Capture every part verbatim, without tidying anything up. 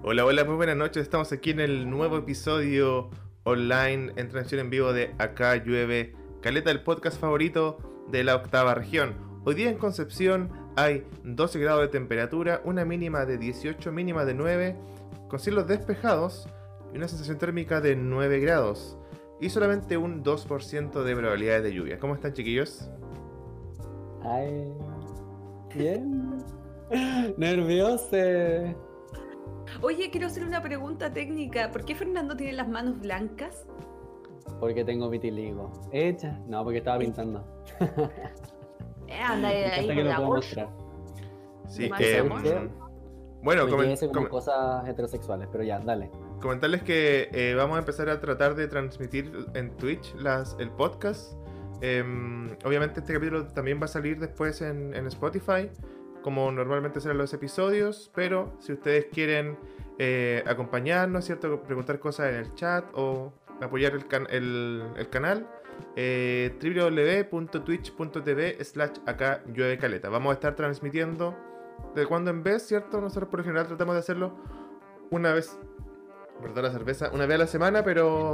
Hola, hola, muy buenas noches. Estamos aquí en el nuevo episodio online en transmisión en vivo de Acá Llueve Caleta, el podcast favorito de la octava región. Hoy día en Concepción hay doce grados de temperatura, una mínima de dieciocho, mínima de nueve, con cielos despejados y una sensación térmica de nueve grados. Y solamente un dos por ciento de probabilidades de lluvia. ¿Cómo están, chiquillos? Ay, bien. Nervioso. Oye, quiero hacer una pregunta técnica. ¿Por qué Fernando tiene las manos blancas? Porque tengo vitiligo. ¿Hecha? No, porque estaba pintando. Eh, anda ahí, ahí Hasta que con lo la puedo voz. mostrar. Sí, Más eh, amor. bueno, Me comen- quedé como comen- cosas heterosexuales, pero ya, dale. comentarles que eh, vamos a empezar a tratar de transmitir en Twitch las, el podcast. Eh, obviamente este capítulo también va a salir después en, en Spotify, como normalmente serán los episodios, pero si ustedes quieren eh, acompañarnos, ¿cierto? Preguntar cosas en el chat o apoyar el, can- el, el canal, eh, w w w punto twitch punto t v slash acá llueve caleta. Vamos a estar transmitiendo de cuando en vez, ¿cierto? Nosotros por lo general tratamos de hacerlo una vez, perdón la cerveza, una vez a la semana, pero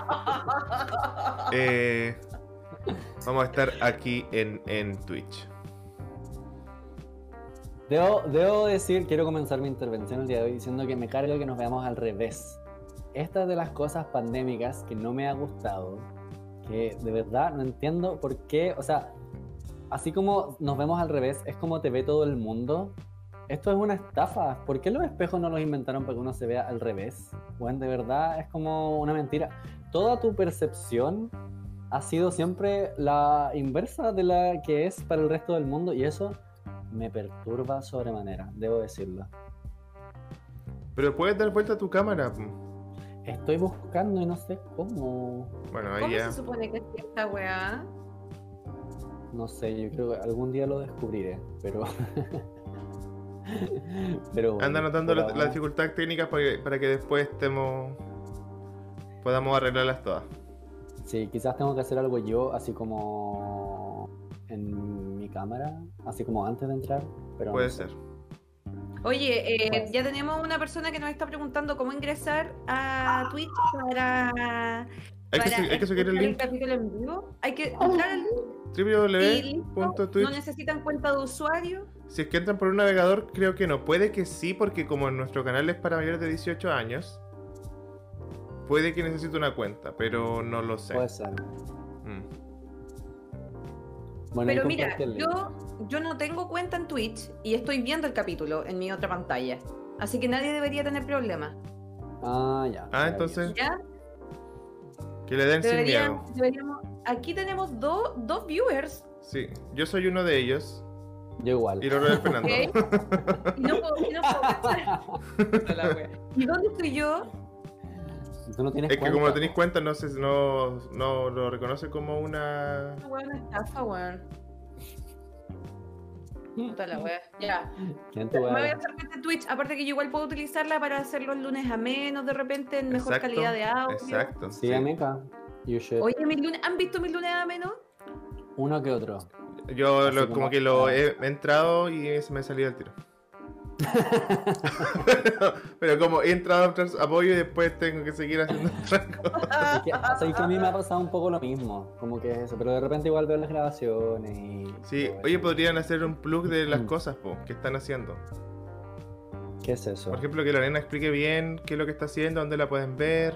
eh, vamos a estar aquí en, en Twitch. Debo, debo decir, quiero comenzar mi intervención el día de hoy diciendo que me carga que nos veamos al revés. Esta es de las cosas pandémicas que no me ha gustado, que de verdad no entiendo por qué, o sea, así como nos vemos al revés, es como te ve todo el mundo. Esto es una estafa. ¿Por qué los espejos no los inventaron para que uno se vea al revés? Bueno, de verdad es como una mentira. Toda tu percepción ha sido siempre la inversa de la que es para el resto del mundo y eso me perturba sobremanera, debo decirlo. Pero puedes dar vuelta a tu cámara. Estoy buscando y no sé cómo. Bueno, ahí ¿Cómo ya. se supone que es esta weá? No sé, yo creo que algún día lo descubriré, pero... pero bueno, Anda anotando por las ahora- dificultades técnicas para que, para que después estemos, podamos arreglarlas todas. Sí, quizás tengo que hacer algo yo, así como en mi cámara, así como antes de entrar, pero Puede no sé. ser. Oye, eh, Bueno. ya tenemos una persona que nos está preguntando cómo ingresar a Twitch para, Hay que, para se- hay que seguir el escuchar link capítulo en vivo. Hay que entrar al link w w y w listo. punto No twitch. necesitan cuenta de usuario. Si es que entran por un navegador, creo que no. Puede que sí, porque como nuestro canal es para mayores de dieciocho años, puede que necesite una cuenta, pero no lo sé. Puede ser. Mm. Bueno, Pero ahí mira, comparte el link. yo, yo no tengo cuenta en Twitch y estoy viendo el capítulo en mi otra pantalla. Así que nadie debería tener problema. Ah, ya. Ah, maravilloso. entonces, ¿Ya? que le den sin Deberían, miedo. deberíamos... Aquí tenemos dos dos viewers. Sí, yo soy uno de ellos. Yo igual. Y el otro es Fernando. Ok. Y no puedo, y no puedo cachar. Puta la wea. ¿Y dónde estoy yo? Tú no tienes Es que cuenta, como no tenéis po. cuenta, no, sé, no, no lo reconoce como una... Esta wea no estafa, weón. Puta la wea. Ya. ¿Quién te Me va voy a a hacer cuenta de Twitch. Aparte que yo igual puedo utilizarla para hacer los lunes a menos de repente en mejor Exacto, calidad de audio. Exacto. Sí, sí. amiga. You should. Oye, mis lunes, ¿han visto mis lunes a menos? Uno que otro. Yo Así lo- como- como que lo ah. he entrado y se me ha salido el tiro. pero, pero como he entrado a entrar apoyo y después tengo que seguir haciendo otra cosa. Es que, o sea, que a mí me ha pasado un poco lo mismo, como que es eso, pero de repente igual veo las grabaciones y... Sí, todo oye, eso. podrían hacer un plug de las Mm. cosas po, que están haciendo. ¿Qué es eso? Por ejemplo, que la nena explique bien qué es lo que está haciendo, dónde la pueden ver.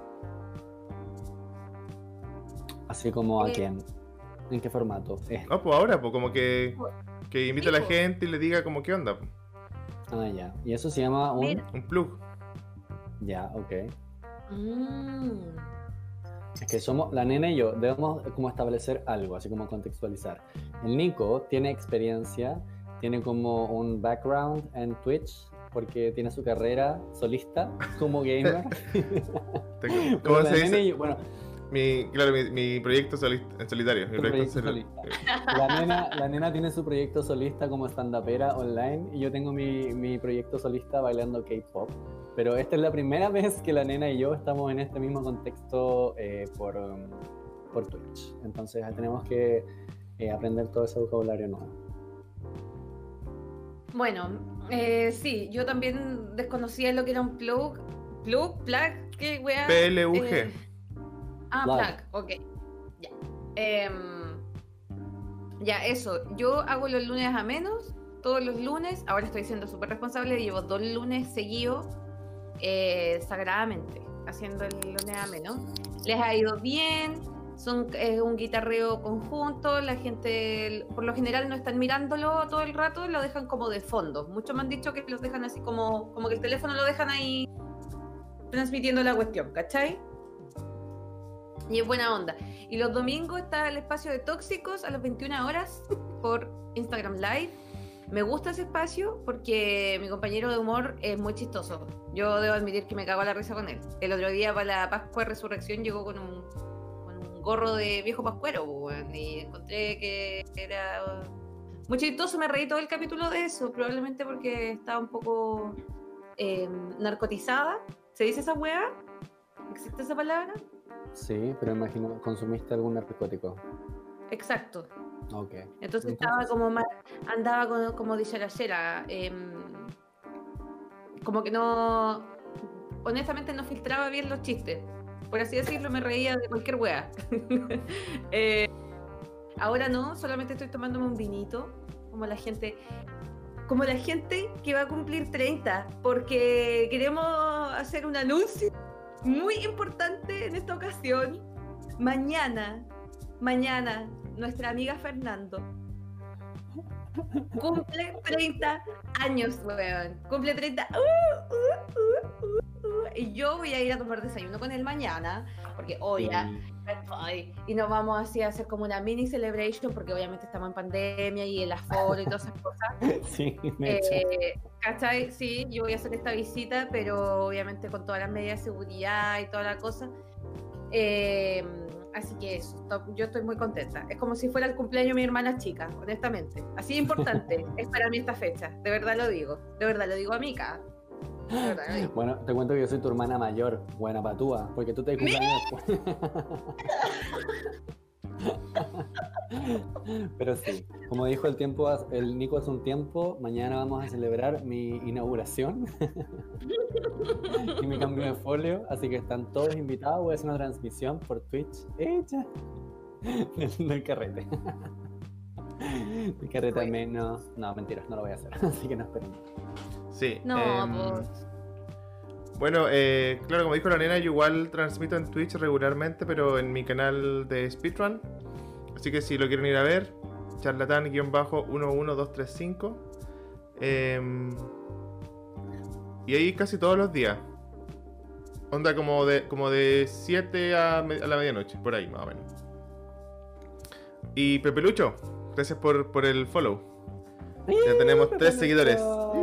Así como a Eh. quién, en qué formato. Eh. No, pues ahora, pues como que, que invite a la Sí, po. gente y le diga como qué onda. Po. Ah, ya. Y eso se llama un... Mira. Un plug. Ya, ok. Mm. Es que somos, la nena y yo, debemos como establecer algo, así como contextualizar. El Nico tiene experiencia, tiene como un background en Twitch, porque tiene su carrera solista como gamer. Tengo- Pero ¿Cómo la se nena y dice? yo- bueno, Mi, claro, mi, mi proyecto soli- en solitario. Mi Tu proyecto proyecto en soli- la nena, la nena tiene su proyecto solista como stand-upera online y yo tengo mi, mi proyecto solista bailando K-pop. Pero esta es la primera vez que la nena y yo estamos en este mismo contexto eh, por, um, por Twitch. Entonces tenemos que eh, aprender todo ese vocabulario nuevo. Bueno, Eh, sí, yo también desconocía lo que era un plug. Plug, plug, qué wea. P L U G. Eh, ah, Plug. plug, ok. Ya. Em, ya, eso. Yo hago los lunes a menos, todos los lunes. Ahora estoy siendo súper responsable. Llevo dos lunes seguidos, eh, sagradamente, haciendo el lunes a menos. Les ha ido bien. Son eh, un guitarreo conjunto, la gente por lo general no están mirándolo todo el rato, lo dejan como de fondo. Muchos me han dicho que los dejan así como, como que el teléfono lo dejan ahí transmitiendo la cuestión, ¿cachai? Y es buena onda. Y los domingos está el espacio de Tóxicos a las veintiuna horas por Instagram Live. Me gusta ese espacio porque mi compañero de humor es muy chistoso. Yo debo admitir que me cago a la risa con él. El otro día para la Pascua de Resurrección llegó con un gorro de viejo pascuero, bueno, y encontré que era muy chistoso. Me reí todo el capítulo de eso, probablemente porque estaba un poco eh, narcotizada. ¿Se dice esa weá? ¿Existe esa palabra? Sí, pero imagino, ¿consumiste algún narcótico? Exacto. Ok. Entonces, Entonces- estaba como más, andaba con- como dicharachera, eh, como que no, honestamente no filtraba bien los chistes. Por así decirlo, me reía de cualquier wea. eh, ahora no, solamente estoy tomándome un vinito, como la gente, como la gente que va a cumplir treinta, porque queremos hacer un anuncio muy importante en esta ocasión. Mañana, mañana, nuestra amiga Fernando cumple treinta años, weón. Cumple treinta. Uh, uh, uh, uh, uh. Y yo voy a ir a tomar desayuno con él mañana, porque hoy ya, ay, y nos vamos así a hacer como una mini celebration, porque obviamente estamos en pandemia y el aforo y todas esas cosas. Sí, me echa. Eh, ¿Cachai? Sí, yo voy a hacer esta visita, pero obviamente con todas las medidas de seguridad y toda la cosa. Eh, así que eso, to- yo estoy muy contenta. Es como si fuera el cumpleaños de mi hermana chica, honestamente. Así de importante es para mí esta fecha. De verdad lo digo. De verdad lo digo, amiga. De verdad lo digo. Bueno, te cuento que yo soy tu hermana mayor, buena patúa, porque tú te cumpleaños después. Pero sí, como dijo el tiempo, el Nico hace un tiempo, mañana vamos a celebrar mi inauguración y mi cambio de folio, así que están todos invitados. Voy a hacer una transmisión por Twitch hecha del, del carrete. El carrete al menos. No, mentira, no lo voy a hacer, así que no esperen. Sí. No, em, pues. Bueno, eh, claro, como dijo la nena, yo igual transmito en Twitch regularmente, pero en mi canal de Speedrun. Así que si lo quieren ir a ver, charlatán uno uno dos tres cinco. Eh, y ahí casi todos los días. Onda como de como de siete a, me- a la medianoche, por ahí más o menos. Y Pepelucho, gracias por, por el follow. Ya tenemos tres seguidores.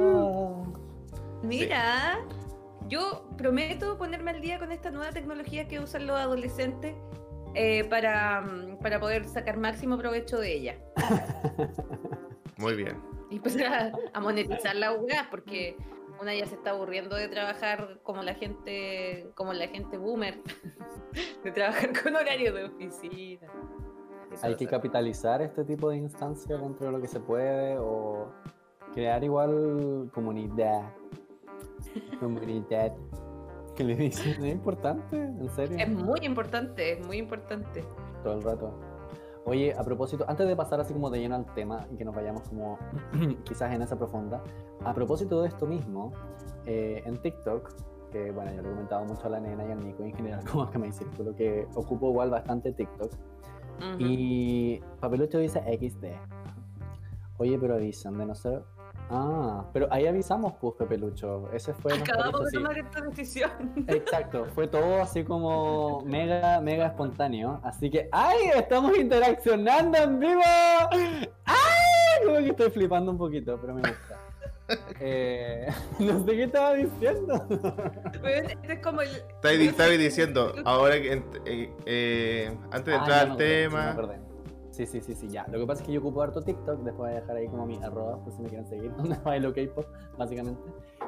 Mira, yo prometo ponerme al día con esta nueva tecnología que usan los adolescentes eh, para, mm, para poder sacar máximo provecho de ella. Muy bien. Y empezar a, a monetizar la U G A, porque una ya se está aburriendo de trabajar como la gente, como la gente boomer, de trabajar con horario de oficina. Eso Hay va a que ser. capitalizar este tipo de instancias dentro de lo que se puede o crear igual comunidad. Comunidad. ¿Qué le dicen? Es importante, en serio. Es muy importante, es muy importante. Todo el rato. Oye, a propósito, antes de pasar así como de lleno al tema y que nos vayamos como quizás en esa profunda, a propósito de esto mismo, eh, en TikTok, que bueno, yo lo he comentado mucho a la nena y al Nico en general como que me círculo, que ocupo igual bastante TikTok. Ujú. Y Papelucho dice equis de. Oye, pero avisan de no ser. Ah, pero ahí avisamos, pues, Pepelucho. Ese fue nuestro Acabamos de aviso, sí. tomar esta decisión. Exacto, fue todo así como mega, mega espontáneo. Así que, ¡ay! Estamos interaccionando en vivo. ¡Ay! Como que estoy flipando un poquito, pero me gusta. Eh, no sé qué estaba diciendo. Bueno, este es como el. Estaba estaba diciendo, ahora que ent- eh, eh, antes de Ah, entrar ya me al acordé, sí, me tema. acordé. Sí, sí, sí, sí, ya. Lo que pasa es que yo ocupo harto TikTok, después voy a dejar ahí como mi arroba, por si me quieren seguir, donde bailo K-pop, básicamente.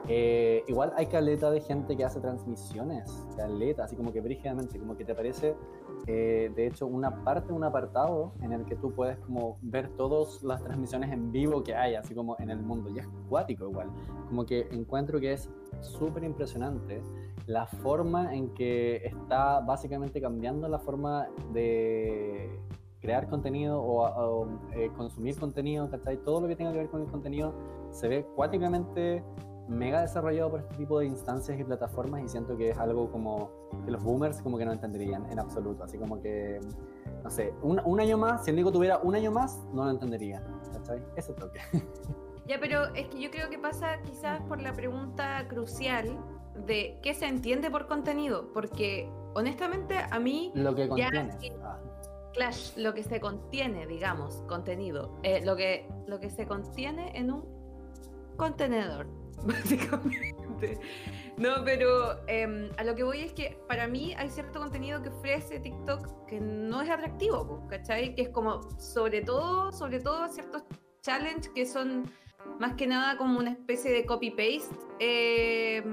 Eh, igual hay caleta de gente que hace transmisiones, caleta, así como que brígidamente, como que te aparece, eh, de hecho, una parte, un apartado en el que tú puedes como ver todas las transmisiones en vivo que hay, así como en el mundo, y es cuático igual, como que encuentro que es súper impresionante la forma en que está básicamente cambiando la forma de crear contenido o, o eh, consumir contenido, ¿cachai? Todo lo que tenga que ver con el contenido se ve cuáticamente mega desarrollado por este tipo de instancias y plataformas, y siento que es algo como que los boomers como que no entenderían en absoluto, así como que, no sé, un, un año más, si el Nico tuviera un año más, no lo entendería, ¿cachai? Ese toque. Ya, pero es que yo creo que pasa quizás por la pregunta crucial de qué se entiende por contenido, porque honestamente a mí Lo que ya contiene. sí, Ah. Clash, lo que se contiene, digamos, contenido, eh, lo que lo que se contiene en un contenedor, básicamente. No, pero eh, a lo que voy es que para mí hay cierto contenido que ofrece TikTok que no es atractivo, po, ¿cachai? Que es como, sobre todo, sobre todo ciertos challenges que son más que nada como una especie de copy-paste, eh,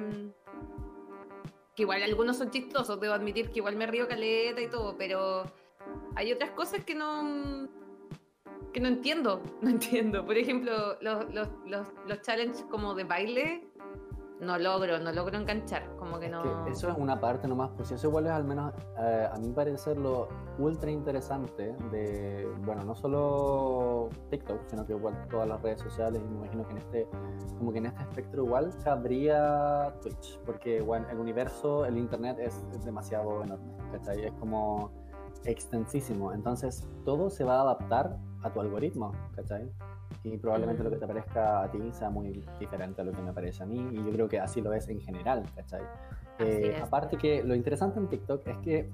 que igual algunos son chistosos, debo admitir que igual me río caleta y todo, pero hay otras cosas que no que no entiendo, no entiendo. Por ejemplo, los, los, los, los challenges como de baile, no logro, no logro enganchar, como que Es no... que eso es una parte nomás, pues eso igual es al menos, eh, a mi parecer, lo ultra interesante de, bueno, no solo TikTok, sino que igual todas las redes sociales, y me imagino que en este, como que en este espectro igual cabría Twitch, porque bueno, el universo, el internet es, es demasiado enorme, ¿cachai? Es como extensísimo, entonces todo se va a adaptar a tu algoritmo, ¿cachai? Y probablemente lo que te parezca a ti sea muy diferente a lo que me parece a mí, y yo creo que así lo es en general, ¿cachai? Eh, es. aparte que lo interesante en TikTok es que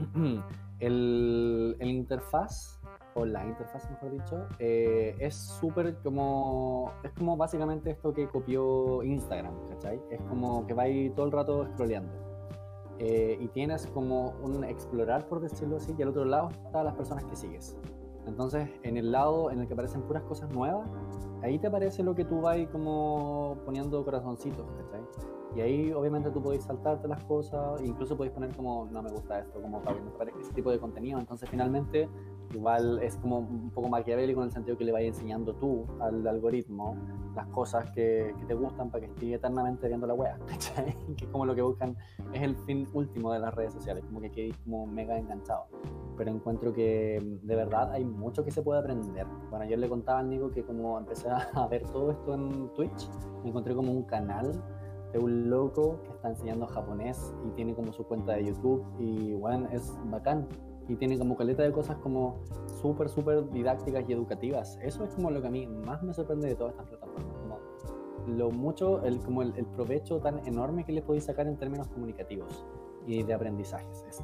el, el interfaz, o la interfaz mejor dicho, eh, es súper como, es como básicamente esto que copió Instagram, ¿cachai? Es como que va ahí todo el rato scrolleando. Eh, y tienes como un explorar, por decirlo así, y al otro lado están las personas que sigues. Entonces, en el lado en el que aparecen puras cosas nuevas, ahí te aparece lo que tú vas como poniendo corazoncitos, ¿cachai? Y ahí obviamente tú podés saltarte las cosas, incluso podés poner como, no me gusta esto, como para que no te parezca ese tipo de contenido. Entonces, finalmente, igual es como un poco maquiavélico en el sentido que le vayas enseñando tú al algoritmo las cosas que, que te gustan para que esté eternamente viendo la wea, ¿cachai? Que es como lo que buscan, es el fin último de las redes sociales, como que quedes como mega enganchado. Pero encuentro que de verdad hay mucho que se puede aprender. Bueno, ayer le contaba al Nico que como empecé a ver todo esto en Twitch, me encontré como un canal de un loco que está enseñando japonés y tiene como su cuenta de YouTube, y bueno, es bacán. Y tiene como caleta de cosas como súper, súper didácticas y educativas. Eso es como lo que a mí más me sorprende de todas estas plataformas. Como lo mucho, el, como el, el provecho tan enorme que le podéis sacar en términos comunicativos y de aprendizajes. Es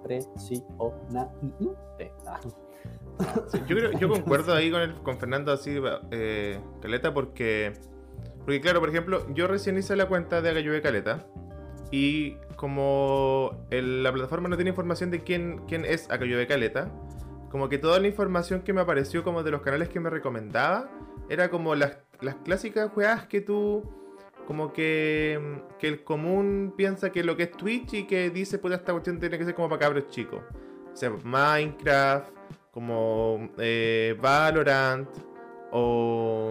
impresionante. Sí, yo, creo, yo concuerdo ahí con, el, con Fernando así, eh, Caleta, porque, porque claro, por ejemplo, yo recién hice la cuenta de Agayuve Caleta, y como el, la plataforma no tiene información de quién, quién es Agayuve Caleta, como que toda la información que me apareció como de los canales que me recomendaba, era como las, las clásicas weas que tú... Como que, que el común piensa que lo que es Twitch y que dice, pues esta cuestión tiene que ser como para cabros chicos. O sea, Minecraft, como eh, Valorant, o,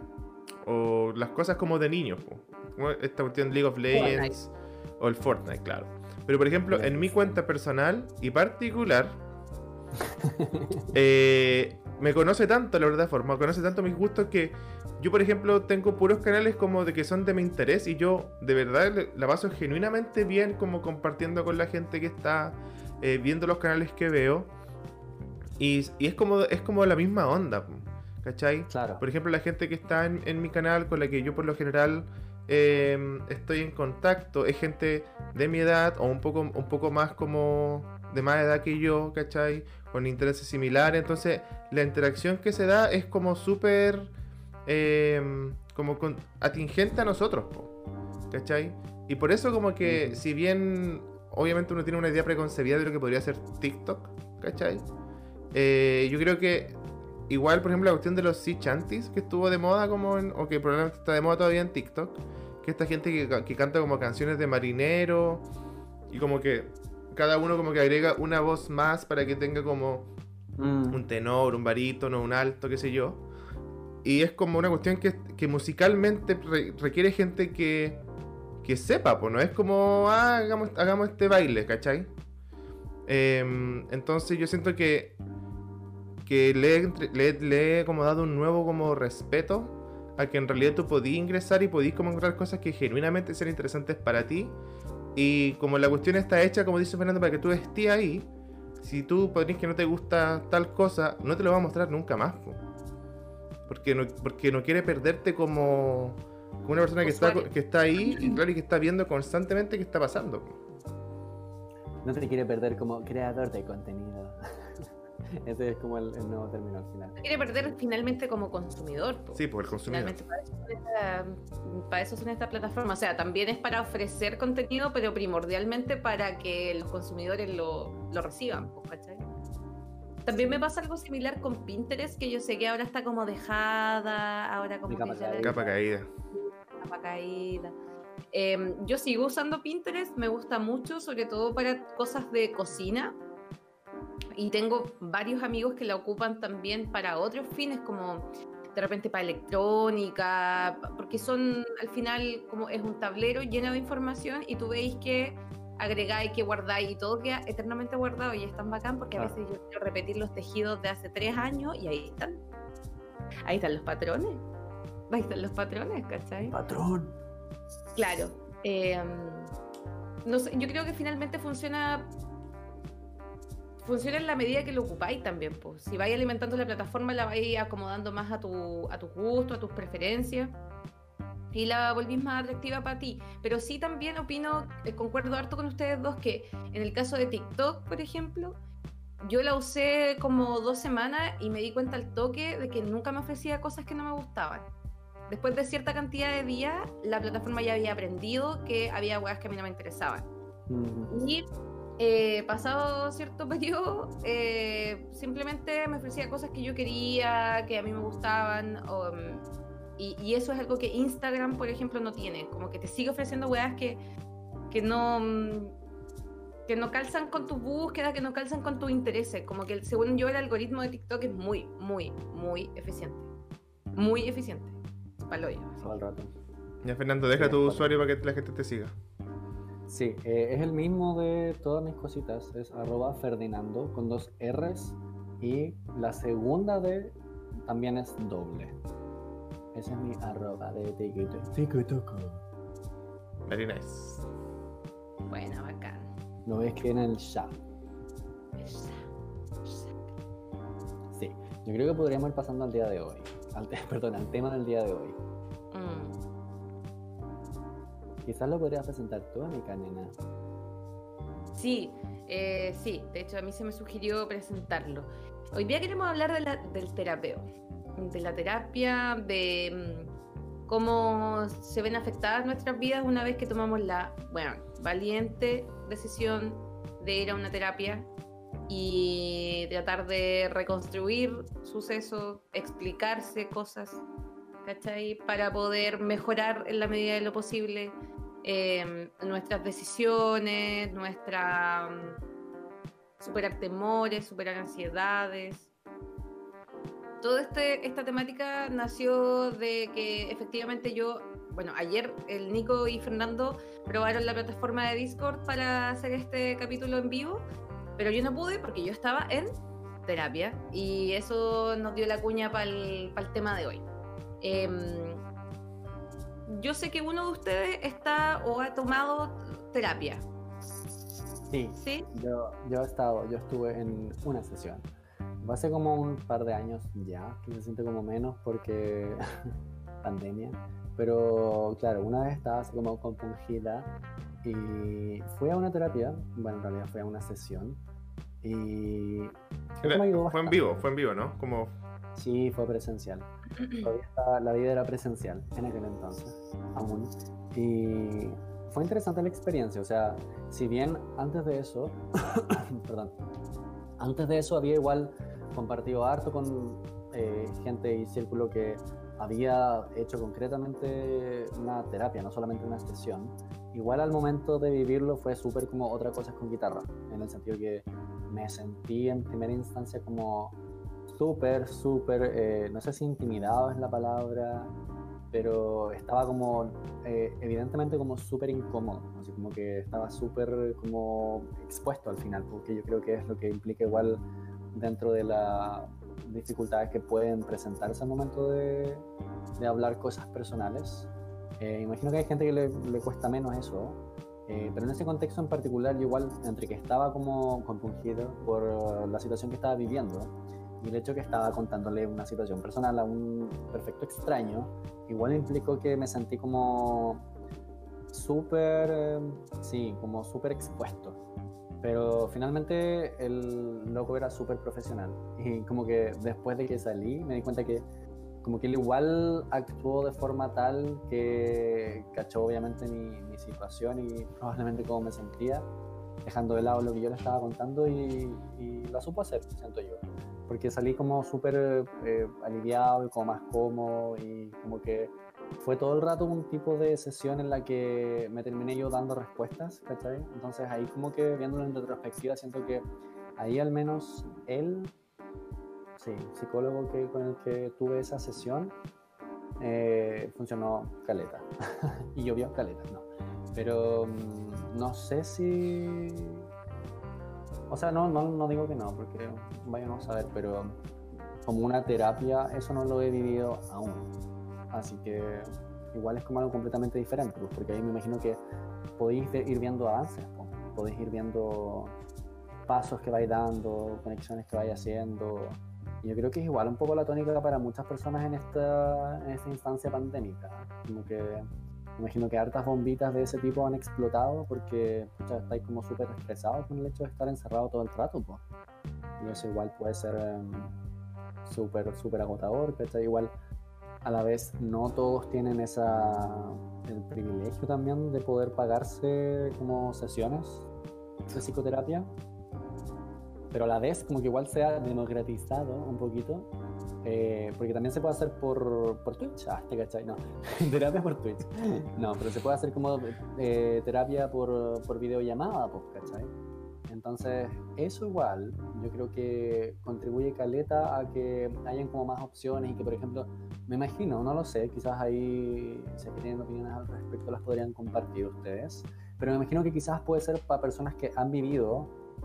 o las cosas como de niños. Como esta cuestión League of Legends, Fortnite. O el Fortnite, claro. Pero por ejemplo, en mi cuenta personal y particular, eh, me conoce tanto, la verdad, forma, conoce tanto mis gustos que yo, por ejemplo, tengo puros canales como de que son de mi interés, y yo de verdad la paso genuinamente bien como compartiendo con la gente que está eh, viendo los canales que veo, y, y es como es como la misma onda, ¿cachai? Claro. Por ejemplo, la gente que está en, en mi canal, con la que yo por lo general eh, estoy en contacto, es gente de mi edad o un poco, un poco más como de más edad que yo, ¿cachai? Con intereses similares. Entonces la interacción que se da es como súper eh, como con, atingente a nosotros, po, ¿cachai? Y por eso como que, si bien obviamente uno tiene una idea preconcebida de lo que podría ser TikTok, ¿cachai? Eh, yo creo que igual, por ejemplo, la cuestión de los sea chanties que estuvo de moda como en, o que probablemente está de moda todavía en TikTok, que esta gente que, ca- que canta como canciones de marinero y como que cada uno como que agrega una voz más para que tenga como Mm. un tenor, un barítono, un alto, qué sé yo. Y es como una cuestión que, que musicalmente re- requiere gente que, que sepa, pues no es como, ah, hagamos, hagamos este baile, ¿cachai? Em, entonces yo siento que, que le, he entre- le, le he como dado un nuevo como respeto a que en realidad tú podías ingresar y podías como encontrar cosas que genuinamente sean interesantes para ti. Y como la cuestión está hecha, como dice Fernando, para que tú estés ahí, si tú podrías que no te gusta tal cosa, no te lo va a mostrar nunca más, po. Porque no, porque no quiere perderte como, como una persona que está, Usuario. que está ahí y claro, y que está viendo constantemente qué está pasando, po. No te quiere perder como creador de contenido. Ese es como el, el nuevo término al final. Quiere perder finalmente como consumidor. Po. Sí, por el consumidor. Finalmente para eso, son esta- para eso son estas plataformas. O sea, también es para ofrecer contenido, pero primordialmente para que los consumidores lo, lo reciban, po, ¿cachai? También me pasa algo similar con Pinterest, que yo sé que ahora está como dejada, ahora como De capa que ya la- caída. Capa caída. capa caída. Eh, yo sigo usando Pinterest, me gusta mucho, sobre todo para cosas de cocina. Y tengo varios amigos que la ocupan también para otros fines, como de repente para electrónica, pa- porque son al final como es un tablero lleno de información y tú veis que agregáis, que guardáis y todo queda eternamente guardado y es tan bacán porque a Ah. veces yo quiero repetir los tejidos de hace tres años y ahí están. Ahí están los patrones. Ahí están los patrones, ¿cachai? Patrón. Claro. eh, no sé, yo creo que finalmente funciona funciona en la medida que lo ocupáis también. Pues. Si vais alimentando la plataforma, la vais acomodando más a tu, a tu gusto, a tus preferencias y la volvís más atractiva para ti. Pero sí también opino, eh, concuerdo harto con ustedes dos, que en el caso de TikTok, por ejemplo, yo la usé como dos semanas y me di cuenta al toque de que nunca me ofrecía cosas que no me gustaban. Después de cierta cantidad de días, la plataforma ya había aprendido que había weas que a mí no me interesaban. Mm. Y eh, pasado cierto periodo, eh, simplemente me ofrecía cosas que yo quería, que a mí me gustaban. O, mm, y, y eso es algo que Instagram, por ejemplo, no tiene. Como que te sigue ofreciendo weas que, que no... mm, que no calzan con tus búsquedas, que no calzan con tus intereses. Como que según yo el algoritmo de TikTok es muy, muy, muy eficiente. Muy eficiente. Paloyo. Todo el rato. Ya, Fernando, deja Sí, tu bueno. usuario para que la gente te siga. Sí, eh, es el mismo de todas mis cositas. Es arroba Ferdinando con dos R's. Y la segunda de también es doble. Ese es mi arroba de TikTok. TikTok. Very nice. Buena, bacán. Lo ves que en el chat. Esa, esa. Sí, yo creo que podríamos ir pasando al día de hoy. Al, perdón, al tema del día de hoy. Mm. Quizás lo podrías presentar tú, Amica Nena. Sí, eh, sí, de hecho a mí se me sugirió presentarlo. Hoy día queremos hablar de la- del terapeo, de la terapia, de mm, cómo se ven afectadas nuestras vidas una vez que tomamos la, bueno, valiente decisión de ir a una terapia y tratar de reconstruir sucesos, explicarse cosas, ¿cachai? Para poder mejorar en la medida de lo posible eh, nuestras decisiones, nuestra mm, superar temores, superar ansiedades. Toda este, esta temática nació de que efectivamente yo, bueno, ayer el Nico y Fernando probaron la plataforma de Discord para hacer este capítulo en vivo, pero yo no pude porque yo estaba en terapia y eso nos dio la cuña para el tema de hoy. Em, yo sé que uno de ustedes está o ha tomado terapia, Sí, ¿sí? yo, yo he estado, yo estuve en una sesión. Fue hace como un par de años ya, que se siente como menos porque pandemia. Pero claro, una vez estaba así como compungida y fui a una terapia, bueno, en realidad fui a una sesión y creo que me ayudó Fue en bastante. vivo, fue en vivo, ¿no? Como Sí, fue presencial. Todavía estaba- la vida era presencial en aquel entonces, aún. Y fue interesante la experiencia. O sea, si bien antes de eso, perdón, antes de eso había igual compartido harto con eh, gente y círculo que había hecho concretamente una terapia, no solamente una sesión, igual al momento de vivirlo fue súper como otra cosa con guitarra, en el sentido que me sentí en primera instancia como súper, súper, eh, no sé si intimidado es la palabra, pero estaba como, eh, evidentemente como súper incómodo, así como que estaba súper como expuesto al final, porque yo creo que es lo que implica igual dentro de las dificultades que pueden presentarse al momento de, de hablar cosas personales. Eh, imagino que hay gente que le, le cuesta menos eso, eh, pero en ese contexto en particular yo igual, entre que estaba como compungido por uh, la situación que estaba viviendo y el hecho que estaba contándole una situación personal a un perfecto extraño, igual implicó que me sentí como súper, eh, sí, como súper expuesto. Pero finalmente el loco era súper profesional y como que después de que salí me di cuenta que como que él igual actuó de forma tal que cachó obviamente mi, mi situación y probablemente cómo me sentía, dejando de lado lo que yo le estaba contando y, y la supo hacer, siento yo. Porque salí como súper eh, aliviado y como más cómodo y como que fue todo el rato un tipo de sesión en la que me terminé yo dando respuestas, ¿cachai? Entonces ahí como que viéndolo en retrospectiva siento que ahí al menos él, sí, psicólogo que, con el que tuve esa sesión, eh, funcionó caleta. Y llovió caleta, no. Pero mmm, no sé si... O sea, no, no, no digo que no, porque vayamos a ver, pero como una terapia eso no lo he vivido aún. Así que igual es como algo completamente diferente, pues, porque ahí me imagino que podéis ir viendo avances, pues, podéis ir viendo pasos que vais dando, conexiones que vais haciendo. Y yo creo que es igual un poco la tónica para muchas personas en esta, en esta instancia pandémica. Como que me imagino que hartas bombitas de ese tipo han explotado porque pucha, estáis como súper estresados con el hecho de estar encerrado todo el rato, pues. Y eso igual puede ser um, súper, súper agotador, ¿cachai? Igual a la vez no todos tienen esa, el privilegio también de poder pagarse como sesiones de psicoterapia, pero a la vez como que igual se ha democratizado un poquito, eh, porque también se puede hacer por, por Twitch, ah, ¿te cachai? No, terapia por Twitch, no, pero se puede hacer como eh, terapia por, por videollamada, pues, ¿cachai? Entonces, eso igual, yo creo que contribuye caleta a que hayan como más opciones y que, por ejemplo, me imagino, no lo sé, quizás ahí, si tienen opiniones al respecto, las podrían compartir ustedes, pero me imagino que quizás puede ser para personas que han vivido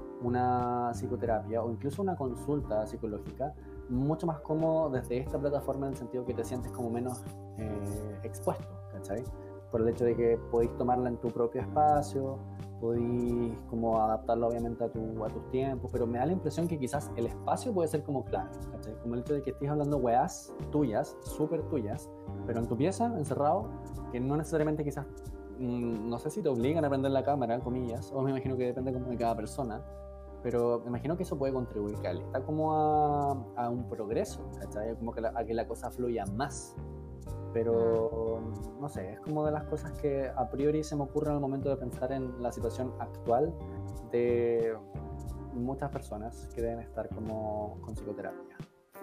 una psicoterapia o incluso una consulta psicológica mucho más cómodo desde esta plataforma en el sentido que te sientes como menos eh, expuesto, ¿cachai? Por el hecho de que podéis tomarla en tu propio espacio, podéis como adaptarla obviamente a, tu, a tus tiempos, pero me da la impresión que quizás el espacio puede ser como clave, ¿cachai? Como el hecho de que estés hablando weas tuyas, súper tuyas, pero en tu pieza, encerrado, que no necesariamente quizás, mmm, no sé si te obligan a prender la cámara, comillas, o me imagino que depende como de cada persona, pero me imagino que eso puede contribuir caleta como a, a un progreso, ¿cachai? Como que la, a que la cosa fluya más. Pero no sé, es como de las cosas que a priori se me ocurre al momento de pensar en la situación actual de muchas personas que deben estar como con psicoterapia.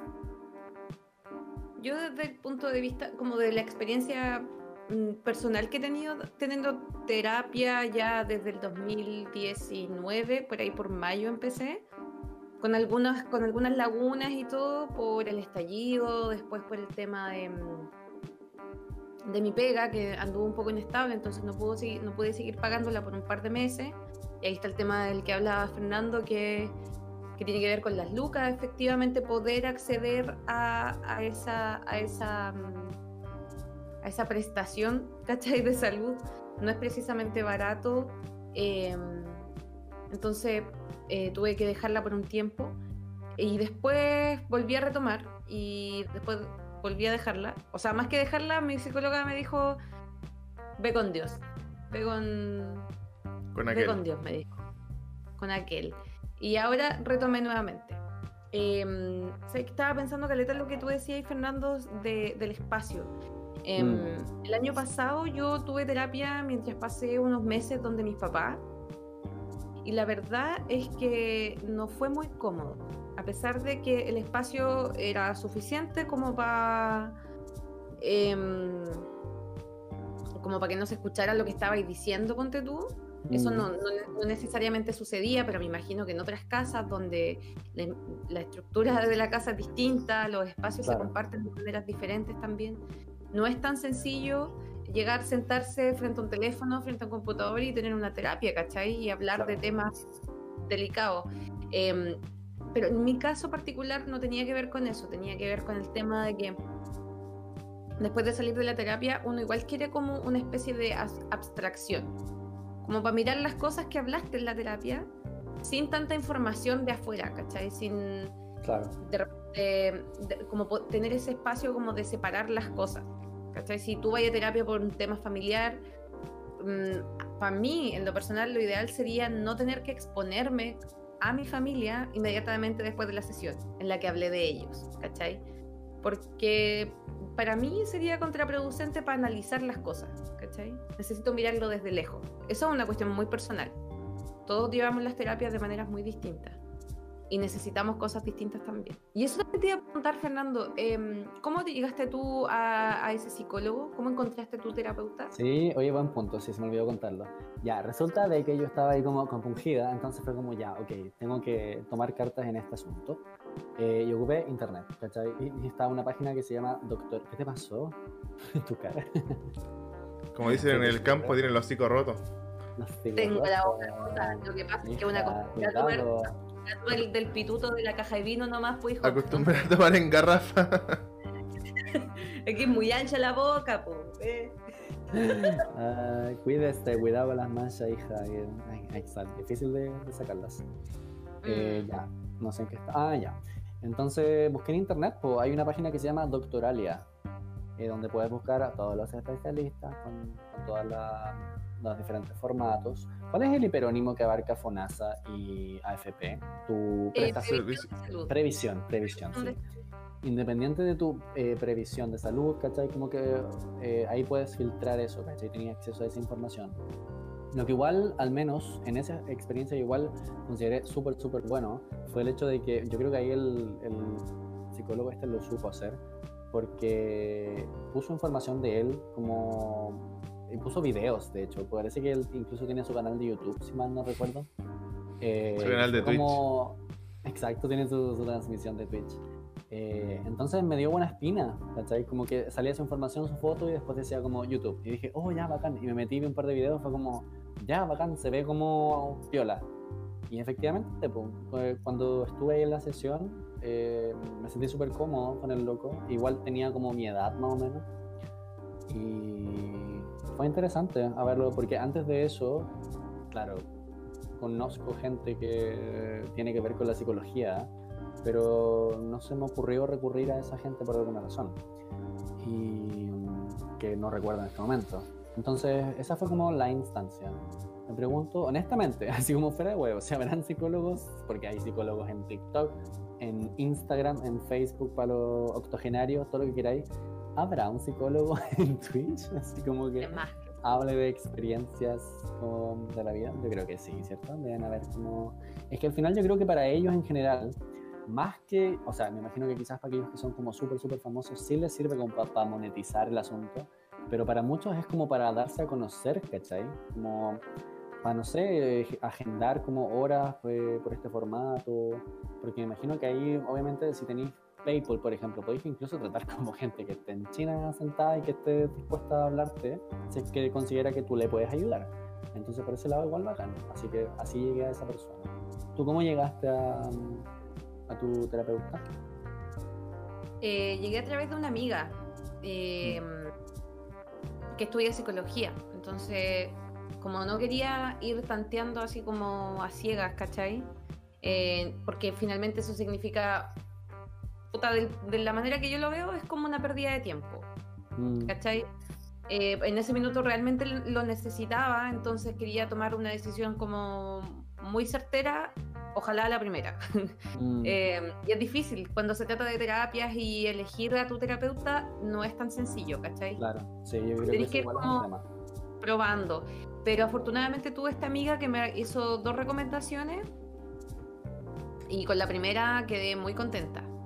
Yo desde el punto de vista como de la experiencia personal que he tenido teniendo terapia ya desde el dos mil diecinueve, por ahí por mayo empecé, con algunas, con algunas lagunas y todo por el estallido, después por el tema de... de mi pega, que anduvo un poco inestable, entonces no, pudo seguir, no pude seguir pagándola por un par de meses. Y ahí está el tema del que hablaba Fernando, que, que tiene que ver con las lucas, efectivamente poder acceder a, a, esa, a, esa, a esa prestación, ¿cachai? De salud. No es precisamente barato, eh, entonces eh, tuve que dejarla por un tiempo y después volví a retomar y después volví a dejarla, o sea, más que dejarla, mi psicóloga me dijo, ve con Dios, ve con, con ve aquel. con Dios, me dijo, con aquel. Y ahora retomé nuevamente. Eh, sé que estaba pensando, caleta, lo que tú decías, Fernando, de, del espacio. Eh, mm. El año pasado yo tuve terapia mientras pasé unos meses donde mis papás, y la verdad es que no fue muy cómodo. A pesar de que el espacio era suficiente como para eh, como para que no se escuchara lo que estabais diciendo, ponte tú. Eso no, no, no necesariamente sucedía, pero me imagino que en otras casas donde la, la estructura de la casa es distinta, los espacios Claro. se comparten de maneras diferentes también, no es tan sencillo llegar, sentarse frente a un teléfono, frente a un computador y tener una terapia, ¿cachai? Y hablar Claro. de temas delicados. Eh, pero en mi caso particular no tenía que ver con eso, tenía que ver con el tema de que después de salir de la terapia uno igual quiere como una especie de as- abstracción, como para mirar las cosas que hablaste en la terapia sin tanta información de afuera, ¿cachai? Sin Claro. de repente, de- como po- tener ese espacio como de separar las cosas, ¿cachai? Si tú vayas a terapia por un tema familiar, para mí, en lo personal, lo ideal sería no tener que exponerme a mi familia inmediatamente después de la sesión en la que hablé de ellos, ¿cachai? Porque para mí sería contraproducente para analizar las cosas, ¿cachai? Necesito mirarlo desde lejos. Eso es una cuestión muy personal. Todos llevamos las terapias de maneras muy distintas y necesitamos cosas distintas también. Y eso también te iba a preguntar, Fernando, eh, ¿cómo te llegaste tú a, a ese psicólogo? ¿Cómo encontraste tu terapeuta? Sí, oye, buen punto, sí, se me olvidó contarlo. Ya, resulta de que yo estaba ahí como compungida, entonces fue como, ya, ok, tengo que tomar cartas en este asunto. Eh, y ocupé internet, ¿cachai? Y, y estaba una página que se llama Doctor... ¿Qué te pasó? Tu cara. Como dicen en el campo, tienen los hocicos rotos. No sé, Tengo ¿verdad? la boca rota. Lo que pasa es que una Hija, costumbre cuidado. del, del pituto de la caja de vino nomás, pues hijo. Acostumbran a tomar en garrafa. Es que es muy ancha la boca, pues. Eh. Ay, cuídese, cuidado con las manchas, hija. Ay, exacto, difícil de, de sacarlas. Eh, Mm. ya, no sé en qué está. Ah, ya. Entonces busqué en internet, pues hay una página que se llama Doctoralia, eh, donde puedes buscar a todos los especialistas con, con todos los diferentes formatos. ¿Cuál es el hiperónimo que abarca FONASA y A F P? Tu Eh, prestación. previsión de salud. Previsión, previsión, sí. Independiente de tu eh, previsión de salud, ¿cachai? Como que eh, ahí puedes filtrar eso, ¿cachai? Tenía acceso a esa información. Lo que igual, al menos en esa experiencia, igual consideré súper, súper bueno, fue el hecho de que yo creo que ahí el, el psicólogo este lo supo hacer, porque puso información de él como... y puso videos, de hecho. Parece que él incluso tiene su canal de YouTube, si mal no recuerdo. Eh, Su canal de como... Exacto, tiene su, su transmisión de Twitch. Eh, entonces me dio buena espina, ¿cachai? Como que salía su información, su foto y después decía como YouTube. Y dije, oh, ya, bacán. Y me metí vi un par de videos, fue como, ya, bacán, se ve como piola. Y efectivamente, pues, cuando estuve ahí en la sesión, eh, me sentí súper cómodo con el loco. Igual tenía como mi edad, más o menos. Y fue interesante a verlo, porque antes de eso, claro, conozco gente que tiene que ver con la psicología, pero no se me ocurrió recurrir a esa gente por alguna razón y que no recuerdo en este momento. Entonces esa fue como la instancia. Me pregunto honestamente, así como fuera de huevo, o sea, ¿habrán psicólogos? Porque hay psicólogos en TikTok, en Instagram, en Facebook para los octogenarios, todo lo que queráis. ¿Habrá un psicólogo en Twitch? Así como que Es más, hable de experiencias como de la vida. Yo creo que sí, ¿cierto? Deben haber como... Es que al final yo creo que para ellos en general, más que... O sea, me imagino que quizás para aquellos que son como súper, súper famosos, sí les sirve como para pa monetizar el asunto, pero para muchos es como para darse a conocer, ¿cachai? Como para, no sé, agendar como horas pues, por este formato, porque me imagino que ahí, obviamente, si tenéis PayPal, por ejemplo, podéis incluso tratar como gente que esté en China sentada y que esté dispuesta a hablarte si es que considera que tú le puedes ayudar. Entonces por ese lado igual bacán. Así que así llegué a esa persona. ¿Tú cómo llegaste a, a tu terapeuta? eh, llegué a través de una amiga eh, que estudia psicología. Entonces, como no quería ir tanteando así como a ciegas, ¿cachai? Eh, porque finalmente eso significa... Puta, de, de la manera que yo lo veo es como una pérdida de tiempo, Mm, ¿cachai? Eh, en ese minuto realmente lo necesitaba, entonces quería tomar una decisión como muy certera, ojalá la primera. mm, Eh, y es difícil, cuando se trata de terapias y elegir a tu terapeuta no es tan sencillo, ¿cachai? claro, sí, yo creo que Tenés eso que ir igual es un como tema. probando, pero afortunadamente tuve esta amiga que me hizo dos recomendaciones y con la primera quedé muy contenta.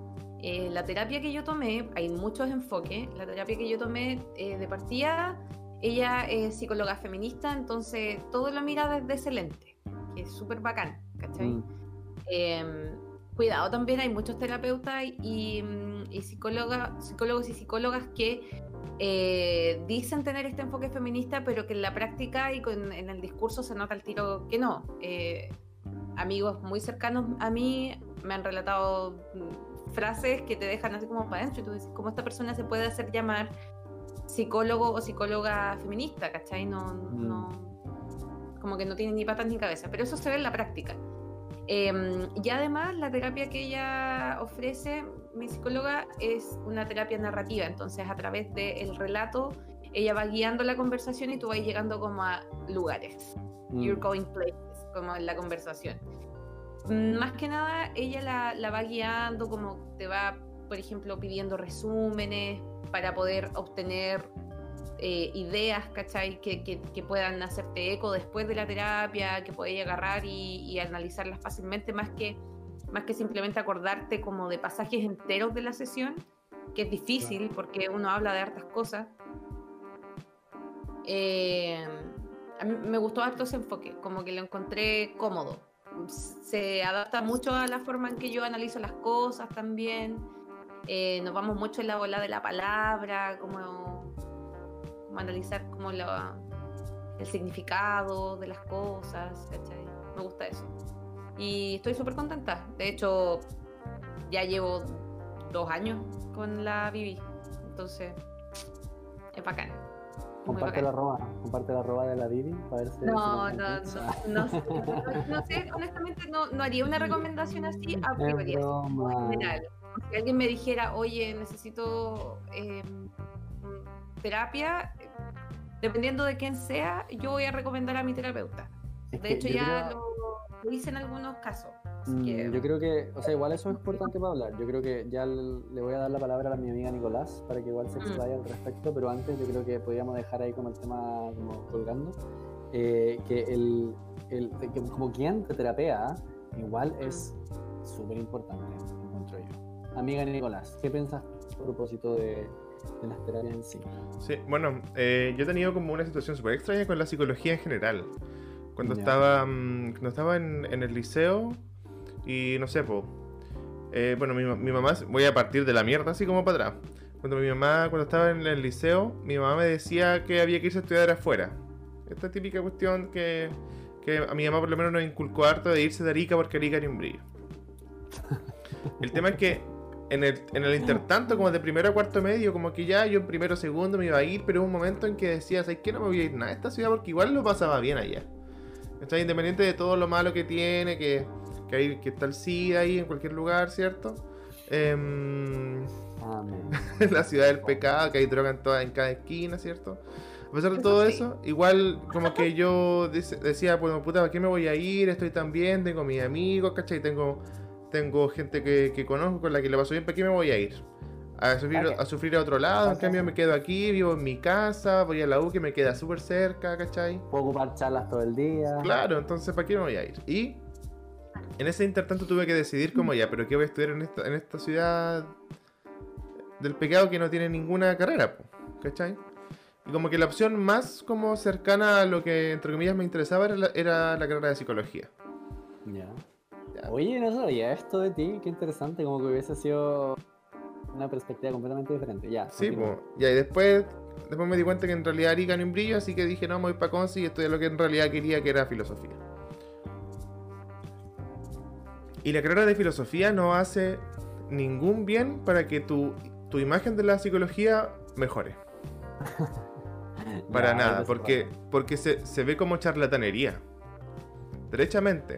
Eh, la terapia que yo tomé, hay muchos enfoques, la terapia que yo tomé eh, de partida, ella es psicóloga feminista, entonces todo lo mira desde ese lente, que es súper bacán, ¿cachai? Mm. Eh, cuidado, también hay muchos terapeutas y, y psicóloga, psicólogos y psicólogas que eh, dicen tener este enfoque feminista, pero que en la práctica y con, en el discurso se nota el tiro que no. Eh, amigos muy cercanos a mí me han relatado frases que te dejan así como para adentro, y tú dices, ¿cómo esta persona se puede hacer llamar psicólogo o psicóloga feminista? ¿Cachai? No, mm. no, como que no tiene ni patas ni cabeza, pero eso se ve en la práctica. Eh, y además la terapia que ella ofrece, mi psicóloga, es una terapia narrativa, entonces a través del relato ella va guiando la conversación y tú vas llegando como a lugares, mm. you're going places, como en la conversación. Más que nada ella la, la va guiando, como te va, por ejemplo, pidiendo resúmenes para poder obtener Eh, ideas, ¿cachai? Que, que, que puedan hacerte eco después de la terapia, que podáis agarrar y, y analizarlas fácilmente, más que, más que simplemente acordarte como de pasajes enteros de la sesión, que es difícil porque uno habla de hartas cosas. Eh, a mí me gustó harto ese enfoque, como que lo encontré cómodo. Se adapta mucho a la forma en que yo analizo las cosas también. Eh, nos vamos mucho en la bola de la palabra, como analizar como la, el significado de las cosas, ¿cachai? Me gusta eso. Y estoy súper contenta. De hecho, ya llevo dos años con la Vivi. Entonces, es bacán. Comparte la arroba, comparte la arroba de la Vivi para ver si... No, no, no, no, sé, no, no sé, honestamente no, no haría una recomendación así a priori, en general. Si alguien me dijera, oye, necesito eh, terapia, dependiendo de quién sea, yo voy a recomendar a mi terapeuta. De hecho, ya creo... lo, lo hice en algunos casos. Mm, que... Yo creo que, o sea, igual eso es importante para hablar. Yo creo que ya le voy a dar la palabra a mi amiga Nicolás para que igual se explaya mm. al respecto, pero antes yo creo que podríamos dejar ahí como el tema como colgando. Eh, que el, el que como quien te terapea, igual es súper importante, encuentro yo. Amiga Nicolás, ¿qué piensas a propósito de... de las terapias en sí? Sí, bueno, eh, yo he tenido como una situación súper extraña con la psicología en general. Cuando Ya. estaba mmm, cuando estaba en, en el liceo y no sé, po, eh, bueno, mi, mi mamá, voy a partir de la mierda así como para atrás. Cuando mi mamá, cuando estaba en el liceo, mi mamá me decía que había que irse a estudiar afuera. Esta típica cuestión que, que a mi mamá por lo menos nos inculcó harto de irse de Arica porque Arica ni un brillo. El tema es que En el, en el intertanto, como de primero a cuarto medio, como que ya yo en primero o segundo me iba a ir, pero hubo un momento en que decía, ¿sabes qué? No me voy a ir nada a esta ciudad porque igual lo pasaba bien allá. Está independiente de todo lo malo que tiene, que, que, hay, que está el SIDA ahí en cualquier lugar, ¿cierto? Eh, Amén. La ciudad del pecado, que hay droga en, toda, en cada esquina, ¿cierto? A pesar de todo eso, igual como que yo decía, bueno, puta, ¿para qué me voy a ir? Estoy tan bien, tengo mis amigos, ¿cachai? Tengo... Tengo gente que, que conozco con la que le paso bien, ¿para qué me voy a ir? A sufrir, okay. a sufrir a otro lado, okay. En cambio me quedo aquí, vivo en mi casa, voy a la U que me queda súper cerca, ¿cachai? Puedo ocupar charlas todo el día. Claro, entonces ¿para qué me voy a ir? Y en ese intertanto tuve que decidir como ya, ¿pero qué voy a estudiar en esta, en esta ciudad del pecado que no tiene ninguna carrera, ¿cachai? Y como que la opción más como cercana a lo que entre comillas me interesaba era la, era la carrera de psicología. Ya. Yeah. Oye, no sabía esto de ti, qué interesante, como que hubiese sido una perspectiva completamente diferente. Ya, sí, pues, ya, y después, después me di cuenta que en realidad Arica ni un brillo, así que dije, no, me voy para Conce y estudié lo que en realidad quería, que era filosofía. Y la carrera de filosofía no hace ningún bien para que tu, tu imagen de la psicología mejore. Para ya, nada, porque, porque se, se ve como charlatanería. Derechamente.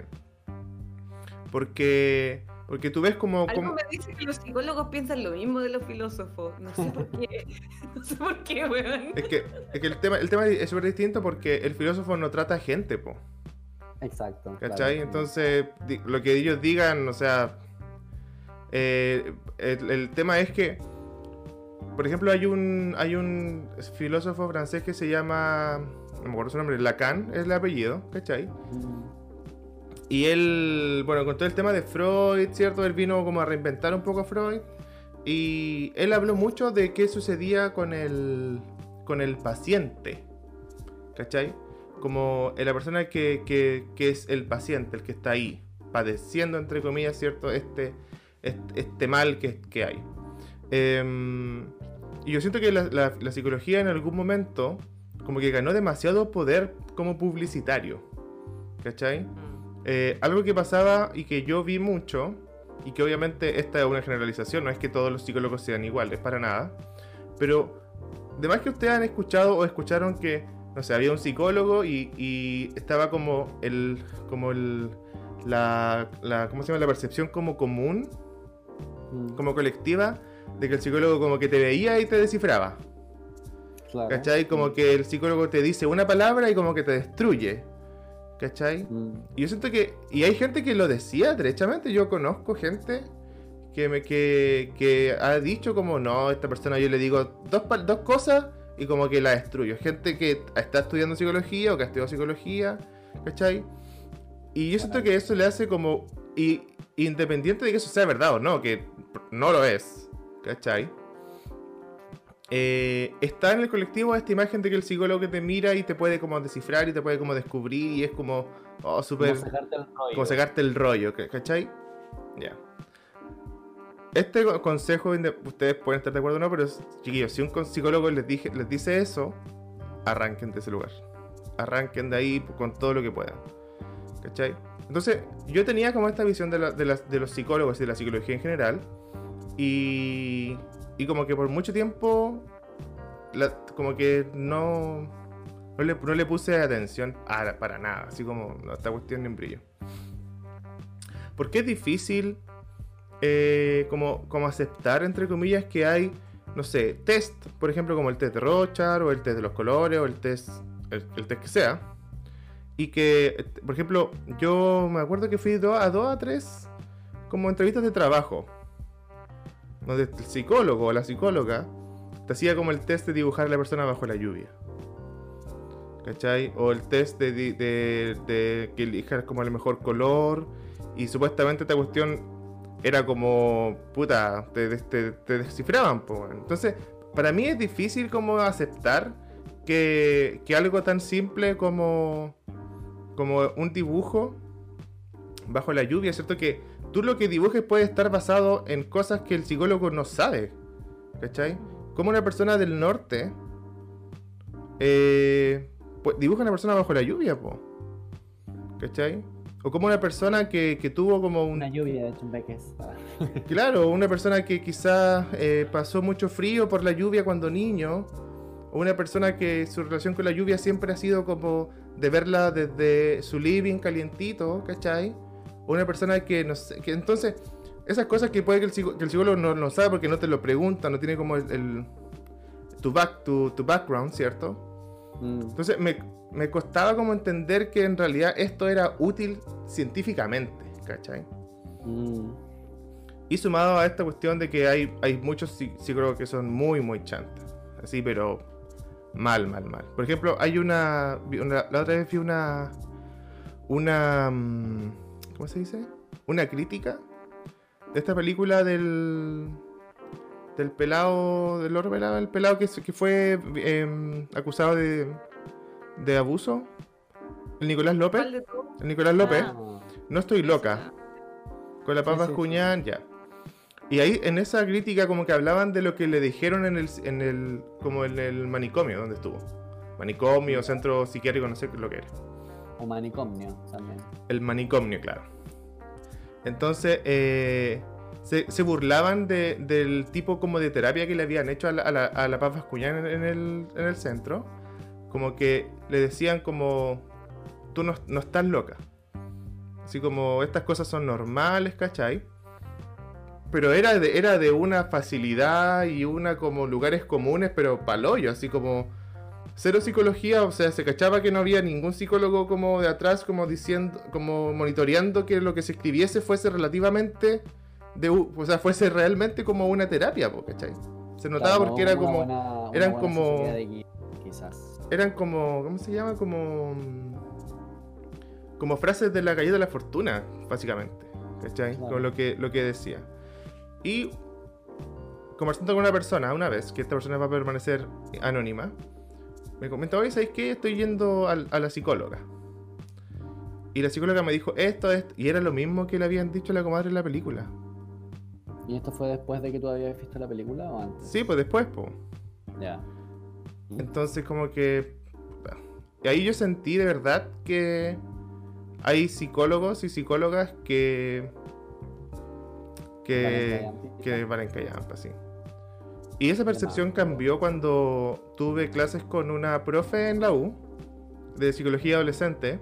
Porque, porque tú ves como... Algo como... me dice que los psicólogos piensan lo mismo de los filósofos. No sé por qué. No sé por qué, weón. Es que, es que el tema, el tema es súper distinto porque el filósofo no trata a gente, po. Exacto. ¿Cachai? Claro. Entonces, di, lo que ellos digan, o sea... Eh, el, el tema es que... Por ejemplo, hay un, hay un filósofo francés que se llama... No me acuerdo su nombre. Lacan es el apellido, ¿cachai? Mm. Y él, bueno, con todo el tema de Freud, ¿cierto? Él vino como a reinventar un poco a Freud. y él habló mucho de qué sucedía con el, con el paciente, ¿cachai? Como la persona que, que, que es el paciente, el que está ahí, padeciendo, entre comillas, ¿cierto? Este, este, este mal que, que hay. Eh, y yo siento que la, la, la psicología en algún momento como que ganó demasiado poder como publicitario, ¿cachai? Eh, algo que pasaba y que yo vi mucho, y que obviamente esta es una generalización, no es que todos los psicólogos sean iguales, para nada, pero además que ustedes han escuchado o escucharon que, no sé, había un psicólogo y, y estaba como el, como el, la, la, ¿cómo se llama? La percepción como común, Mm, como colectiva, de que el psicólogo como que te veía y te descifraba, claro. ¿cachai? Como que el psicólogo te dice una palabra y como que te destruye, ¿cachai? Mm, Y yo siento que, y hay gente que lo decía derechamente, yo conozco gente que me que, que ha dicho como, no, esta persona yo le digo dos, pa- dos cosas y como que la destruyo. Gente que está estudiando psicología o que ha estudiado psicología, ¿cachai? Y yo siento que eso le hace como, y, independiente de que eso sea verdad o no, que no lo es, ¿cachai? Eh, está en el colectivo esta imagen de que el psicólogo que te mira y te puede como descifrar y te puede como descubrir y es como, oh, súper, como sacarte el rollo. como sacarte el rollo, ¿cachai? Ya. Este co- consejo, inde- ustedes pueden estar de acuerdo o no, pero es- chiquillos, si un con- psicólogo les, dije, les dice eso, arranquen de ese lugar. Arranquen de ahí con todo lo que puedan, ¿cachai? Entonces, yo tenía como esta visión de, la- de las- de los psicólogos y de la psicología en general, y, y como que por mucho tiempo, la- como que no, no, le, no le puse atención a, para nada, así como no, esta cuestión ni un brillo. Porque es difícil eh, como, como aceptar, entre comillas, que hay, no sé, test, por ejemplo, como el test de Rorschach, o el test de los colores, o el test, el, el test que sea. Y que, por ejemplo, yo me acuerdo que fui do- a dos a tres como entrevistas de trabajo, donde el psicólogo o la psicóloga te hacía como el test de dibujar a la persona bajo la lluvia, ¿cachai? O el test de, de, de, de que elijas como el mejor color, y supuestamente esta cuestión era como, puta, te, te, te descifraban, po, weón. Entonces, para mí es difícil como aceptar que, que algo tan simple como, como un dibujo bajo la lluvia, ¿cierto? Que tú lo que dibujes puede estar basado en cosas que el psicólogo no sabe, ¿cachai? Como una persona del norte eh, pues, dibuja a una persona bajo la lluvia, po, ¿cachai? O como una persona que, que tuvo como un... Una lluvia de chumbeques. Ah. Claro, una persona que quizás eh, pasó mucho frío por la lluvia cuando niño, o una persona que su relación con la lluvia siempre ha sido como de verla desde su living calientito, ¿cachai? O una persona que no sé, que entonces, esas cosas que puede que el, psico- que el psicólogo no, no sabe porque no te lo pregunta, no tiene como el, el- tu, back, tu, tu background, ¿cierto? Mm, Entonces me, me costaba como entender que en realidad esto era útil científicamente, ¿cachai? mm, Y sumado a esta cuestión de que hay, hay muchos psi- psicólogos que son muy, muy chantas. Así, pero mal, mal, mal. Por ejemplo, hay una... vi una- la otra vez vi una... Una... mm, ¿Cómo se dice? Una crítica de esta película del... Del pelado... Del otro pelado, el pelado que, se- que fue eh, acusado de... De abuso. El Nicolás López. ¿Cuál de todos? El Nicolás López. ah, No estoy loca. Con la Sí, papa sí, sí. Bascuñán, ya. Y ahí en esa crítica como que hablaban de lo que le dijeron en el, en el como en el manicomio donde estuvo. Manicomio, centro psiquiátrico, no sé lo que era. o manicomio también. El manicomio, claro. Entonces, eh, se, se burlaban de- del tipo como de terapia que le habían hecho a la, a la, a la Paz Bascuñán en, en el, en el centro. Como que le decían como, tú no, no estás loca. Así como, estas cosas son normales, ¿cachai? Pero era de, era de una facilidad y una como lugares comunes, pero paloyo, así como cero psicología, o sea, se cachaba que no había ningún psicólogo como de atrás, como diciendo, como monitoreando que lo que se escribiese fuese relativamente, de, u- o sea, fuese realmente como una terapia, po, ¿cachai? Se notaba Claro, porque era una como, buena- una eran buena como- asesoría de guía, quizás. eran como, ¿cómo se llama? Como, como frases de la galleta de la fortuna, básicamente, ¿cachai? Claro. Con lo que, lo que decía. Y conversando con una persona una vez, que esta persona va a permanecer anónima, me comentó, oye, ¿sabes qué? Estoy yendo a, a la psicóloga. Y la psicóloga me dijo esto, esto, y era lo mismo que le habían dicho a la comadre en la película. ¿Y esto fue después de que tú habías visto la película o antes? Sí, pues después, pues. Ya. Entonces como que... Y ahí yo sentí de verdad que hay psicólogos y psicólogas que... Que... Que van en callampa, sí. Y esa percepción cambió cuando tuve clases con una profe en la U de psicología adolescente,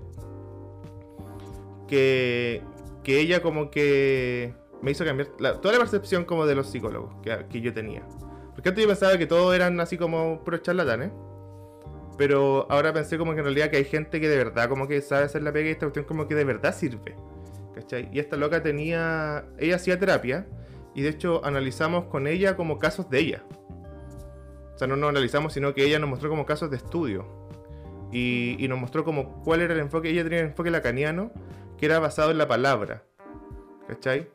que, que ella como que me hizo cambiar la, toda la percepción como de los psicólogos que, que yo tenía. Porque antes yo pensaba que todos eran así como puros charlatanes, pero ahora pensé como que en realidad que hay gente que de verdad como que sabe hacer la pega y esta cuestión como que de verdad sirve, ¿cachai? Y esta loca tenía, ella hacía terapia y de hecho analizamos con ella como casos de ella. O sea, no nos analizamos, sino que ella nos mostró como casos de estudio y, y nos mostró como cuál era el enfoque. Ella tenía el enfoque lacaniano que era basado en la palabra, ¿cachai?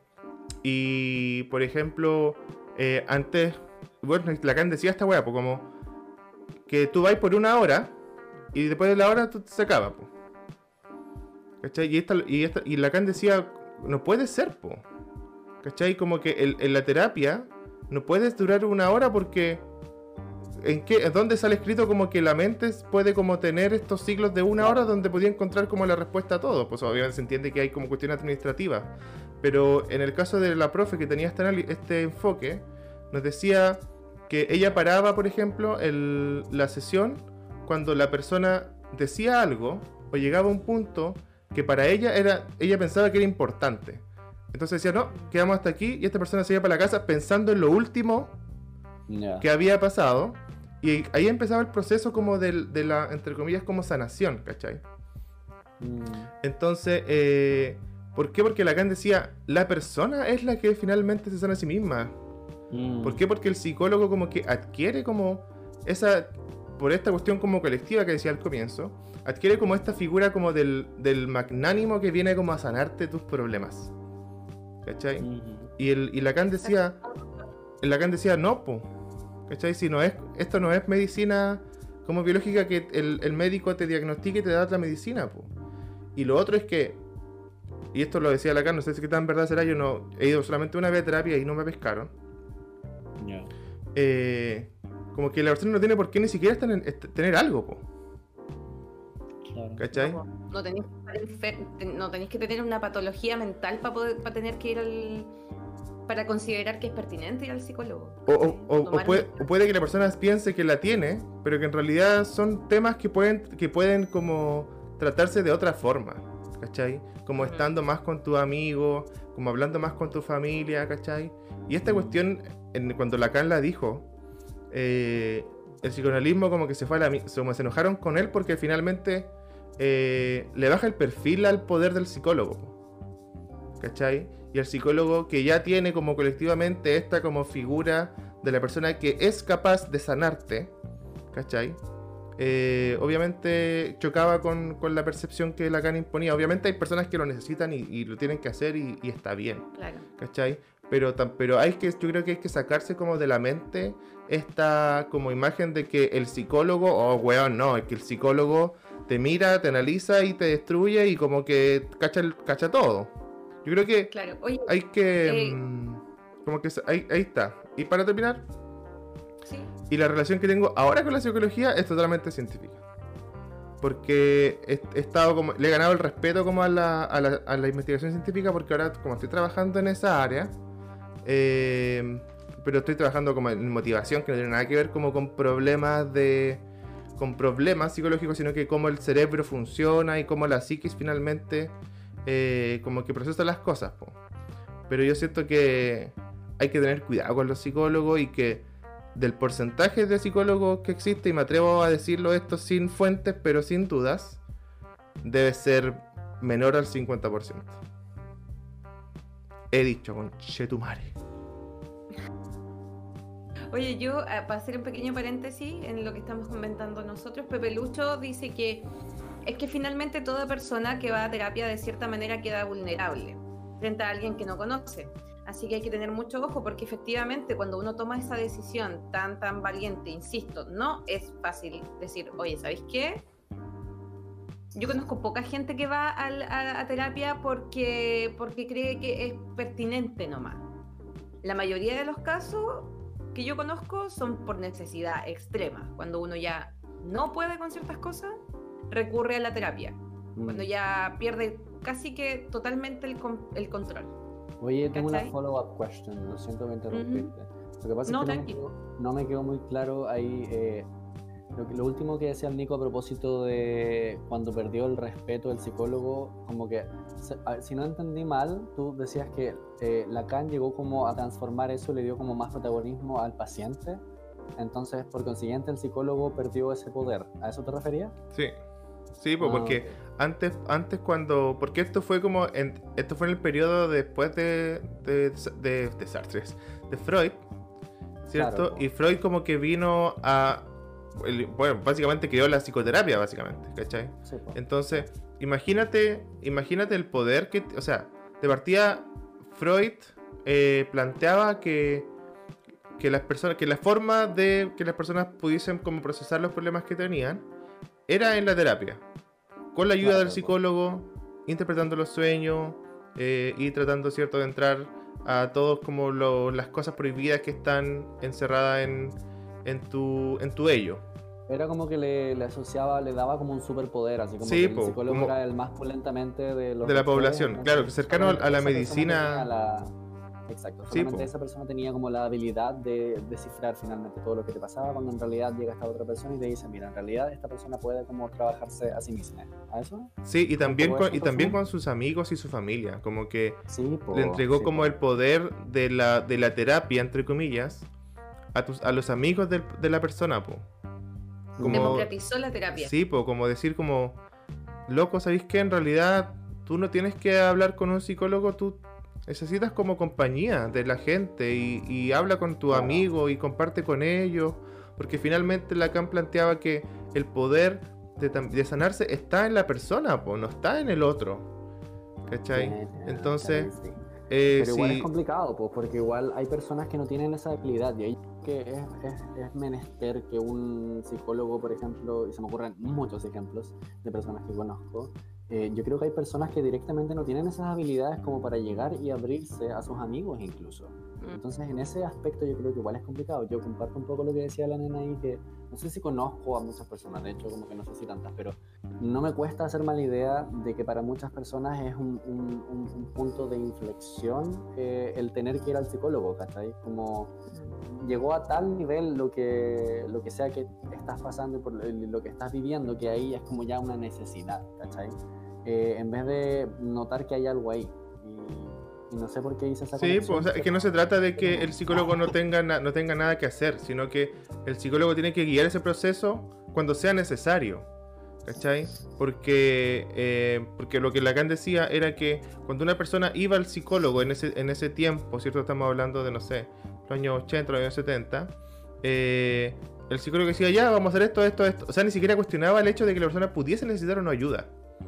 Y por ejemplo, eh, antes, bueno, Lacan decía esta weá, pues como que tú vas por una hora y después de la hora tú se acaba, pues. ¿Cachai? Y, esta, y, esta, y Lacan decía, no puede ser, pues. ¿Cachai? Como que el, en la terapia no puedes durar una hora porque ¿en qué, en dónde sale escrito como que la mente puede como tener estos ciclos de una hora donde podía encontrar como la respuesta a todo? Pues obviamente se entiende que hay como cuestiones administrativas, pero en el caso de la profe que tenía este, este enfoque, nos decía que ella paraba, por ejemplo, el, la sesión cuando la persona decía algo o llegaba a un punto que para ella era, ella pensaba que era importante. Entonces decía, no, quedamos hasta aquí, y esta persona se iba para la casa pensando en lo último yeah. que había pasado, y ahí empezaba el proceso como de, de la, entre comillas, como sanación, ¿cachai? Mm. Entonces, eh, ¿por qué? Porque Lacan decía, la persona es la que finalmente se sana a sí misma. Mm. ¿Por qué? Porque el psicólogo como que adquiere como esa, por esta cuestión como colectiva que decía al comienzo, adquiere como esta figura como del, del magnánimo que viene como a sanarte tus problemas. ¿Cachai? Mm-hmm. Y, el, y Lacan decía, Lacan decía, no, po, ¿cachai? Si no es, esto no es medicina como biológica que el, el médico te diagnostique y te da la medicina, po. Y lo otro es que, y esto lo decía Lacan, no sé si tan verdad será, yo no he ido solamente una vez a terapia y no me pescaron. Yeah. Eh, como que la persona no tiene por qué ni siquiera estar en, est- tener algo, po. Claro. ¿Cachai? No, no, tenéis, no tenéis que tener una patología mental para poder para tener que ir al para considerar que es pertinente ir al psicólogo. O, o, o, o, puede, o puede que la persona piense que la tiene, pero que en realidad son temas que pueden que pueden como tratarse de otra forma, ¿cachai? Como uh-huh. estando más con tu amigo, como hablando más con tu familia, ¿cachai? Y esta uh-huh. cuestión, en, cuando Lacan la dijo, eh, el psicoanalismo como que se fue a la, como se enojaron con él porque finalmente eh, le baja el perfil al poder del psicólogo, ¿cachai? Y el psicólogo que ya tiene como colectivamente esta como figura de la persona que es capaz de sanarte, ¿cachai? Eh, obviamente chocaba con, con la percepción que Lacan imponía. Obviamente hay personas que lo necesitan y, y lo tienen que hacer y, y está bien, claro. ¿cachai? Pero, pero hay que, yo creo que hay que sacarse como de la mente esta como imagen de que el psicólogo, oh weón, no, es que el psicólogo te mira, te analiza y te destruye y como que cacha, el, cacha todo. Yo creo que claro. Oye, hay que eh... mmm, como que ahí, ahí está. Y para terminar, sí. Y la relación que tengo ahora con la psicología es totalmente científica. Porque he, he estado como, le he ganado el respeto como a la, a, la, a la investigación científica, porque ahora como estoy trabajando en esa área, eh, pero estoy trabajando como en motivación, que no tiene nada que ver como con problemas de con problemas psicológicos, sino que cómo el cerebro funciona y cómo la psiquis finalmente eh, como que procesa las cosas, po. Pero yo siento que hay que tener cuidado con los psicólogos y que del porcentaje de psicólogos que existe, y me atrevo a decirlo esto sin fuentes pero sin dudas, debe ser menor al cincuenta por ciento. He dicho, conchetumare. Oye, yo, para hacer un pequeño paréntesis en lo que estamos comentando nosotros, Pepe Lucho dice que es que finalmente toda persona que va a terapia de cierta manera queda vulnerable frente a alguien que no conoce. Así que hay que tener mucho ojo porque efectivamente cuando uno toma esa decisión tan, tan valiente, insisto, no es fácil decir, oye, ¿sabéis qué? Yo conozco poca gente que va al, a, a terapia porque, porque cree que es pertinente nomás. La mayoría de los casos que yo conozco son por necesidad extrema. Cuando uno ya no puede con ciertas cosas, recurre a la terapia. Mm. Cuando ya pierde casi que totalmente el, el control. Oye, tengo ¿Cachai? una follow-up question, lo siento por interrumpirte. Uh-huh. Lo que pasa no, es que no me, quedó, no me quedó muy claro ahí eh, lo, lo último que decía el Nico a propósito de cuando perdió el respeto del psicólogo, como que, si no entendí mal, tú decías que eh, Lacan llegó como a transformar eso, le dio como más protagonismo al paciente, entonces por consiguiente el psicólogo perdió ese poder. ¿A eso te referías? Sí. Sí, pues, ah, porque okay. antes, antes cuando, porque esto fue como, en, esto fue en el periodo después de, de, de, de Sartre, de Freud, ¿cierto? Claro, pues. Y Freud como que vino a, el, bueno, básicamente creó la psicoterapia, básicamente, ¿cachai? Sí, pues. Entonces, imagínate, imagínate el poder que, o sea, de partida, Freud eh, planteaba que, que las personas, que la forma de que las personas pudiesen como procesar los problemas que tenían, era en la terapia, con la ayuda claro, del psicólogo, interpretando los sueños eh, y tratando, cierto, de entrar a todos como lo, las cosas prohibidas que están encerradas en, en tu en tu ello. Era como que le, le asociaba, le daba como un superpoder, así como sí, que el psicólogo era el más pulentamente de los de la población, entonces, claro, cercano a la medicina. La... Exacto, solamente sí, esa persona tenía como la habilidad de descifrar finalmente todo lo que te pasaba, cuando en realidad llega esta otra persona y te dice, mira, en realidad esta persona puede como trabajarse a sí misma. ¿A eso? Sí, y también con, y también con sus amigos y su familia, como que sí, po, le entregó sí, como po. el poder de la, de la terapia, entre comillas, a, tus, a los amigos de, de la persona, po. Como, democratizó la terapia. Sí, po, como decir como, loco, ¿sabéis qué? En realidad tú no tienes que hablar con un psicólogo, tú necesitas como compañía de la gente y, y habla con tu claro. amigo y comparte con ellos, porque finalmente Lacan planteaba que el poder de, de sanarse está en la persona, po, no está en el otro, ¿cachai? Yeah, Entonces, sí. eh, pero igual sí. es complicado, pues, porque igual hay personas que no tienen esa habilidad y hay que es, es, es menester que un psicólogo, por ejemplo, y se me ocurren muchos ejemplos de personas que conozco, Eh, yo creo que hay personas que directamente no tienen esas habilidades como para llegar y abrirse a sus amigos incluso. Entonces en ese aspecto yo creo que igual es complicado. Yo comparto un poco lo que decía la nena ahí, que no sé si conozco a muchas personas, de hecho como que no sé si tantas, pero no me cuesta hacerme la idea de que para muchas personas es un, un, un, un punto de inflexión eh, el tener que ir al psicólogo, ¿cachai? Como llegó a tal nivel lo que, lo que sea que estás pasando y por lo que estás viviendo, que ahí es como ya una necesidad, ¿cachai? Eh, en vez de notar que hay algo ahí. Y, y no sé por qué hice esa sí, pues, o sea, es que no se trata de que el psicólogo no tenga, na- no tenga nada que hacer, sino que el psicólogo tiene que guiar ese proceso cuando sea necesario, ¿cachai? Porque, eh, porque lo que Lacan decía era que cuando una persona iba al psicólogo en ese, en ese tiempo, ¿cierto? Estamos hablando de, no sé, los años ochenta, los años setenta, eh, el psicólogo decía, ya, vamos a hacer esto, esto, esto. O sea, ni siquiera cuestionaba el hecho de que la persona pudiese necesitar o no ayuda.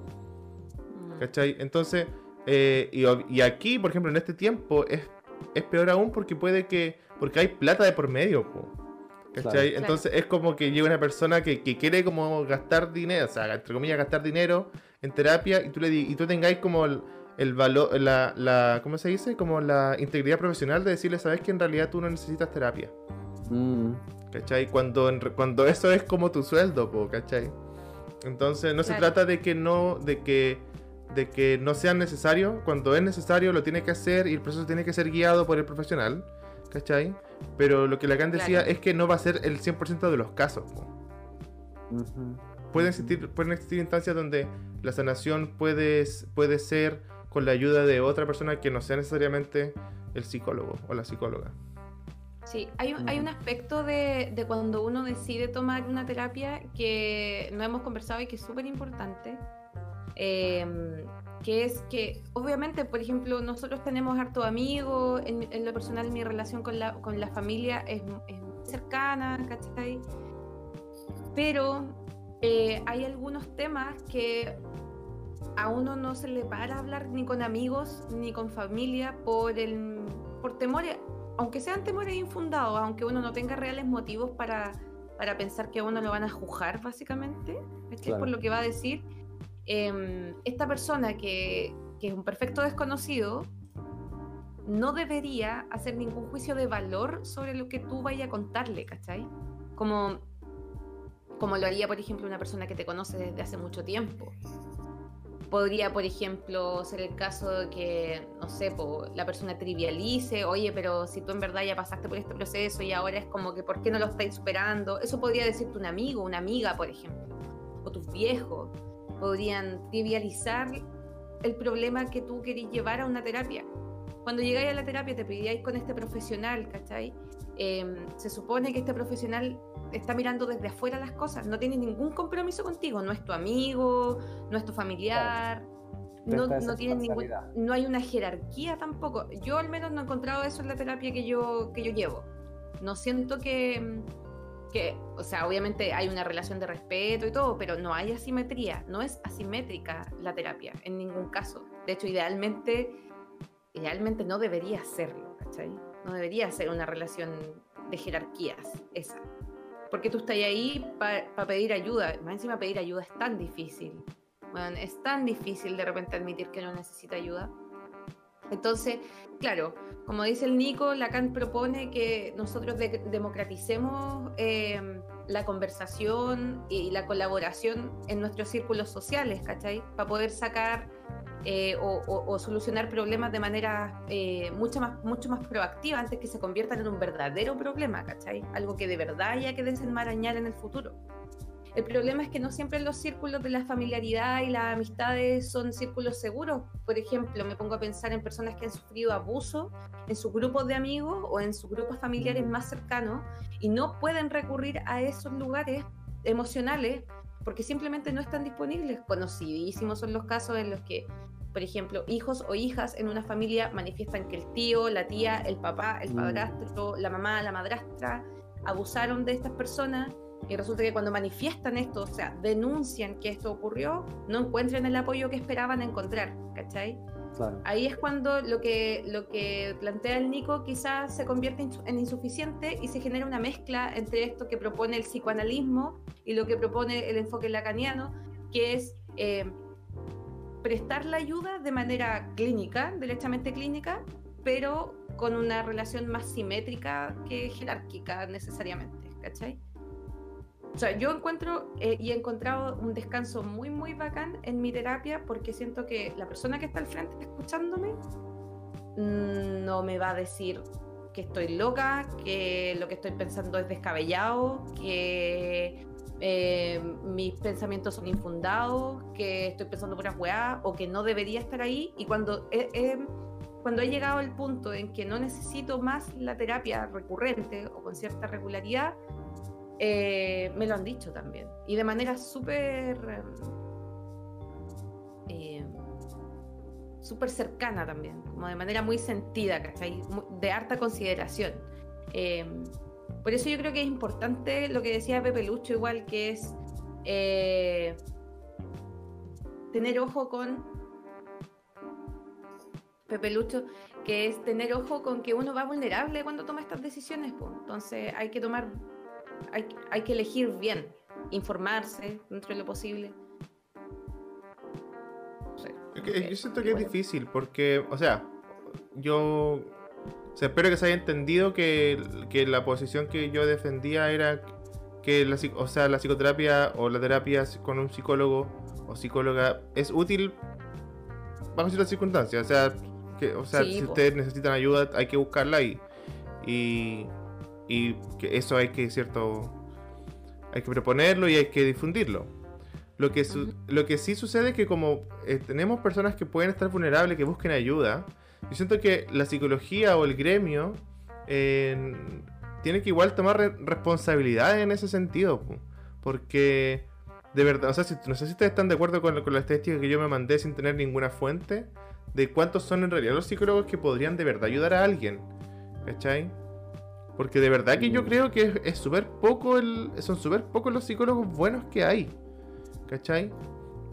¿Cachai? Entonces, eh, y, y aquí, por ejemplo, en este tiempo, es, es peor aún porque puede que, porque hay plata de por medio, po, ¿cachai? Claro. Entonces es como que llega una persona que, que quiere como gastar dinero, o sea, entre comillas, gastar dinero en terapia y tú, le, y tú tengáis como el, el valor, la, la, ¿cómo se dice? Como la integridad profesional de decirle, sabes que en realidad tú no necesitas terapia. Mm. ¿Cachai? Cuando, cuando eso es como tu sueldo, po, ¿cachai? Entonces no claro. se trata de que no, de que de que no sea necesario. Cuando es necesario lo tiene que hacer y el proceso tiene que ser guiado por el profesional, ¿cachai? Pero lo que Lacan decía claro. es que no va a ser el cien por ciento de los casos, ¿no? Uh-huh. Pueden existir, pueden existir instancias donde la sanación puede, puede ser con la ayuda de otra persona que no sea necesariamente el psicólogo o la psicóloga. Sí, hay un, hay un aspecto de, de cuando uno decide tomar una terapia que no hemos conversado y que es súper importante. Eh, que es que obviamente, por ejemplo, nosotros tenemos harto amigos, en, en lo personal mi relación con la, con la familia es, es muy cercana, ¿cachai? Pero eh, hay algunos temas que a uno no se le para hablar ni con amigos ni con familia por el, por temores, aunque sean temores infundados, aunque uno no tenga reales motivos para, para pensar que a uno lo van a juzgar, básicamente, ¿cachai? Claro. Por lo que va a decir, eh, esta persona que, que es un perfecto desconocido, no debería hacer ningún juicio de valor sobre lo que tú vayas a contarle, ¿cachai? Como, como lo haría, por ejemplo, una persona que te conoce desde hace mucho tiempo. Podría, por ejemplo, ser el caso de que, no sé, po, la persona trivialice, oye, pero si tú en verdad ya pasaste por este proceso y ahora es como que, ¿por qué no lo estáis superando? Eso podría decirte un amigo, una amiga, por ejemplo, o tus viejos. Podrían trivializar el problema que tú querís llevar a una terapia. Cuando llegáis a la terapia te pediríais con este profesional, ¿cachai? Eh, se supone que este profesional está mirando desde afuera las cosas, no tiene ningún compromiso contigo, no es tu amigo, no es tu familiar, no, no, tiene ningún, no hay una jerarquía tampoco. Yo al menos no he encontrado eso en la terapia que yo, que yo llevo. No siento que, que, o sea, obviamente hay una relación de respeto y todo, pero no hay asimetría, no es asimétrica la terapia en ningún caso. De hecho, idealmente, idealmente no debería serlo, ¿cachai? No debería ser una relación de jerarquías esa. Porque tú estás ahí para pa pedir ayuda. Más encima pedir ayuda es tan difícil. Bueno, es tan difícil de repente admitir que uno necesita ayuda. Entonces, claro, como dice el Nico, Lacan propone que nosotros de democraticemos eh, la conversación y la colaboración en nuestros círculos sociales, ¿cachai? Para poder sacar eh, o, o, o solucionar problemas de manera eh, mucho más, mucho más proactiva antes que se conviertan en un verdadero problema, ¿cachai? Algo que de verdad haya que desenmarañar en el futuro. El problema es que no siempre los círculos de la familiaridad y las amistades son círculos seguros. Por ejemplo, me pongo a pensar en personas que han sufrido abuso en sus grupos de amigos o en sus grupos familiares más cercanos y no pueden recurrir a esos lugares emocionales porque simplemente no están disponibles. Conocidísimos son los casos en los que, por ejemplo, hijos o hijas en una familia manifiestan que el tío, la tía, el papá, el padrastro, la mamá, la madrastra abusaron de estas personas. Y resulta que cuando manifiestan esto, o sea, denuncian que esto ocurrió, no encuentran el apoyo que esperaban encontrar, ¿cachai? Claro. Ahí es cuando lo que, lo que plantea el Nico quizás se convierte en insuficiente y se genera una mezcla entre esto que propone el psicoanalismo y lo que propone el enfoque lacaniano, que es eh, prestar la ayuda de manera clínica, derechamente clínica, pero con una relación más simétrica que jerárquica necesariamente, ¿cachai? O sea, yo encuentro eh, y he encontrado un descanso muy, muy bacán en mi terapia porque siento que la persona que está al frente escuchándome mmm, no me va a decir que estoy loca, que lo que estoy pensando es descabellado, que eh, mis pensamientos son infundados, que estoy pensando puras weá o que no debería estar ahí. Y cuando he, he, cuando he llegado al punto en que no necesito más la terapia recurrente o con cierta regularidad, Eh, me lo han dicho también y de manera súper eh, súper cercana también, como de manera muy sentida, ¿cachai? De harta consideración. Eh, por eso yo creo que es importante lo que decía Pepe Lucho, igual, que es eh, tener ojo con Pepe Lucho, que es tener ojo con que uno va vulnerable cuando toma estas decisiones, pues. Entonces hay que tomar Hay, hay que elegir bien, informarse dentro de lo posible. No sé, okay, yo siento que bueno. Es difícil porque, o sea, yo o sea, espero que se haya entendido que, que la posición que yo defendía era que la, o sea, la psicoterapia o la terapia con un psicólogo o psicóloga es útil bajo ciertas circunstancias. O sea, que, o sea sí, si pues. ustedes necesitan ayuda hay que buscarla y... y y que eso hay que cierto hay que proponerlo y hay que difundirlo. Lo que su, uh-huh. lo que sí sucede es que como eh, tenemos personas que pueden estar vulnerables, que busquen ayuda, yo siento que la psicología o el gremio eh, tiene que igual tomar re- responsabilidad en ese sentido, porque de verdad, o sea, si, no sé si ustedes están de acuerdo con, con la estadística que yo me mandé sin tener ninguna fuente de cuántos son en realidad los psicólogos que podrían de verdad ayudar a alguien, ¿cachai? Porque de verdad que yo creo que es súper poco el, son súper pocos los psicólogos buenos que hay, ¿cachai?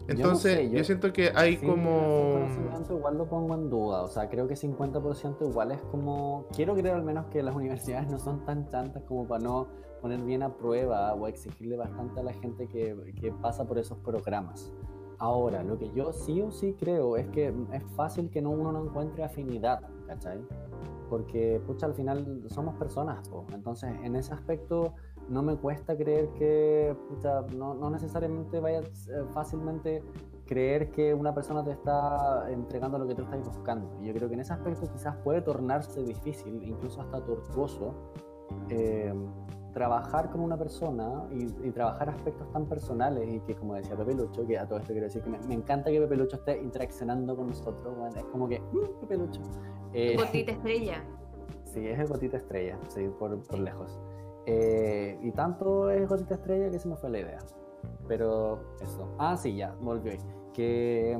Entonces, yo, no sé, yo, yo siento que hay sí, como... ese conocimiento igual lo pongo en duda, o sea, creo que cincuenta por ciento igual es como, quiero creer al menos que las universidades no son tan chantas como para no poner bien a prueba o exigirle bastante a la gente que, que pasa por esos programas. Ahora, lo que yo sí o sí creo es que es fácil que no, uno no encuentre afinidad, ¿cachai? Porque, pucha, al final somos personas, po. Entonces, en ese aspecto no me cuesta creer que, pucha, no, no necesariamente vayas eh, fácilmente creer que una persona te está entregando lo que tú estás buscando. Y yo creo que en ese aspecto quizás puede tornarse difícil, incluso hasta tortuoso, eh, trabajar con una persona y, y trabajar aspectos tan personales y que, como decía Pepe Lucho, que a todo esto quiero decir que me, me encanta que Pepe Lucho esté interaccionando con nosotros, bueno, es como que, mm, Pepe Lucho. Eh, Gotita estrella. Sí, es el Gotita estrella, sí, por, por lejos. Eh, y tanto es Gotita estrella que se me fue la idea. Pero eso. Ah, sí, ya, volvió ahí. Que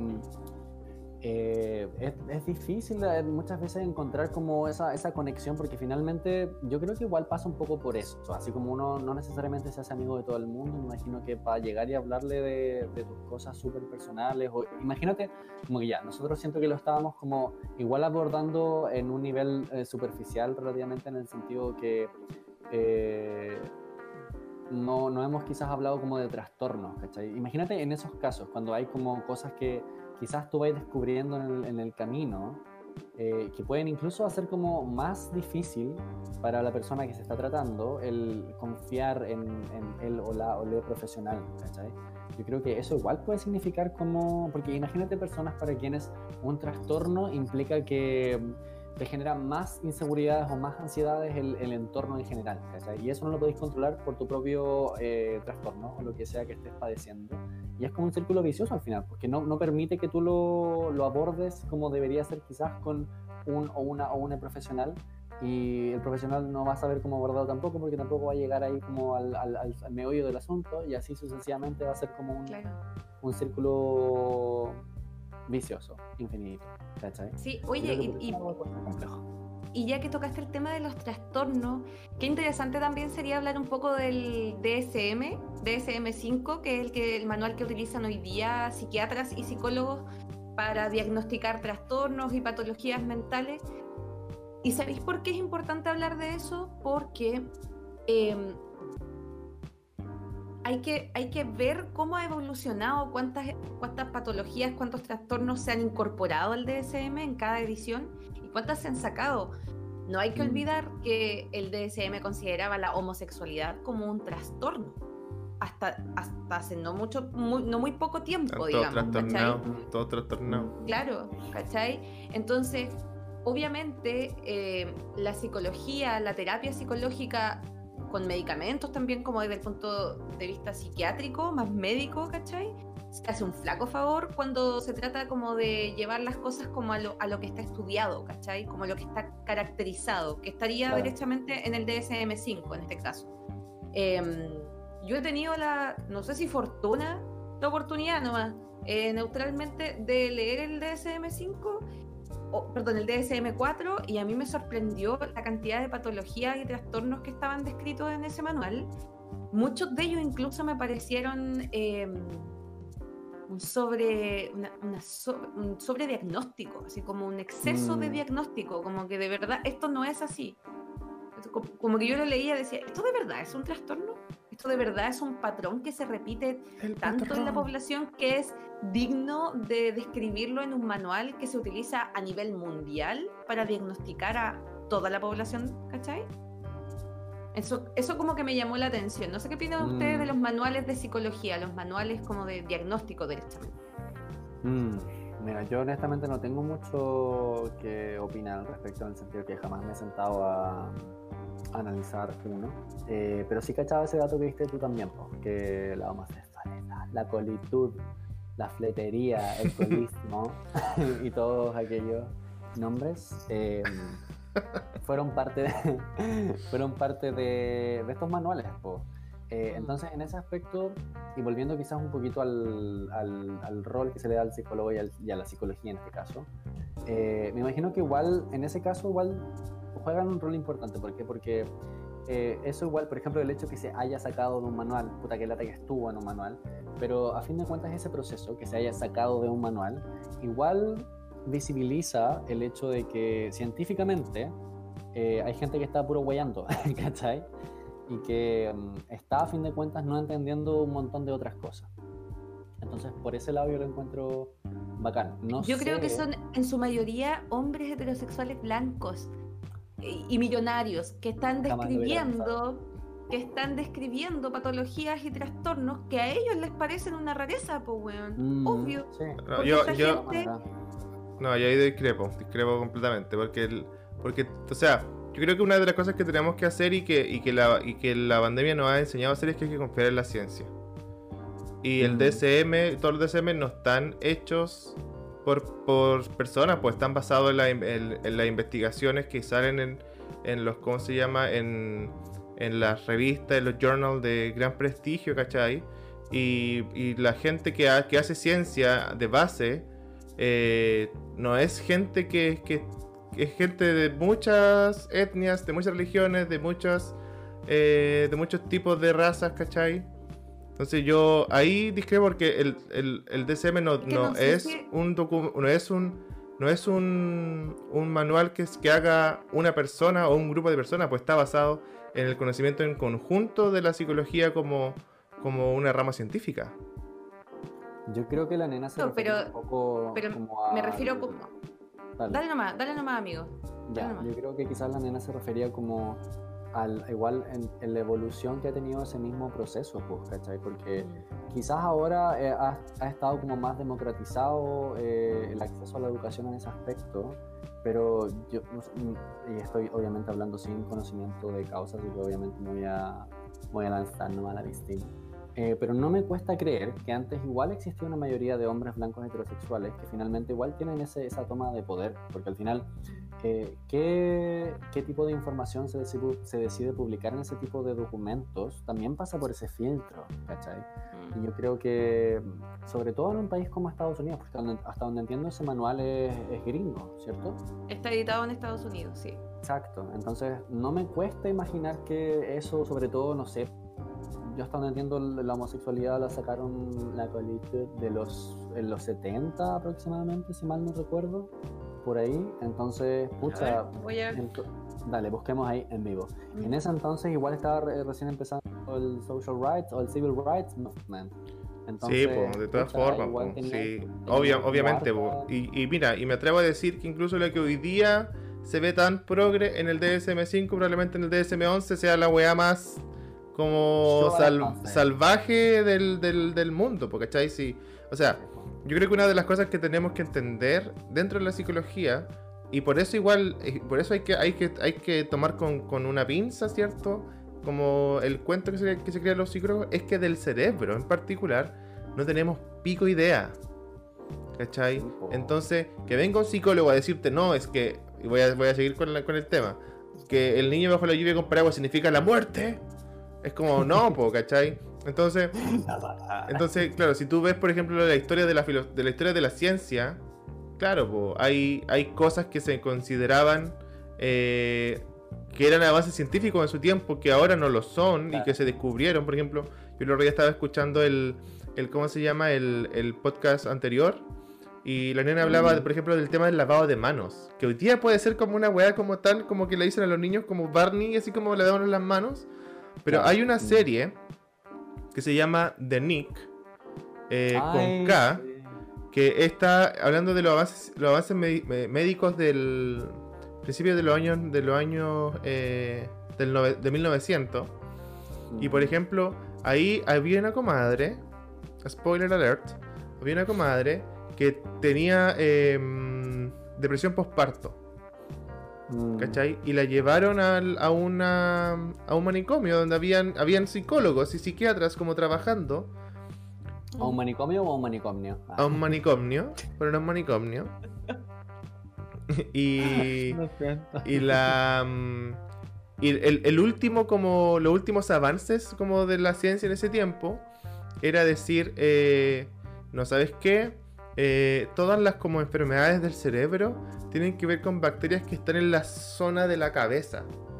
eh, es, es difícil eh, muchas veces encontrar como esa, esa conexión, porque finalmente yo creo que igual pasa un poco por eso. Así como uno no necesariamente se hace amigo de todo el mundo, me imagino que para llegar y hablarle de, de tus cosas súper personales, o imagínate como que ya, nosotros siento que lo estábamos como igual abordando en un nivel eh, superficial relativamente, en el sentido que eh, no, no hemos quizás hablado como de trastornos, ¿cachai? Imagínate en esos casos, cuando hay como cosas que quizás tú vas descubriendo en el, en el camino, eh, que pueden incluso hacer como más difícil para la persona que se está tratando el confiar en, en él o la o la profesional, ¿cachai? Yo creo que eso igual puede significar como, porque imagínate personas para quienes un trastorno implica que te genera más inseguridades o más ansiedades el, el entorno en general, ¿cachai? Y eso no lo podéis controlar por tu propio eh, trastorno o lo que sea que estés padeciendo. Y es como un círculo vicioso al final, porque no, no permite que tú lo, lo abordes como debería ser quizás con un o una o una profesional, y el profesional no va a saber cómo abordarlo tampoco, porque tampoco va a llegar ahí como al, al, al meollo del asunto, y así sucesivamente va a ser como un, claro. un círculo vicioso, infinito, ¿cachai? Sí, oye, y, y, y ya que tocaste el tema de los trastornos, qué interesante también sería hablar un poco del D S M, D S M cinco, que es el, que, el manual que utilizan hoy día psiquiatras y psicólogos para diagnosticar trastornos y patologías mentales. ¿Y sabéis por qué es importante hablar de eso? Porque eh, hay que, hay que ver cómo ha evolucionado, cuántas, cuántas patologías, cuántos trastornos se han incorporado al D S M en cada edición y cuántas se han sacado. No hay que olvidar que el D S M consideraba la homosexualidad como un trastorno hasta, hasta hace no mucho, muy, no muy poco tiempo, todo digamos, trastornado, ¿cachai? Todo trastornado. Claro, ¿cachai? Entonces, obviamente, eh, la psicología, la terapia psicológica con medicamentos también, como desde el punto de vista psiquiátrico, más médico, ¿cachai? Se hace un flaco favor cuando se trata como de llevar las cosas como a lo, a lo que está estudiado, ¿cachai? Como lo que está caracterizado, que estaría claro. derechamente en el D S M cinco en este caso. Eh, yo he tenido la, no sé si fortuna, la oportunidad nomás, eh, neutralmente, de leer el D S M cinco, o, perdón, el D S M cuatro, y a mí me sorprendió la cantidad de patologías y trastornos que estaban descritos en ese manual. Muchos de ellos incluso me parecieron eh, un sobre una, una so, un sobrediagnóstico, así como un exceso mm. de diagnóstico, como que de verdad esto no es así. Como, como que yo lo leía y decía, ¿esto de verdad es un trastorno? ¿Esto de verdad es un patrón que se repite el tanto patrón. en la población que es digno de describirlo en un manual que se utiliza a nivel mundial para diagnosticar a toda la población, ¿cachai? Eso, eso como que me llamó la atención. No sé qué opinan mm. ustedes de los manuales de psicología, los manuales como de diagnóstico directamente. Mm. Mira, yo honestamente no tengo mucho que opinar al respecto, en el sentido que jamás me he sentado a, a analizar uno, eh, pero sí cachaba ese dato que viste tú también, pues, que la homosexualidad, la colitud, la fletería, el colismo y todos aquellos nombres eh, fueron parte de, fueron parte de, de estos manuales, pues. Eh, entonces, en ese aspecto, y volviendo quizás un poquito al, al, al rol que se le da al psicólogo y, al, y a la psicología en este caso, eh, me imagino que igual, en ese caso, igual juegan un rol importante. ¿Por qué? Porque eh, eso igual, por ejemplo, el hecho que se haya sacado de un manual, puta que lata que estuvo en un manual, pero a fin de cuentas ese proceso que se haya sacado de un manual, igual visibiliza el hecho de que científicamente eh, hay gente que está puro guayando, ¿cachai? Y que um, está a fin de cuentas no entendiendo un montón de otras cosas. Entonces, por ese lado yo lo encuentro bacán. No Yo sé... creo que son en su mayoría hombres heterosexuales blancos y, y millonarios que están Jamás lo hubiera describiendo, que están describiendo patologías y trastornos que a ellos les parecen una rareza, pues weón. Mm, Obvio. sí. No, Porque yo, esa yo, gente- no, yo ahí discrepo, discrepo completamente, porque, el, porque, o sea, yo creo que una de las cosas que tenemos que hacer y que, y que, la, y que la pandemia nos ha enseñado a hacer es que hay que confiar en la ciencia. Y el Mm. D S M, todos los D S M no están hechos por, por personas, pues están basados en, la, en, en las investigaciones que salen en, en los, ¿cómo se llama? En, en las revistas, en los journals de gran prestigio, ¿cachai? Y, y la gente que, ha, que hace ciencia de base eh, no es gente que, que, que es gente de muchas etnias, de muchas religiones, de muchas eh, de muchos tipos de razas, ¿cachai? Entonces yo ahí discrepo porque el, el, el D S M no, Es que no no sé es si- un docu- no es un no es un, un manual que, es- que haga una persona o un grupo de personas, pues está basado en el conocimiento en conjunto de la psicología como, como una rama científica. Yo creo que la nena se No, refiere pero- un poco pero como me a... refiero como... Dale. Dale nomás, dale nomás, amigo. Ya, Dale nomás. yo creo que quizás la nena se refería como al igual en, en la evolución que ha tenido ese mismo proceso, pues, ¿cachai? Porque quizás ahora eh, ha, ha estado como más democratizado eh, el acceso a la educación en ese aspecto, pero yo, no sé, mm, y estoy obviamente hablando sin conocimiento de causa, así que obviamente me voy a, voy a lanzar nomás a la piscina. Eh, pero no me cuesta creer que antes igual existía una mayoría de hombres blancos heterosexuales que finalmente igual tienen ese, esa toma de poder, porque al final, eh, ¿qué, qué tipo de información se decide, se decide publicar en ese tipo de documentos? También pasa por ese filtro, ¿cachai? Y yo creo que, sobre todo en un país como Estados Unidos, porque hasta donde, hasta donde entiendo ese manual es, es gringo, ¿cierto? Está editado en Estados Unidos, sí. Exacto, entonces no me cuesta imaginar que eso, sobre todo, no sé, yo hasta donde entiendo la homosexualidad la sacaron la coalición de los, en los setenta aproximadamente, si mal no recuerdo, por ahí, entonces, pucha, A ver, voy a... ento- dale, busquemos ahí en vivo. En ese entonces igual estaba re- recién empezando el social rights o el civil rights movement. Entonces, Sí, po, de todas pucha, formas, igual po, tenía- sí. tenía Obvia- como obviamente, po. harta- Y, y mira, y me atrevo a decir que incluso lo que hoy día se ve tan progre en el D S M cinco, probablemente en el D S M once sea la weá más como Yo sal- la pasé. salvaje del, del, del mundo, porque ¿cachai? Sí. O sea, yo creo que una de las cosas que tenemos que entender dentro de la psicología, y por eso igual, eh, por eso hay que, hay que, hay que tomar con, con una pinza, ¿cierto? Como el cuento que se, que se crean los psicólogos, es que del cerebro en particular no tenemos pico idea. ¿Cachai? Sí, po. Entonces, que venga un psicólogo a decirte, no, es que, y voy a, voy a seguir con, la- con el tema, que el niño bajo la lluvia con paraguas significa la muerte. Es como, no, po, ¿cachai? Entonces, entonces, claro, si tú ves, por ejemplo, la historia de la, filo- de la historia de la ciencia, claro, po, hay, hay cosas que se consideraban eh, que eran avances científicos en su tiempo, que ahora no lo son y Claro. que se descubrieron. Por ejemplo, yo el otro día estaba escuchando el, el ¿cómo se llama? El, el podcast anterior. Y la nena hablaba, de, por ejemplo, del tema del lavado de manos. Que hoy día puede ser como una weá como tal, como que le dicen a los niños como Barney, así como le damos las manos. Pero Claro. hay una Mm. serie que se llama The Nick, eh, Ay, con K, sí. que está hablando de los avances, los avances medi- me- médicos del principio de los años, de los años eh, del nove- de mil novecientos. Y por ejemplo, ahí había una comadre, spoiler alert, había una comadre que tenía em, depresión postparto, Mm. ¿cachai? Y la llevaron al- a, una, a un manicomio donde habían, habían psicólogos y psiquiatras como trabajando. ¿A un manicomio o a un manicomio? Ah. A un manicomio, pero no un manicomio. y, Lo siento. y la... mm, Y el, el último, como los últimos avances como de la ciencia en ese tiempo, era decir, eh, no sabes qué, Eh, todas las como enfermedades del cerebro tienen que ver con bacterias que están en la zona de la cabeza.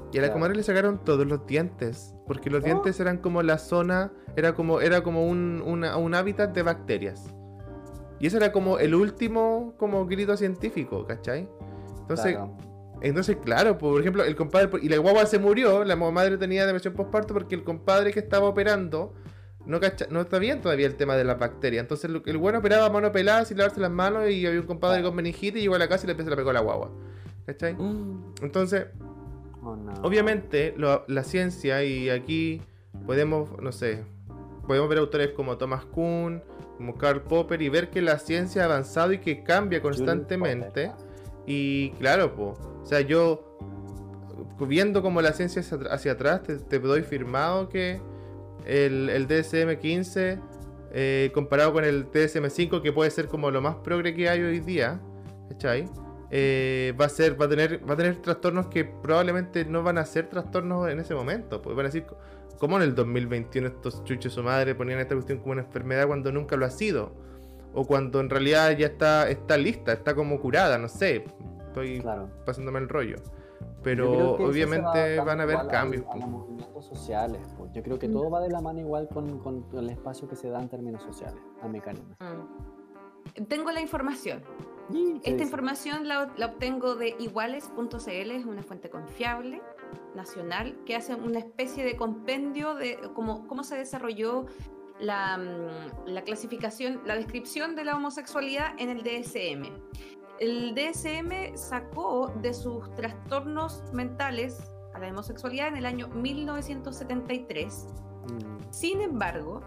Y a la Claro. comadre le sacaron todos los dientes. Porque los Oh. dientes eran como la zona. Era como, era como un, una- un hábitat de bacterias. Y ese era como el último como grito científico, ¿cachai? Entonces, Claro. entonces claro, por ejemplo, el compadre. Y la guagua se murió. La madre tenía depresión postparto porque el compadre que estaba operando. No, cacha- no está bien todavía el tema de las bacterias. Entonces el, el bueno operaba a mano pelada sin lavarse las manos. Y había un compadre Claro. con meningitis. Y llegó a la casa y le empezó a pegar la guagua. ¿Cachai? Mm. Entonces. Oh, no. Obviamente, lo- la ciencia, y aquí podemos, no sé, podemos ver autores como Thomas Kuhn, como Karl Popper, y ver que la ciencia ha avanzado y que cambia constantemente. Y claro, po, o sea, yo viendo como la ciencia hacia, atr- hacia atrás, te, te doy firmado que el, el D S M quince, eh, comparado con el D S M cinco, que puede ser como lo más progre que hay hoy día, ¿cachai? Eh, va a ser, va a tener, va a tener trastornos que probablemente no van a ser trastornos en ese momento. Pues van a decir, ¿cómo en el dos mil veintiuno estos chuchos su madre ponían esta cuestión como una enfermedad cuando nunca lo ha sido? O cuando en realidad ya está, está lista, está como curada, no sé. Estoy Claro. pasándome el rollo. Yo Pero creo que eso se obviamente va van a haber dando cambios. igual a, a pues. los movimientos sociales. Pues. Yo creo que todo va de la mano igual con, con el espacio que se da en términos sociales, a mi Karina. Mm. Tengo la información. ¿Qué Esta dice? información la, la obtengo de iguales punto c l, es una fuente confiable, nacional, que hace una especie de compendio de cómo, cómo se desarrolló la, mm, la clasificación, la descripción de la homosexualidad en el D S M. El D S M sacó de sus trastornos mentales a la homosexualidad en el año mil novecientos setenta y tres. Mm. Sin embargo,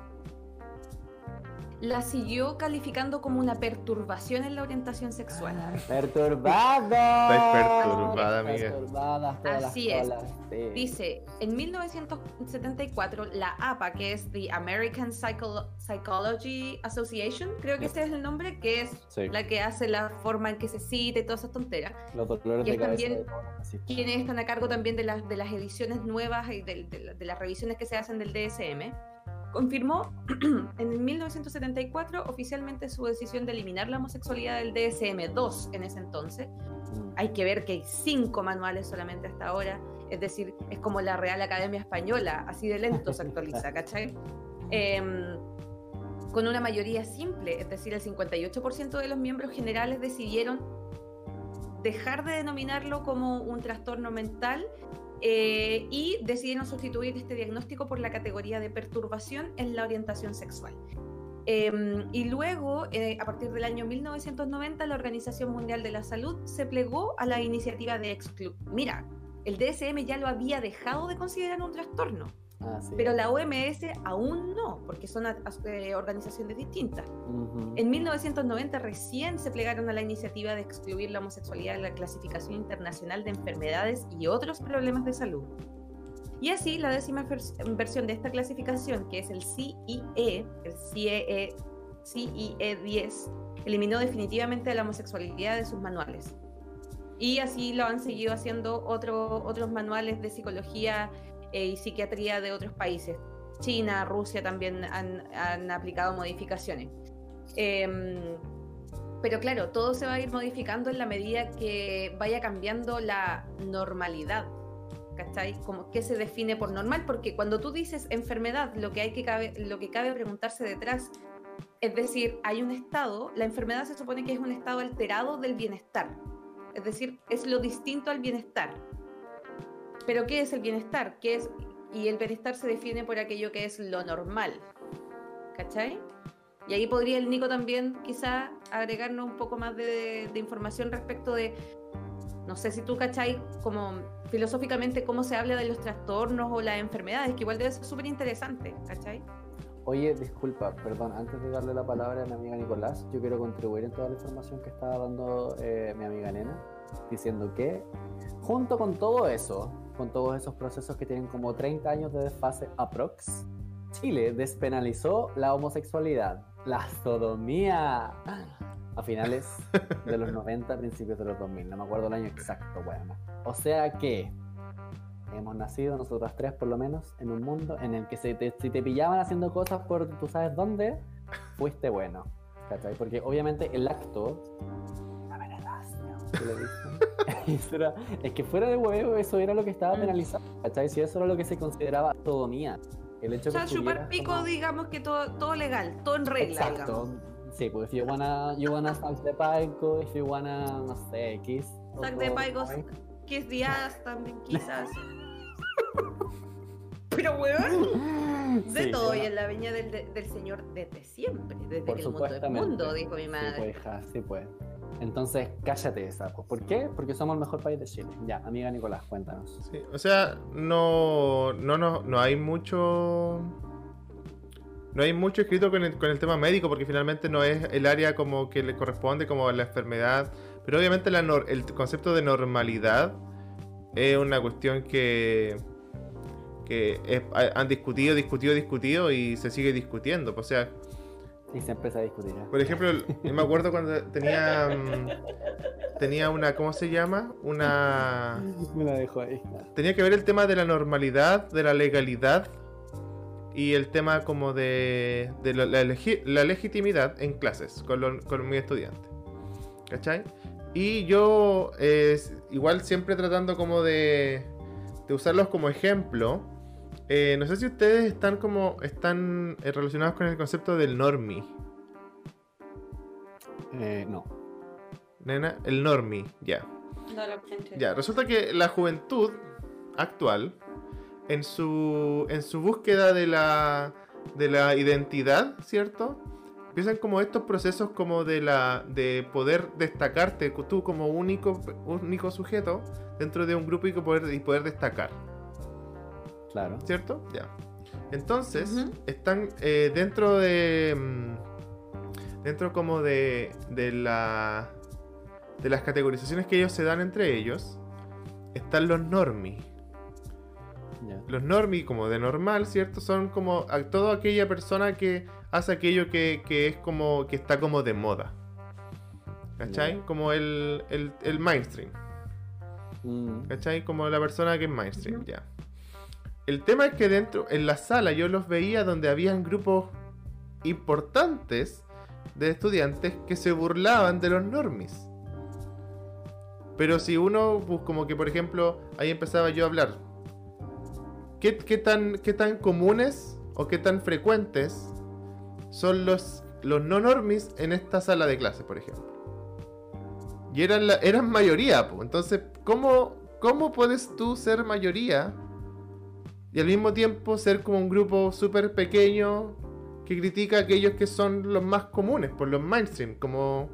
la siguió calificando como una perturbación en la orientación sexual. Perturbada. Estáis perturbada, amiga. Perturbadas todas Así las es. colas, sí. Dice, en mil novecientos setenta y cuatro, la A P A, que es The American Psycho- Psychology Association, creo que ese es el nombre, que es Sí. la que hace la forma en que se cita y todas esas tonteras, Los dolores y de es cabeza también de todos los fascistas. quienes están a cargo también de las, de las ediciones nuevas y de, de la- de las revisiones que se hacen del D S M, confirmó en mil novecientos setenta y cuatro oficialmente su decisión de eliminar la homosexualidad del D S M dos en ese entonces. Mm. Hay que ver que hay cinco manuales solamente hasta ahora, es decir, es como la Real Academia Española, así de lento se actualiza, ¿cachai? Em, con una mayoría simple, es decir, el cincuenta y ocho por ciento de los miembros generales decidieron dejar de denominarlo como un trastorno mental eh, y decidieron sustituir este diagnóstico por la categoría de perturbación en la orientación sexual. Eh, y luego, eh, a partir del año mil novecientos noventa, la Organización Mundial de la Salud se plegó a la iniciativa de excluir. Mira, el D S M ya lo había dejado de considerar un trastorno, Ah, sí. pero la O M S aún no, porque son a- a- eh, organizaciones distintas. Ujú. En mil novecientos noventa recién se plegaron a la iniciativa de excluir la homosexualidad de la Clasificación Internacional de Enfermedades y otros problemas de salud. Y así, la décima vers- versión de esta clasificación, que es el C I E, el C I E, C I E diez, eliminó definitivamente a la homosexualidad de sus manuales. Y así lo han seguido haciendo otro- otros manuales de psicología eh, y psiquiatría de otros países. China, Rusia también han, han aplicado modificaciones. Em, pero claro, todo se va a ir modificando en la medida que vaya cambiando la normalidad, ¿cachai? Como qué se define por normal, porque cuando tú dices enfermedad, lo que hay que cabe, lo que cabe preguntarse detrás, es decir, hay un estado, la enfermedad se supone que es un estado alterado del bienestar, es decir, es lo distinto al bienestar. Pero ¿qué es el bienestar? ¿Qué es? Y el bienestar se define por aquello que es lo normal, ¿cachai? Y ahí podría el Nico también quizá agregarnos un poco más de, de información respecto de, no sé si tú cachai, como filosóficamente cómo se habla de los trastornos o las enfermedades, que igual debe ser súper interesante, ¿cachai? Oye, disculpa, perdón, antes de darle la palabra a mi amiga Nicolás, yo quiero contribuir en toda la información que estaba dando eh, mi amiga Nena, diciendo que junto con todo eso, con todos esos procesos que tienen como treinta años de desfase aprox, Chile despenalizó la homosexualidad, la sodomía, a finales de los noventa, principios de los dos mil, no me acuerdo el año exacto, bueno. O sea que hemos nacido nosotras tres por lo menos en un mundo en el que se te, si te pillaban haciendo cosas por tú sabes dónde, fuiste bueno, ¿cachai? Porque obviamente el acto, la penetración, ¿qué le dicen? Eso era- es que fuera de huevo, eso era lo que estaba penalizado, ¿cachai? Si eso era lo que se consideraba sodomía. El hecho O sea, que chupar estuvieras pico, como- digamos que todo, todo legal, todo en regla, Exacto. digamos. Sí, pues if you wanna, you wanna suck the pico, if you wanna, no sé, kiss. Sac de otro paicos, guy. kiss the ass también quizás. Pero weón, de Sí, todo bueno, y en la viña del, de- del señor desde siempre, desde por que el mundo es supuestamente. mundo, dijo mi Sí, madre. pues, hija, sí, pues. Entonces, cállate, sapo. ¿Por qué? Porque somos el mejor país de Chile. Ya, amiga Nicolás, cuéntanos. Sí, o sea, no, no, no, no hay mucho. No hay mucho escrito con el, con el tema médico, porque finalmente no es el área como que le corresponde como a la enfermedad. Pero obviamente la nor- el concepto de normalidad es una cuestión que, que es- ha- han discutido, discutido, discutido y se sigue discutiendo. O sea, Y se empieza a discutir. ¿eh? por ejemplo, yo me acuerdo cuando tenía mm, tenía una, ¿cómo se llama? Una Me la dejo ahí. tenía que ver el tema de la normalidad, de la legalidad y el tema como de, de la, la legi- la legitimidad en clases con, lo- con mis estudiantes. ¿Cachai? Y yo eh, igual siempre tratando como de, de usarlos como ejemplo. Eh, no sé si ustedes están como están eh, relacionados con el concepto del normie. Eh, no. Nena, el normie, ya. No lo pensé. Ya, resulta que la juventud actual, en su, en su búsqueda de la, de la identidad, ¿cierto? Empiezan como estos procesos como de la de poder destacarte tú como único, único sujeto dentro de un grupo y poder, y poder destacar, Claro. ¿cierto? Ya. Entonces, Ujú. están eh, dentro de... mm, dentro como de, de la... de las categorizaciones que ellos se dan entre ellos, están los normies. Ya. Los normies, como de normal, ¿cierto? Son como a toda aquella persona que hace aquello que, que es como, que está como de moda. ¿Cachai? Ya. Como el, el, el mainstream. Mm, ¿Cachai? Como la persona que es mainstream, Ujú. ya. El tema es que dentro, en la sala, yo los veía donde habían grupos importantes de estudiantes que se burlaban de los normies. Pero si uno, pues, como que por ejemplo, ahí empezaba yo a hablar. ¿Qué, qué tan, qué tan comunes o qué tan frecuentes son los, los no normies en esta sala de clases, por ejemplo? Y eran, la, eran mayoría, pues. Entonces, ¿cómo, ¿cómo puedes tú ser mayoría y al mismo tiempo ser como un grupo súper pequeño que critica a aquellos que son los más comunes, por los mainstream, como...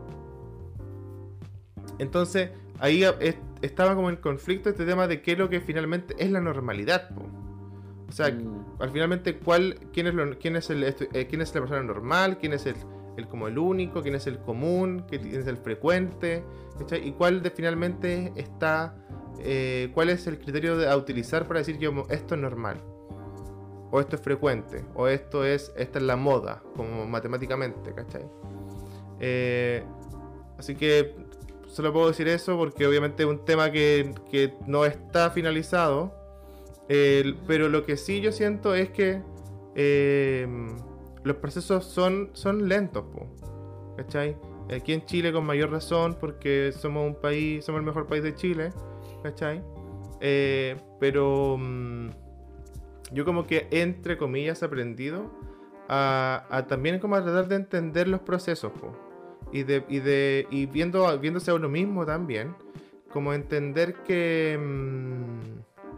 Entonces, ahí es- estaba como en conflicto este tema de qué es lo que finalmente es la normalidad, po. O sea, mm, al finalmente, ¿cuál, quién, es lo- quién, es el, estu- eh, quién es la persona normal? ¿Quién es el, el como el único? ¿Quién es el común? ¿Quién es el frecuente? ¿Cachai? ¿Y cuál de, finalmente está... eh, cuál es el criterio de- a utilizar para decir que como, esto es normal? O esto es frecuente, o esto es, esta es la moda, como matemáticamente, ¿cachai? Eh, así que solo puedo decir eso porque obviamente es un tema que, que no está finalizado. Eh, pero lo que sí yo siento es que eh, los procesos son, son lentos, po, ¿cachai? Aquí en Chile con mayor razón porque somos un país, somos el mejor país de Chile, ¿cachai? Eh, pero mm, yo como que entre comillas he aprendido a, a también como a tratar de entender los procesos, po. Y de, y de y viendo, viéndose a uno mismo también, como entender que mm,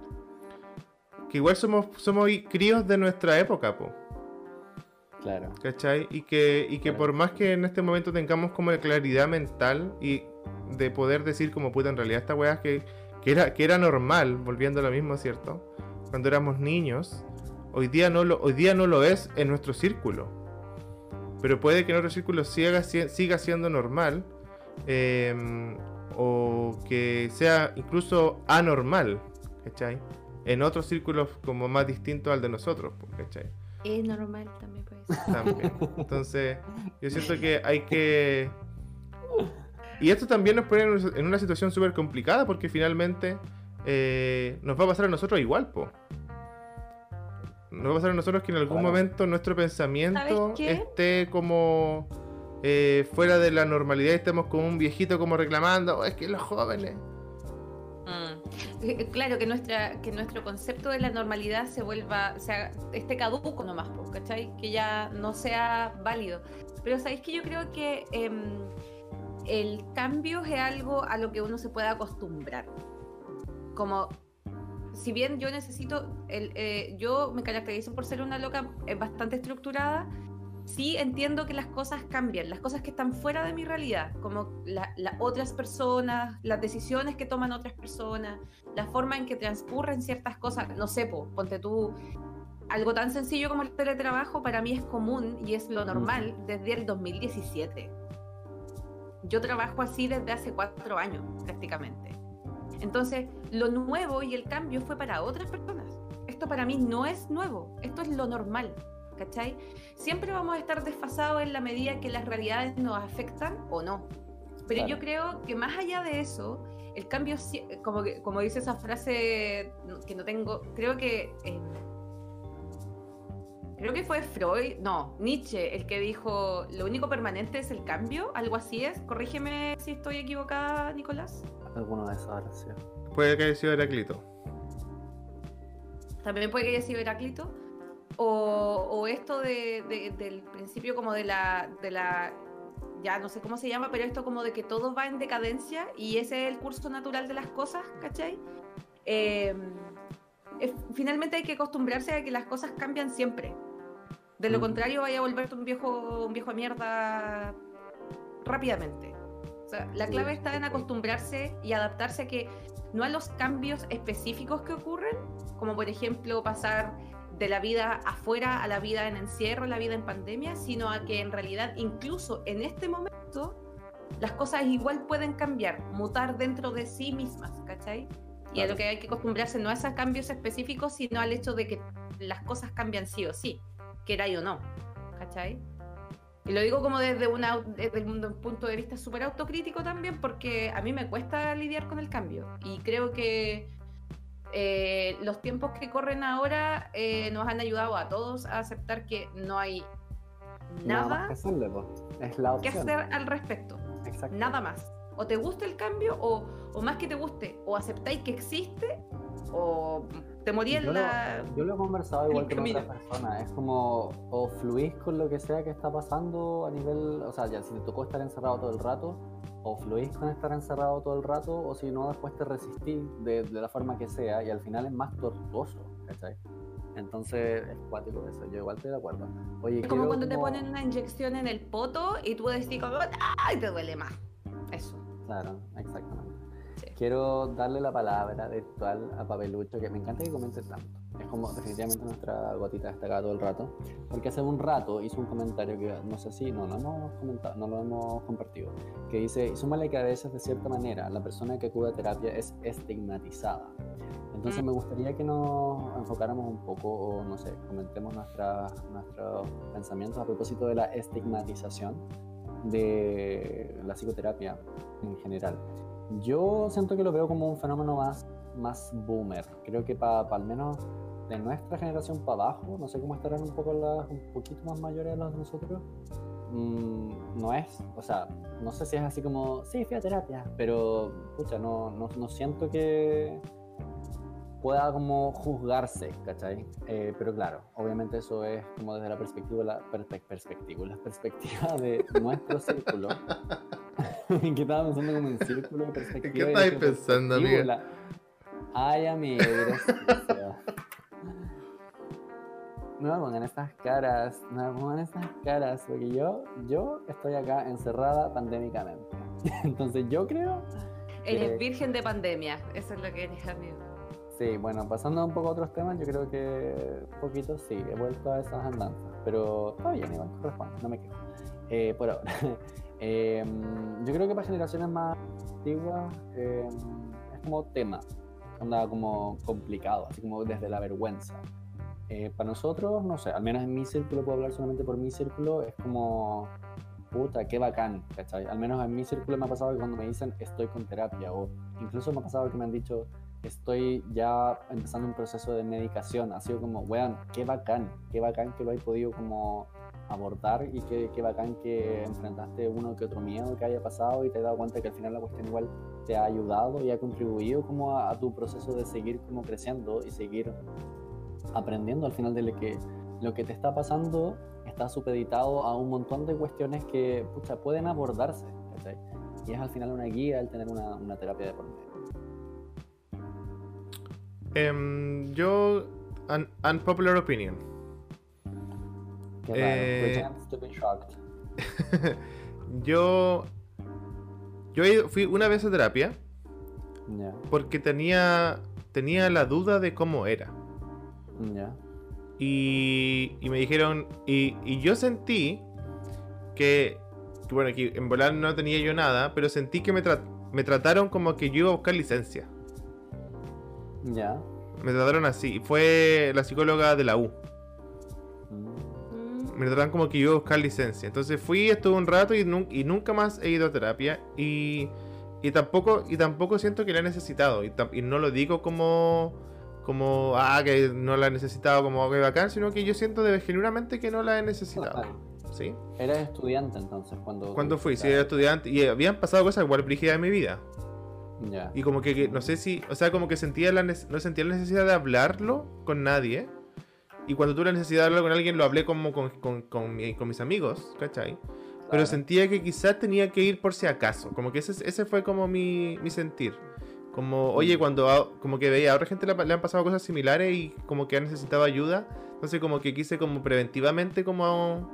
que igual somos, somos críos de nuestra época, po, claro. ¿cachai? Y que, y que Claro. por más que en este momento tengamos como la claridad mental y de poder decir como puta, en realidad esta weá que, que, era, que era normal, volviendo a lo mismo, ¿cierto? Cuando éramos niños, hoy día no lo, hoy día no lo es en nuestro círculo. Pero puede que en otro círculo siga, si- siga siendo normal, eh, o que sea incluso anormal, ¿cachai? En otros círculos como más distintos al de nosotros, ¿cachai? Es normal también puede ser. También. Entonces, yo siento que hay que... Y esto también nos pone en una- en una situación súper complicada porque finalmente eh, nos va a pasar a nosotros igual, po. Nos va a pasar a nosotros que en algún Claro. momento nuestro pensamiento ¿Sabes qué? esté como eh, fuera de la normalidad y estemos como un viejito como reclamando, "Oh, es que los jóvenes, eh, claro, que nuestra que nuestro concepto de la normalidad se vuelva, o sea, esté caduco nomás, pues, ¿cachai? Que ya no sea válido. Pero sabéis que yo creo que eh, el cambio es algo a lo que uno se puede acostumbrar. Como, si bien yo necesito, el, eh, yo me caracterizo por ser una loca eh, bastante estructurada, sí entiendo que las cosas cambian, las cosas que están fuera de mi realidad, como las la otras personas, las decisiones que toman otras personas, la forma en que transcurren ciertas cosas, no sé, po, ponte tú, algo tan sencillo como el teletrabajo para mí es común y es lo normal desde el dos mil diecisiete. Yo trabajo así desde hace cuatro años prácticamente. Entonces, lo nuevo y el cambio fue para otras personas. Esto para mí no es nuevo, esto es lo normal, ¿cachai? Siempre vamos a estar desfasados en la medida que las realidades nos afectan o no. Pero claro, yo creo que más allá de eso, el cambio, como, que, como dice esa frase que no tengo, creo que... Eh, creo que fue Freud, no, Nietzsche, el que dijo, lo único permanente es el cambio, algo así es. Corrígeme si estoy equivocada, Nicolás. Alguno de esos ahora sí. Puede que haya sido Heráclito. También puede que haya sido Heráclito. O, o esto de, de, del principio como de la, de la, ya no sé cómo se llama, pero esto como de que todo va en decadencia y ese es el curso natural de las cosas, ¿cachai? Eh, eh, finalmente hay que acostumbrarse a que las cosas cambian siempre. De lo mm. contrario vaya a volverte un viejo, un viejo de mierda rápidamente. O sea, la clave sí, está en acostumbrarse y adaptarse a que no a los cambios específicos que ocurren, como por ejemplo pasar de la vida afuera a la vida en encierro, la vida en pandemia, sino a que en realidad incluso en este momento las cosas igual pueden cambiar, mutar dentro de sí mismas, ¿cachai? Y a lo que hay que acostumbrarse no a esos cambios específicos, sino al hecho de que las cosas cambian sí o sí, queráis o no, ¿cachai? Y lo digo como desde, una, desde un punto de vista súper autocrítico también, porque a mí me cuesta lidiar con el cambio. Y creo que eh, los tiempos que corren ahora eh, nos han ayudado a todos a aceptar que no hay nada, nada más que, hacerle, es la que hacer al respecto. Exacto. Nada más. O te gusta el cambio, o, o más que te guste, o aceptáis que existe, o te morí en la... Lo, yo lo he conversado igual con otras personas, es como o fluís con lo que sea que está pasando a nivel, o sea, ya si te tocó estar encerrado todo el rato, o fluís con estar encerrado todo el rato, o si no después te resistís de, de la forma que sea, y al final es más tortuoso, ¿cachai? Entonces es cuático eso, yo igual estoy de acuerdo. Oye, es como cuando como... te ponen una inyección en el poto y tú decís como, ¡ay! Te duele más. Eso. Claro, exactamente. Sí. Quiero darle la palabra virtual a Papelucho, que me encanta que comente tanto. Es como definitivamente nuestra gotita destacada todo el rato, porque hace un rato hizo un comentario que no sé si, no lo hemos comentado, no lo hemos compartido, que dice, y súmale que a veces de cierta manera la persona que acude a terapia es estigmatizada. Entonces me gustaría que nos enfocáramos un poco, o no sé, comentemos nuestra, nuestros pensamientos a propósito de la estigmatización de la psicoterapia en general. Yo siento que lo veo como un fenómeno más, más boomer. Creo que para pa al menos de nuestra generación para abajo, no sé cómo estarán un poco las un poquito más mayores de las de nosotros, mmm, no es, o sea, no sé si es así como, sí, fui a terapia, pero, pucha, no, no, no siento que pueda como juzgarse, ¿cachai? Eh, pero claro, obviamente eso es como desde la perspectiva, la per- perspectiva, la perspectiva de nuestro círculo. ¿En qué estaba pensando como en círculo de perspectiva? ¿Qué estabas pensando, amiga? Ay, amigo, gracias. No me pongan estas caras, no me pongan estas caras, porque yo, yo estoy acá encerrada pandémicamente. Entonces yo creo... Eres que... virgen de pandemia, eso es lo que eres, amigo. Sí, bueno, pasando un poco a otros temas, yo creo que un poquito sí, he vuelto a esas andanzas, pero está bien, igual corresponde, no me quejo. Eh, por ahora, eh, yo creo que para generaciones más antiguas eh, es como tema, onda como complicado, así como desde la vergüenza. Eh, para nosotros, no sé, al menos en mi círculo, puedo hablar solamente por mi círculo, es como, puta, qué bacán, ¿cachai? Al menos en mi círculo me ha pasado que cuando me dicen estoy con terapia, o incluso me ha pasado que me han dicho estoy ya empezando un proceso de medicación, ha sido como, weón, qué bacán, qué bacán que lo hay podido como abordar y qué, qué bacán que enfrentaste uno que otro miedo que haya pasado y te has dado cuenta que al final la cuestión igual te ha ayudado y ha contribuido como a, a tu proceso de seguir como creciendo y seguir aprendiendo al final de lo que, lo que te está pasando está supeditado a un montón de cuestiones que pucha, pueden abordarse, ¿cachai? Y es al final una guía el tener una, una terapia de por medio. Um, yo, un, unpopular opinion. Qué raro. Eh... Pretends to be shocked. yo, yo fui una vez a terapia Ya, porque tenía, tenía la duda de cómo era. ya. Y, y me dijeron, y, y yo sentí que, que, bueno, que en volar no tenía yo nada, pero sentí que me, tra- me trataron como que yo iba a buscar licencia. Ya. Me trataron así. Fue la psicóloga de la U. Mm. Me trataron como que yo iba a buscar licencia. Entonces fui, estuve un rato y, nun- y nunca más he ido a terapia. Y, y, tampoco, y tampoco siento que la he necesitado. Y, tam- y no lo digo como... como, ah, que no la he necesitado, como que bacán, sino que yo siento de genuinamente que no la he necesitado. ¿Sí? Eres estudiante entonces cuando... Cuando fui, sí, era estudiante y habían pasado cosas igual brígidas en mi vida. Ya. Y como que, que no sé si, o sea, como que sentía la ne- no sentía la necesidad de hablarlo con nadie. Y cuando tuve la necesidad de hablar con alguien, lo hablé como con, con, con, mi- con mis amigos, ¿cachai? Pero Claro. sentía que quizás tenía que ir por si acaso. Como que ese, ese fue como mi, mi sentir. Como, oye, cuando a- como que veía a otra gente le, le han pasado cosas similares y como que ha necesitado ayuda. Entonces como que quise como preventivamente como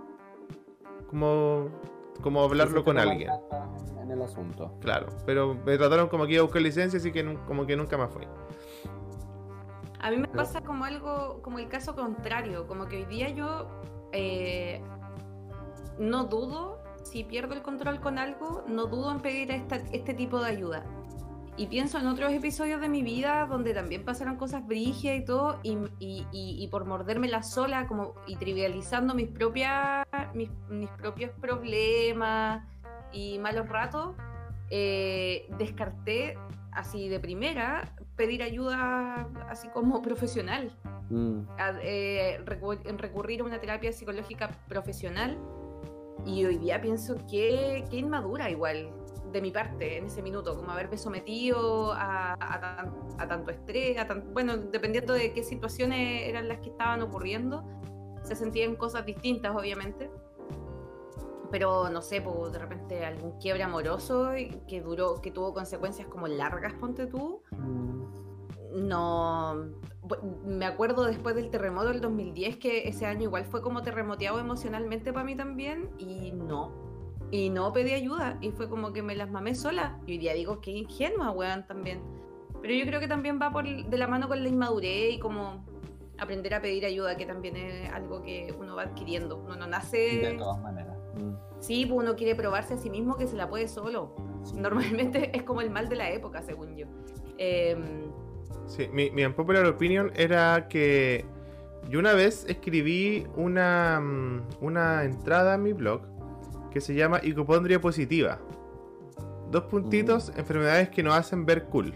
como como hablarlo Hiciste con tomar alguien. cartas en el asunto. Claro, pero me trataron como que iba a buscar licencia, así que nun- como que nunca más fui. A mí me pasa como algo, como el caso contrario, como que hoy día yo eh, no dudo, si pierdo el control con algo, no dudo en pedir esta, este tipo de ayuda. Y pienso en otros episodios de mi vida donde también pasaron cosas brígidas y todo, y, y, y, y por mordérmela sola como, y trivializando mis, propias, mis, mis propios problemas y malos ratos, eh, descarté así de primera pedir ayuda así como profesional, Mm. a, eh, recu- en recurrir a una terapia psicológica profesional. Y hoy día pienso que, que inmadura igual de mi parte en ese minuto, como haberme sometido a, a, tan- a tanto estrés, a tan- bueno, dependiendo de qué situaciones eran las que estaban ocurriendo, se sentían cosas distintas obviamente, pero no sé, pues de repente algún quiebre amoroso y que duró, que tuvo consecuencias como largas, ponte tú, Mm. no, bu- me acuerdo después del terremoto del dos mil diez que ese año igual fue como terremoteado emocionalmente para mí también y no, y no pedí ayuda y fue como que me las mamé sola y hoy día digo que ingenua, weón, también, pero yo creo que también va por, de la mano con la inmadurez y como aprender a pedir ayuda, que también es algo que uno va adquiriendo, uno no De nace, todas maneras. Mm. sí, pues uno quiere probarse a sí mismo que se la puede solo, Sí. normalmente es como el mal de la época según yo. Em, Sí, mi, mi unpopular opinion era que yo una vez escribí una, mm, una entrada en mi blog que se llama Hipocondria Positiva. Dos puntitos, enfermedades que nos hacen ver cool.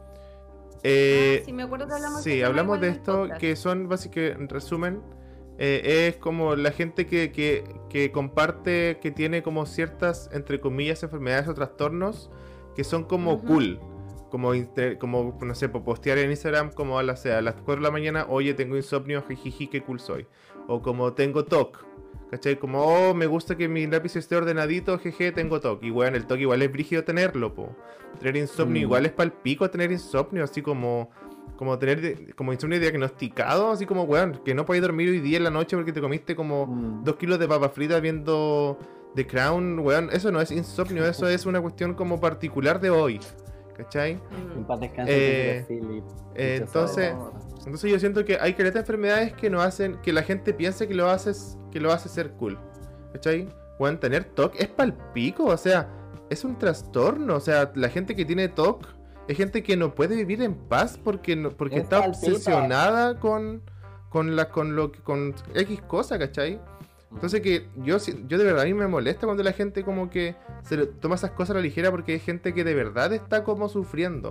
Eh, Ah, sí, me acuerdo que hablamos de sí, este tema hablamos igual de en el esto, podcast. que son básicamente, en resumen, eh, es como la gente que, que, que comparte, que tiene como ciertas, entre comillas, enfermedades o trastornos que son como Ujú. cool. Como, inter- como, no sé, po- postear en Instagram como a las, a las cuatro de la mañana, oye, tengo insomnio, jijiji, qué cool soy. O como tengo T O C, ¿cachai? Como, oh, me gusta que mi lápiz esté ordenadito, jeje, tengo T O C. Y bueno, el T O C igual es brígido tenerlo, po. Tener insomnio Mm. igual es pal pico tener insomnio, así como... Como tener de- como insomnio diagnosticado, así como, weón, que no podéis dormir hoy día en la noche porque te comiste como Mm. dos kilos de papas fritas viendo The Crown, weón. Eso no es insomnio, eso es una cuestión como particular de hoy, ¿cachai? Mm. En paz descanse, Eh, Peter Philip. eh, Dicho entonces- sea de paso. Entonces yo siento que hay caleta de enfermedades que nos hacen, que la gente piensa que lo hace, que lo hace ser cool, ¿cachai? Weón, tener T O C es palpico, o sea, es un trastorno, o sea, la gente que tiene T O C es gente que no puede vivir en paz porque no, porque Es está palpita. obsesionada con con la con lo que con X cosa, ¿cachai? Entonces que yo si- yo de verdad a mí me molesta cuando la gente como que se le toma esas cosas a la ligera porque hay gente que de verdad está como sufriendo.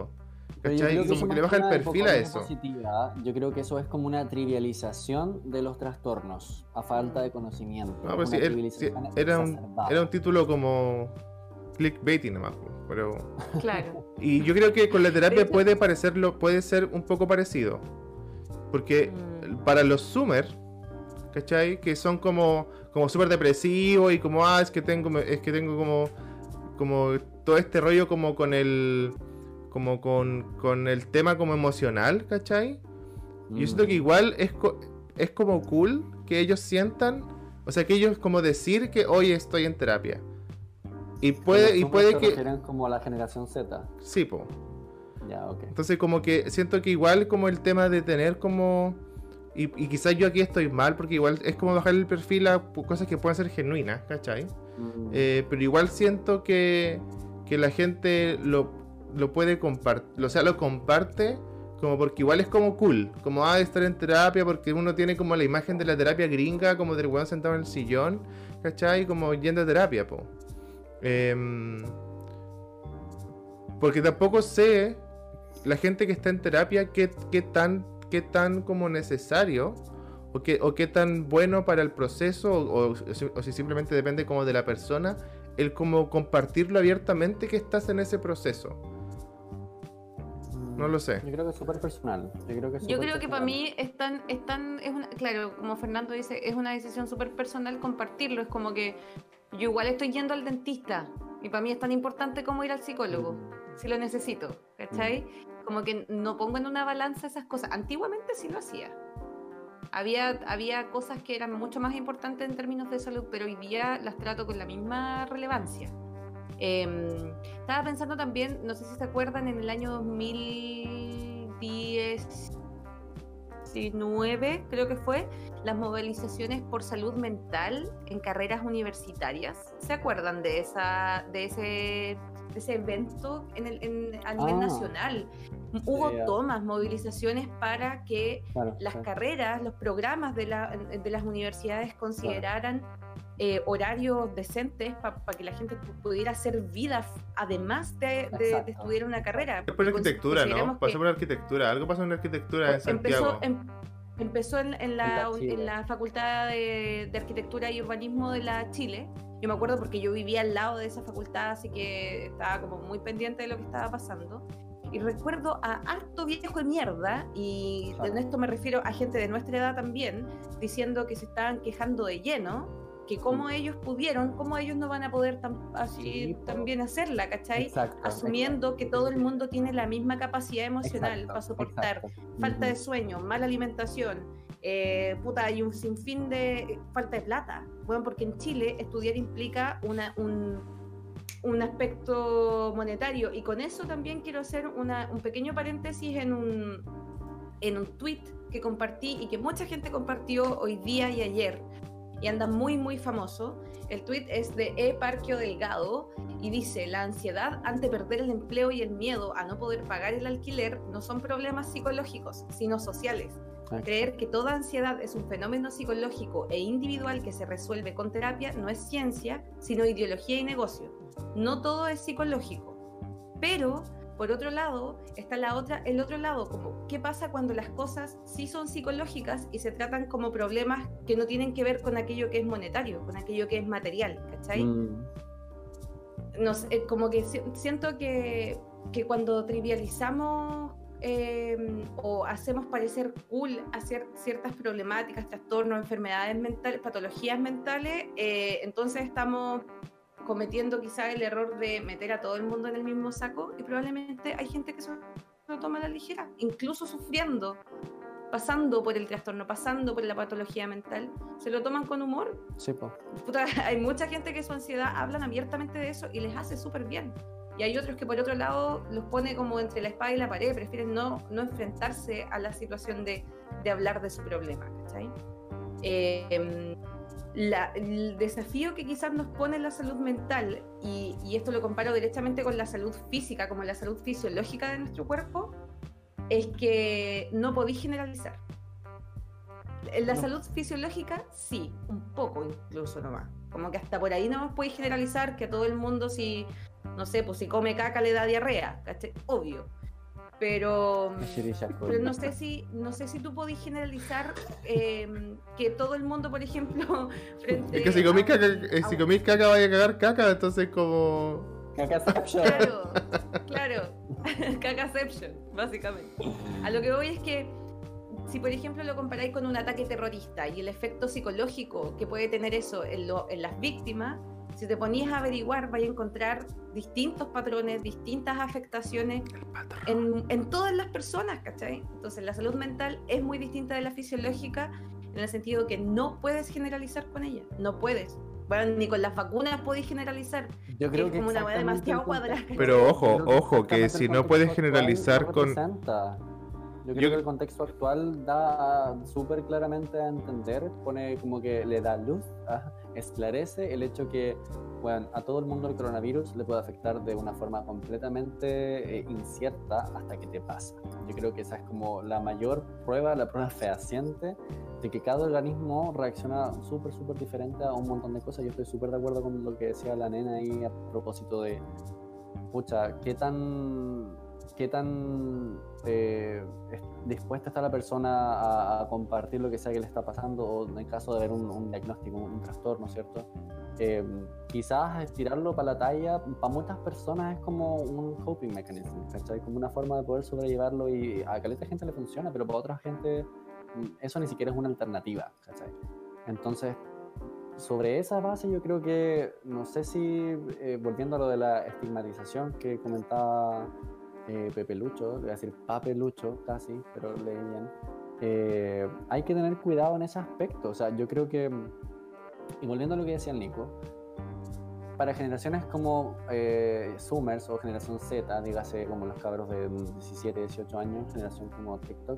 Pero yo ¿cachai? creo Y que como eso que le más baja que el nada perfil a enfocarlo eso. positiva, yo creo que eso es como una trivialización de los trastornos, a falta de conocimiento. No, pues sí, una era, sí, trivialización era un, exacerbada. era un título como clickbaiting nomás, po, pero... Claro. Y yo creo que con la terapia De hecho- puede parecerlo, puede ser un poco parecido. Porque Mm. para los Zoomer, ¿cachai? Que son como, como súper depresivos y como, ah, es que tengo, es que tengo como, como todo este rollo como con el, como con, con el tema como emocional, ¿cachai? Mm. Yo siento que igual es, co- es como cool que ellos sientan, o sea, que ellos como decir que hoy estoy en terapia. Y puede, Los y Zoomers puede se que, refieren como a la generación Z. sí, po. Ya, ok. Entonces como que siento que igual como el tema de tener como... Y, y quizás yo aquí estoy mal porque igual es como bajar el perfil a pu- cosas que pueden ser genuinas, ¿cachai? Mm. Eh, pero igual siento que, que la gente lo, lo puede compartir, o sea, lo comparte como porque igual es como cool, como ah, estar en terapia porque uno tiene como la imagen de la terapia gringa, como del weón sentado en el sillón, ¿cachai? Como yendo a terapia, po. Em, porque tampoco sé la gente que está en terapia qué, qué tan qué tan como necesario o qué, o qué tan bueno para el proceso o, o si- o si simplemente depende como de la persona el como compartirlo abiertamente que estás en ese proceso. No lo sé. Yo creo que es súper personal. Yo creo que, es Yo súper creo que para personal. mí es tan, es tan, es una, claro, como Fernando dice, es una decisión súper personal compartirlo. Es como que yo igual estoy yendo al dentista y para mí es tan importante como ir al psicólogo, si lo necesito, ¿cachai? Como que no pongo en una balanza esas cosas. Antiguamente sí lo hacía. Había, había cosas que eran mucho más importantes en términos de salud, pero hoy día las trato con la misma relevancia. Eh, estaba pensando también, no sé si se acuerdan, en el año dos mil diecinueve, creo que fue, las movilizaciones por salud mental en carreras universitarias. ¿Se acuerdan de esa, de ese, de ese evento en el, en- a nivel Ah. nacional? Hubo Sí, ah. tomas, movilizaciones para que Claro, las sí. carreras, los programas de, la- de las universidades consideraran eh, horarios decentes para que la gente pu- pudiera hacer vida f- además de, de- de Exacto. estudiar una carrera. Es por la Porque arquitectura, consideramos ¿no? Pasó que por arquitectura. Algo pasó en la arquitectura en Santiago. empezó, em- empezó en, en la, En la Chile. en la Facultad de, de Arquitectura y Urbanismo de la Chile. Yo me acuerdo porque yo vivía al lado de esa facultad, así que estaba como muy pendiente de lo que estaba pasando. Y recuerdo a harto viejo de mierda, y Claro. en esto me refiero a gente de nuestra edad también, diciendo que se estaban quejando de lleno, que cómo ellos pudieron, cómo ellos no van a poder tam- así Sí, po. también hacerla, ¿cachai? Exacto, Asumiendo exacto. que todo el mundo tiene la misma capacidad emocional Exacto, para soportar exacto. falta de Ujú. sueño, mala alimentación, eh, puta, hay un sinfín de eh, falta de plata. Bueno, porque en Chile estudiar implica una, un, un aspecto monetario, y con eso también quiero hacer una, un pequeño paréntesis en un, en un tweet que compartí y que mucha gente compartió hoy día y ayer, y anda muy muy famoso. El tweet es de E. Parquio Delgado y dice: la ansiedad ante perder el empleo y el miedo a no poder pagar el alquiler no son problemas psicológicos, sino sociales. Creer que toda ansiedad es un fenómeno psicológico e individual que se resuelve con terapia no es ciencia, sino ideología y negocio. No todo es psicológico. Pero, por otro lado, está la otra, el otro lado, como ¿qué pasa cuando las cosas sí son psicológicas y se tratan como problemas que no tienen que ver con aquello que es monetario, con aquello que es material, ¿cachai? Mm. No sé, eh, como que si- siento que, que cuando trivializamos eh, o hacemos parecer cool hacer ciertas problemáticas, trastornos, enfermedades mentales, patologías mentales, eh, entonces estamos cometiendo quizá el error de meter a todo el mundo en el mismo saco, y probablemente hay gente que se lo toma a la ligera, incluso sufriendo, pasando por el trastorno, pasando por la patología mental, se lo toman con humor. Sí, po. Puta, hay mucha gente que su ansiedad hablan abiertamente de eso y les hace súper bien. Y hay otros que por otro lado los pone como entre la espada y la pared, prefieren no, no enfrentarse a la situación de, de hablar de su problema, ¿cachai? Eh, la, el desafío que quizás nos pone la salud mental, y, y esto lo comparo directamente con la salud física, como la salud fisiológica de nuestro cuerpo, es que no podéis generalizar. En la No. salud fisiológica, sí, un poco incluso nomás. Como que hasta por ahí no podéis generalizar que a todo el mundo, si, no sé, pues si come caca le da diarrea, ¿cachai? Obvio. Pero, Chiricha pero Cold. no sé si no sé si tú podés generalizar eh, que todo el mundo, por ejemplo, frente Es que si comís a caca, un- eh, a si un- comís caca vaya a cagar caca, entonces como... Cacaception. Claro, claro, cacaception, básicamente. A lo que voy es que si por ejemplo lo comparáis con un ataque terrorista y el efecto psicológico que puede tener eso en, lo, en las víctimas, si te ponías a averiguar vais a encontrar distintos patrones, distintas afectaciones en, en todas las personas, ¿cachai? Entonces la salud mental es muy distinta de la fisiológica en el sentido que no puedes generalizar con ella, no puedes. Bueno, ni con las vacunas podéis generalizar. Yo creo es que como una weá exactamente demasiado el cuadrada. contexto- Pero ojo, yo creo ojo, que exactamente si el no puedes contexto actual generalizar lo con... representa. Yo creo Yo- que el contexto actual da súper claramente a entender, pone como que le da luz, ah, esclarece el hecho que, bueno, a todo el mundo el coronavirus le puede afectar de una forma completamente eh, incierta hasta que te pasa. Yo creo que esa es como la mayor prueba, la prueba fehaciente de que cada organismo reacciona súper, súper diferente a un montón de cosas. Yo estoy súper de acuerdo con lo que decía la nena ahí a propósito de, pucha, qué tan, qué tan eh, es- dispuesta está la persona a, a compartir lo que sea que le está pasando, o en el caso de haber un, un diagnóstico, un, un trastorno, ¿cierto? Eh, quizás estirarlo para la talla, para muchas personas es como un coping mechanism, ¿cachai? Como una forma de poder sobrellevarlo, y a caleta de gente le funciona, pero para otra gente mm, eso ni siquiera es una alternativa, ¿cachai? Entonces, sobre esa base yo creo que, no sé si, eh, volviendo a lo de la estigmatización que comentaba eh, Pepe Lucho, le voy a decir Pape Lucho casi, pero leí bien, eh, hay que tener cuidado en ese aspecto. O sea, yo creo que, y volviendo a lo que decía el Nico, para generaciones como eh, Zoomers o generación Z, dígase como los cabros de diecisiete, dieciocho años, generación como TikTok,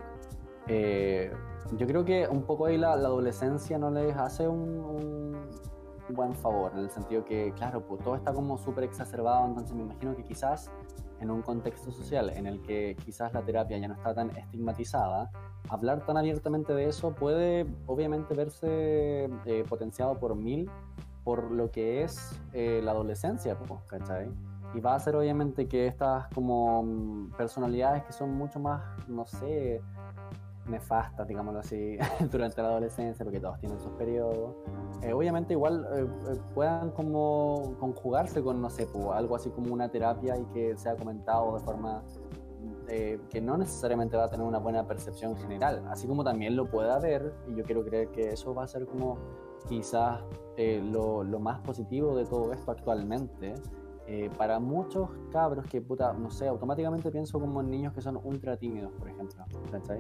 eh, yo creo que un poco ahí la, la adolescencia no les hace un, un buen favor, en el sentido que, claro, pues todo está como súper exacerbado, entonces me imagino que quizás en un contexto social en el que quizás la terapia ya no está tan estigmatizada, hablar tan abiertamente de eso puede obviamente verse eh, potenciado por mil por lo que es eh, la adolescencia, pues, ¿cachai? Y va a hacer obviamente que estas como mm, personalidades que son mucho más, no sé, nefastas, digámoslo así, durante la adolescencia, porque todos tienen sus periodos, eh, obviamente igual eh, eh, puedan como conjugarse con, no sé, pues, algo así como una terapia, y que sea comentado de forma eh, que no necesariamente va a tener una buena percepción general, así como también lo puede haber, y yo quiero creer que eso va a ser como quizás eh, lo, lo más positivo de todo esto actualmente. Eh, para muchos cabros que, puta, no sé, automáticamente pienso como en niños que son ultra tímidos, por ejemplo, ¿cachai?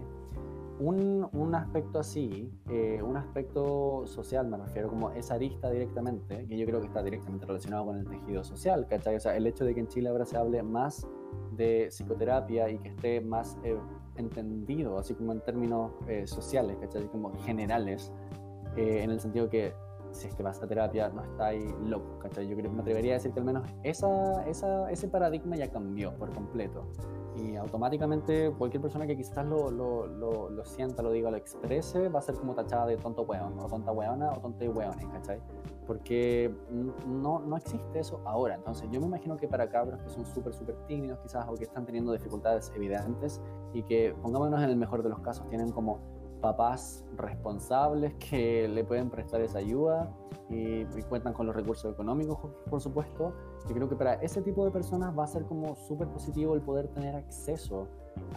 Un, un aspecto así, eh, un aspecto social, me refiero, como esa arista directamente, que yo creo que está directamente relacionado con el tejido social, ¿cachai? O sea, el hecho de que en Chile ahora se hable más de psicoterapia y que esté más eh, entendido, así como en términos eh, sociales, ¿cachai? Como generales, eh, en el sentido que si es que vas a terapia no estáis loco, ¿cachai? Yo creo, me atrevería a decir que al menos esa, esa, ese paradigma ya cambió por completo. Y automáticamente cualquier persona que quizás lo, lo, lo, lo sienta, lo diga, lo exprese, va a ser como tachada de tonto hueón, o tonta hueona, o tonte hueones, ¿cachai? Porque no, no existe eso ahora. Entonces yo me imagino que para cabros que son súper, súper tímidos quizás, o que están teniendo dificultades evidentes, y que, pongámonos en el mejor de los casos, tienen como papás responsables que le pueden prestar esa ayuda y, y cuentan con los recursos económicos, por supuesto. Yo creo que para ese tipo de personas va a ser como súper positivo el poder tener acceso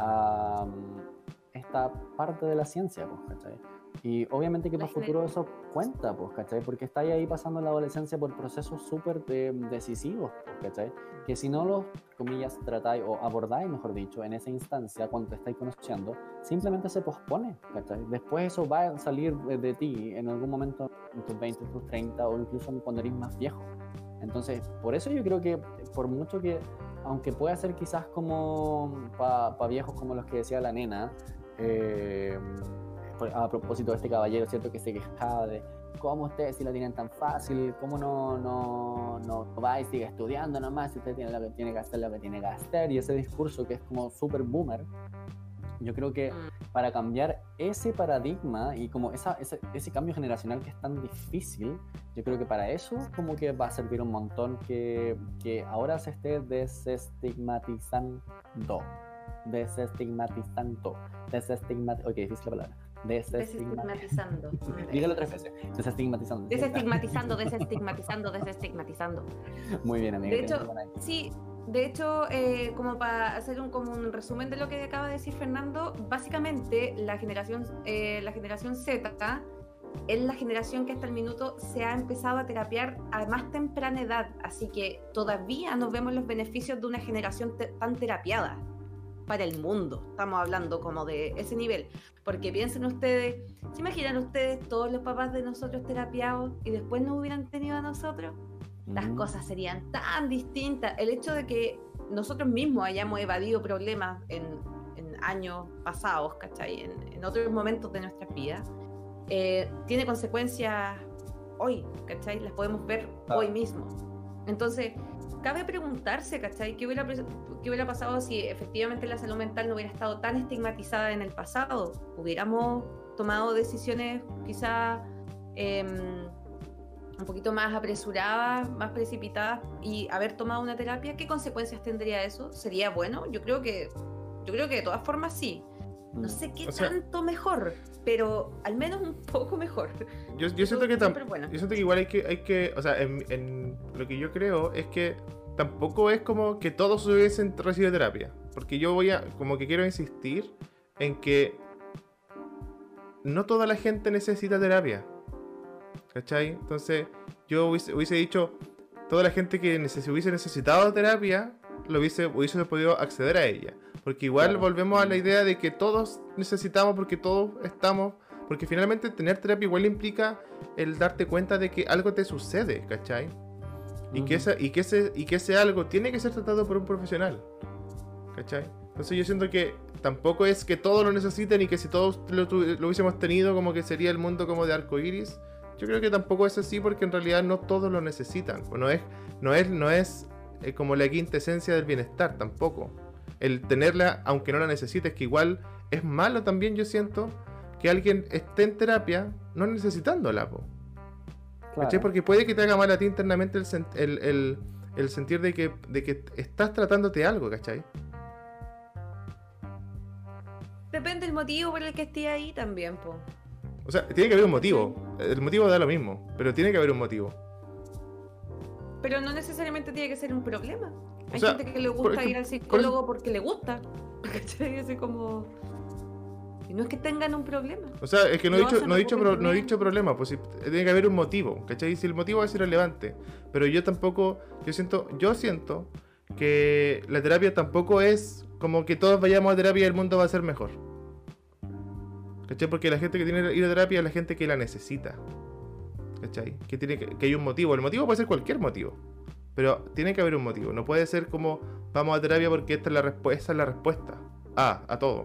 a um, esta parte de la ciencia, pues, ¿cachai? Y obviamente que La para el futuro eso cuenta, pues, ¿cachai? Porque estáis ahí pasando en la adolescencia por procesos súper eh, decisivos, pues, ¿cachai? Que si no los, comillas, tratáis o abordáis, mejor dicho, en esa instancia cuando te estáis conociendo, simplemente se pospone, ¿cachai? Después eso va a salir de, de ti en algún momento en tus veinte, tus treinta, o incluso cuando eres más viejo. Entonces, por eso yo creo que, por mucho que, aunque pueda ser quizás como para pa viejos como los que decía la nena, eh, a propósito de este caballero, ¿cierto?, que se quejaba de cómo ustedes si lo tienen tan fácil, cómo no, no, no va y sigue estudiando nomás, si usted tiene lo que tiene que hacer, lo que tiene que hacer, y ese discurso que es como súper boomer. Yo creo que para cambiar ese paradigma y como esa, ese, ese cambio generacional que es tan difícil, yo creo que para eso como que va a servir un montón que, que ahora se esté desestigmatizando. desestigmatizando, desestigmat, ok, difícil la palabra, Desestigmatizando. dígalo tres veces, desestigmatizando. Desestigmatizando, desestigmatizando, desestigmatizando. Muy bien, amiga. De hecho, sí, de hecho, eh, como para hacer un, como un resumen de lo que acaba de decir Fernando, básicamente la generación, eh, la generación Z es la generación que hasta el minuto se ha empezado a terapiar a más temprana edad, así que todavía no vemos los beneficios de una generación te- tan terapiada para el mundo. Estamos hablando como de ese nivel, porque piensen ustedes, ¿se imaginan ustedes todos los papás de nosotros terapiados y después nos hubieran tenido a nosotros? Las Mm. cosas serían tan distintas. El hecho de que nosotros mismos hayamos evadido problemas en, en años pasados, ¿cachai? En, en otros momentos de nuestras vidas, eh, tiene consecuencias hoy, ¿cachai? Las podemos ver Ah. hoy mismo. Entonces, cabe preguntarse, ¿cachai? ¿Qué hubiera, qué hubiera pasado si efectivamente la salud mental no hubiera estado tan estigmatizada en el pasado? ¿Hubiéramos tomado decisiones quizá eh, un poquito más apresuradas, más precipitadas y haber tomado una terapia? ¿Qué consecuencias tendría eso? ¿Sería bueno? Yo creo que, yo creo que de todas formas sí. No sé qué O sea, tanto mejor, pero al menos un poco mejor. Yo, yo siento que tam- Súper bueno. yo siento que igual hay que, hay que, o sea, en, en lo que yo creo es que tampoco es como que todos hubiesen recibido terapia, porque yo voy a, como que quiero insistir en que no toda la gente necesita terapia, ¿cachai? Entonces yo hubiese, hubiese dicho, toda la gente que neces- hubiese necesitado terapia, lo hubiese, hubiese podido acceder a ella, porque igual Claro. volvemos a la idea de que todos necesitamos, porque todos estamos. Porque finalmente tener terapia igual implica el darte cuenta de que algo te sucede, ¿cachai? Y, que, Ujú. esa, y, que ese, y que ese algo tiene que ser tratado por un profesional, ¿cachai? Entonces yo siento que tampoco es que todos lo necesiten y que si todos lo, tu- lo hubiésemos tenido como que sería el mundo como de arcoiris. Yo creo que tampoco es así porque en realidad no todos lo necesitan. Pues no es, no es, no es eh, como la quinta esencia del bienestar tampoco. El tenerla aunque no la necesites, que igual es malo también, yo siento que alguien esté en terapia no necesitándola, po. ¿Cachai? Claro. Porque puede que te haga mal a ti internamente el, sen- el, el, el sentir de que, de que estás tratándote algo, ¿cachai? Depende del motivo por el que esté ahí también, po. O sea, tiene que haber un motivo. El motivo da lo mismo, pero tiene que haber un motivo. Pero no necesariamente tiene que ser un problema. O Hay sea, gente que le por- gusta es que- ir al por psicólogo eso- porque le gusta. ¿Cachai? Así como... Y no es que tengan un problema. O sea, es que no he Lo dicho, hacen no he dicho, pro- no he recurrentemente. dicho problema, pues si, tiene que haber un motivo, ¿cachai? Si el motivo es irrelevante. Pero yo tampoco, yo siento, yo siento que la terapia tampoco es como que todos vayamos a terapia y el mundo va a ser mejor. ¿Cachai? Porque la gente que tiene que ir a terapia es la gente que la necesita. ¿Cachai? Que, tiene que, que hay un motivo. El motivo puede ser cualquier motivo. Pero tiene que haber un motivo. No puede ser como vamos a terapia porque esta es la, respu- esa es la respuesta. Ah, a todo.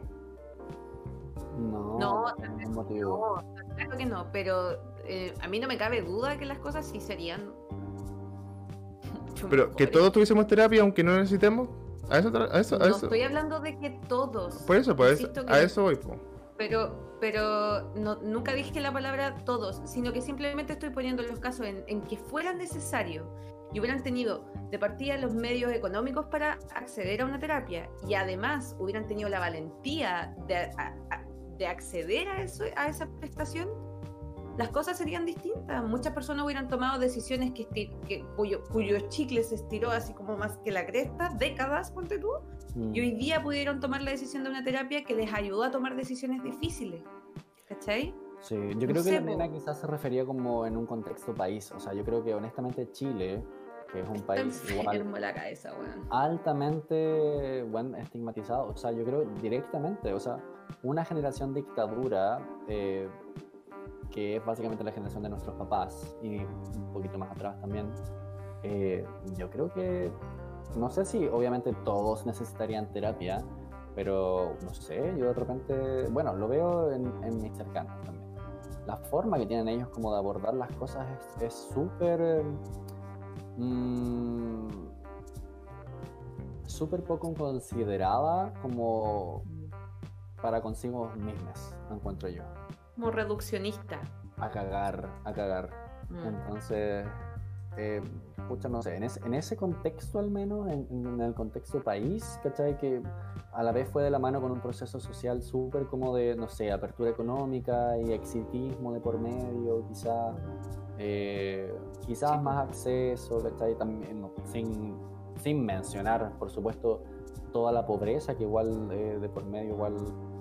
No, No, por ningún motivo. No, claro que no, pero eh, a mí no me cabe duda que las cosas sí serían mucho Pero que mejores. todos tuviésemos terapia aunque no necesitemos. A eso, tra- a eso, a No eso. estoy hablando de que todos. Por eso, pues Insisto que a no- eso voy, po. Pero, pero no, nunca dije la palabra todos, sino que simplemente estoy poniendo los casos en, en que fuera necesario y hubieran tenido de partida los medios económicos para acceder a una terapia y además hubieran tenido la valentía de, a- a- de acceder a, eso, a esa prestación, las cosas serían distintas. Muchas personas hubieran tomado decisiones que, esti- que cuyo, cuyo chicle se estiró así como más que la cresta, décadas, ponte tú, Mm. y hoy día pudieron tomar la decisión de una terapia que les ayudó a tomar decisiones difíciles. ¿Cachai? Sí, yo No creo que sé, la po. nena quizás se refería como en un contexto país. O sea, yo creo que honestamente Chile, que es un Está país igual enfermo la cabeza, weón. altamente bueno, estigmatizado. O sea, yo creo directamente, o sea, una generación dictadura eh, que es básicamente la generación de nuestros papás y un poquito más atrás también. eh, yo creo que, no sé si obviamente todos necesitarían terapia, pero no sé, yo de repente, bueno, lo veo en, en mis cercanos también. La forma que tienen ellos como de abordar las cosas es- es súper... eh, mm, súper poco considerada como para consigo mismas, encuentro yo. Como reduccionista. A cagar, a cagar. Mm. Entonces, eh, pucha, no sé, en, es, en ese contexto al menos, en, en el contexto país, ¿cachai? Que a la vez fue de la mano con un proceso social súper como de, no sé, apertura económica y exitismo de por medio, quizás, eh, quizás Sí. más acceso, ¿cachai? También, no, sin, sin mencionar, por supuesto, toda la pobreza que igual eh, de por medio igual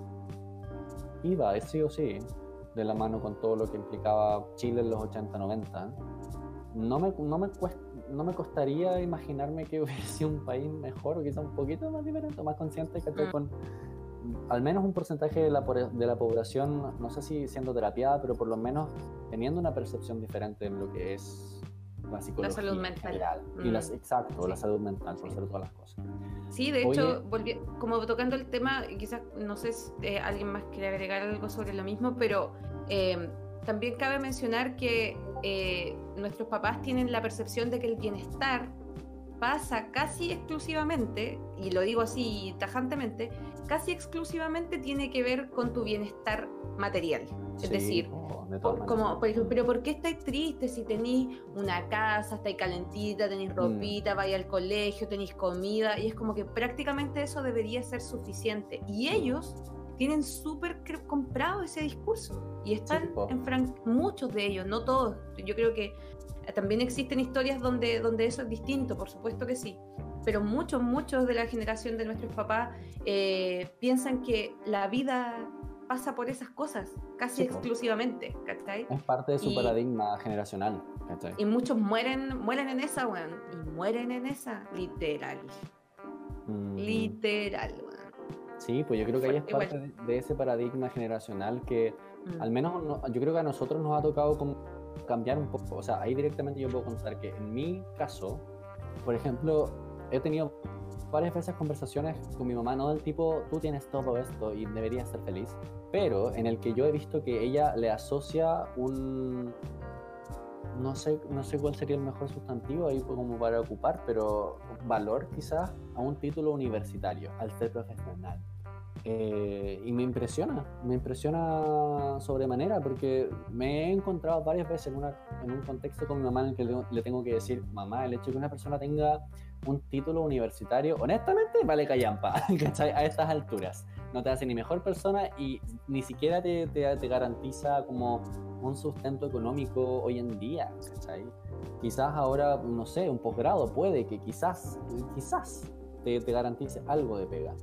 iba, sí o sí, de la mano con todo lo que implicaba Chile en los ochenta noventa. No me, no, me cuest, no me costaría imaginarme que hubiera sido un país mejor o quizá un poquito más diferente, más consciente, ¿cachai? Mm. Con al menos un porcentaje de la, de la población, no sé si siendo terapiada, pero por lo menos teniendo una percepción diferente en lo que es la psicología La salud en mental. general. Mm. Y las, exacto, Sí. la salud mental, por Sí. sobre todas las cosas. Sí, de Oye, hecho, volví, como tocando el tema, quizás, no sé si eh, alguien más quiere agregar algo sobre lo mismo, pero eh, también cabe mencionar que eh, nuestros papás tienen la percepción de que el bienestar pasa casi exclusivamente, y lo digo así tajantemente, casi exclusivamente tiene que ver con tu bienestar material. Es sí, decir, oh, de todas por- maneras. como, por ejemplo, pero ¿por qué estáis tristes si tenéis una casa, estáis calentita, tenéis ropita, vais al colegio, tenéis comida? Y es como que prácticamente eso debería ser suficiente. Y ellos tienen súper cre- comprado ese discurso. Y están Sí, po. en fran- muchos de ellos, no todos. Yo creo que eh, también existen historias donde, donde eso es distinto, por supuesto que sí. Pero muchos, muchos de la generación de nuestros papás eh, piensan que la vida pasa por esas cosas, casi Sí, po. exclusivamente, ¿cachai? Es parte de su Y- paradigma generacional, ¿cachai? Y muchos mueren, mueren en esa, weón. Y mueren en esa, literal. Mm. Literal, weón. Sí, pues yo creo que ahí es Fuerte, parte de, de ese paradigma generacional que Mm. al menos no- yo creo que a nosotros nos ha tocado como cambiar un poco. O sea, ahí directamente yo puedo contar que en mi caso, por ejemplo, he tenido varias veces conversaciones con mi mamá, no del tipo, tú tienes todo esto y deberías ser feliz, pero en el que yo he visto que ella le asocia un... No sé, no sé cuál sería el mejor sustantivo ahí como para ocupar, pero valor quizás a un título universitario, al ser profesional. Eh, y me impresiona, me impresiona sobremanera porque me he encontrado varias veces en, una, en un contexto con mi mamá en el que le, le tengo que decir, mamá, el hecho de que una persona tenga un título universitario, honestamente, vale callampa, ¿cachai? A estas alturas. No te hace ni mejor persona y ni siquiera te, te, te garantiza como un sustento económico hoy en día, ¿cachai? Quizás ahora, no sé, un posgrado puede que quizás, quizás te, te garantice algo de pega,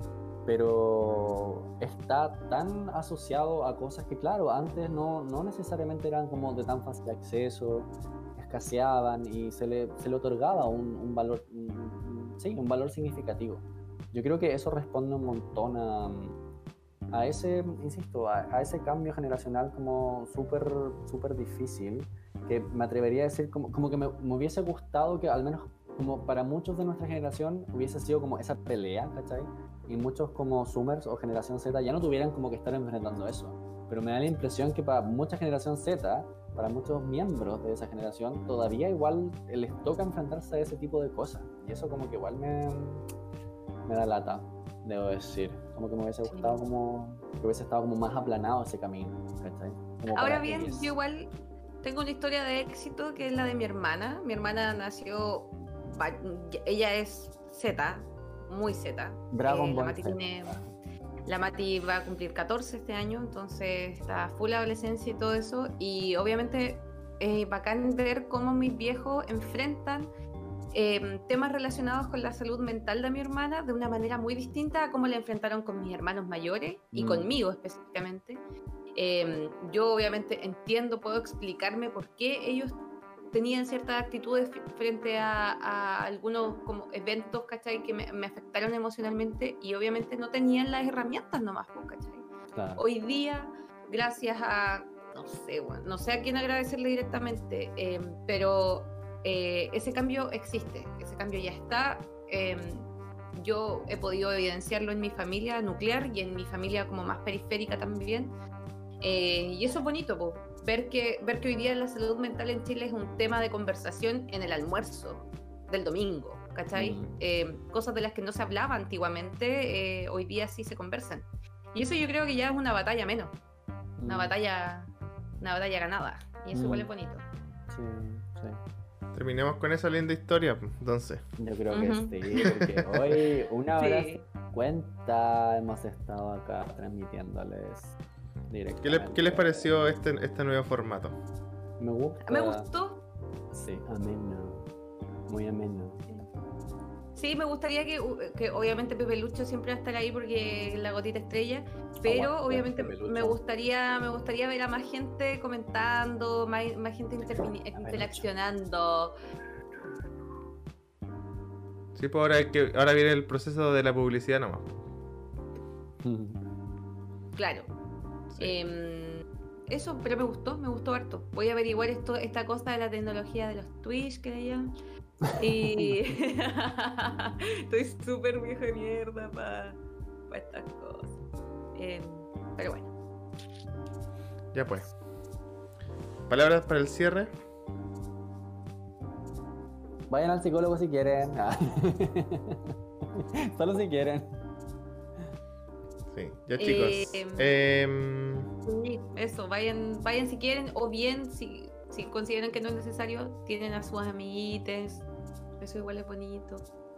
pero está tan asociado a cosas que, claro, antes no, no necesariamente eran como de tan fácil acceso, escaseaban y se le, se le otorgaba un, un valor, un, sí, un valor significativo. Yo creo que eso responde un montón a, a ese, insisto, a, a ese cambio generacional como súper, súper difícil, que me atrevería a decir como, como que me, me hubiese gustado que al menos como para muchos de nuestra generación hubiese sido como esa pelea, ¿cachai? Y muchos como Zoomers o generación Z ya no tuvieran como que estar enfrentando eso. Pero me da la impresión que para mucha generación Z, para muchos miembros de esa generación, todavía igual les toca enfrentarse a ese tipo de cosas. Y eso como que igual me, me da lata, debo decir. Como que me hubiese gustado Sí. como que hubiese estado como más aplanado ese camino, ¿cachai? Como Ahora para bien, ellos. yo igual tengo una historia de éxito que es la de mi hermana. Mi hermana nació, va- ella es Z, muy Z. Dragon Eh, la Ball Mati Z. tiene, la Mati va a cumplir catorce este año, entonces está full adolescencia y todo eso. Y obviamente es bacán ver cómo mis viejos enfrentan eh, temas relacionados con la salud mental de mi hermana de una manera muy distinta a cómo la enfrentaron con mis hermanos mayores y Mm. conmigo específicamente. Eh, yo obviamente entiendo, puedo explicarme por qué ellos tenían ciertas actitudes f- frente a, a algunos como eventos, ¿cachai? Que me, me afectaron emocionalmente y obviamente no tenían las herramientas nomás, pues, ¿cachai? Claro. Hoy día, gracias a, no sé, bueno, no sé a quién agradecerle directamente, eh, pero eh, ese cambio existe, ese cambio ya está. eh, yo he podido evidenciarlo en mi familia nuclear y en mi familia como más periférica también. Eh, y eso es bonito, po, ver, que, ver que hoy día la salud mental en Chile es un tema de conversación en el almuerzo del domingo, ¿cachai? Mm. Eh, cosas de las que no se hablaba antiguamente, eh, hoy día sí se conversan. Y eso yo creo que ya es una batalla menos, una Mm. batalla, una batalla ganada. Y eso Mm. igual es bonito. Sí, sí. Terminemos con esa linda historia, entonces. Yo creo que Ujú. sí, porque hoy una hora Sí. cincuenta hemos estado acá transmitiéndoles ¿Qué, directamente. le- qué les pareció este, este nuevo formato? Me gusta. Me gustó. Sí, ameno. Muy ameno. Sí, me gustaría que, u- que obviamente Pepe Lucho siempre va a estar ahí porque es la gotita estrella, pero Aguante, obviamente Pepe Lucho. me gustaría me gustaría ver a más gente comentando, más, más gente intervini- Lucho. interaccionando. Sí, pues ahora, hay que, ahora viene el proceso de la publicidad nomás. Claro. Sí. Em, eso, pero me gustó, me gustó harto. Voy a averiguar esto, esta cosa de la tecnología de los Twitch que le llaman. Y estoy súper viejo de mierda para estas cosas. Em, pero bueno. Ya pues. Palabras para el cierre. Vayan al psicólogo si quieren. Ah. Solo si quieren. Sí, ya chicos. Em, Em, Sí, eso, vayan, vayan si quieren, o bien si, si consideran que no es necesario, tienen a sus amiguites. Eso igual es bonito.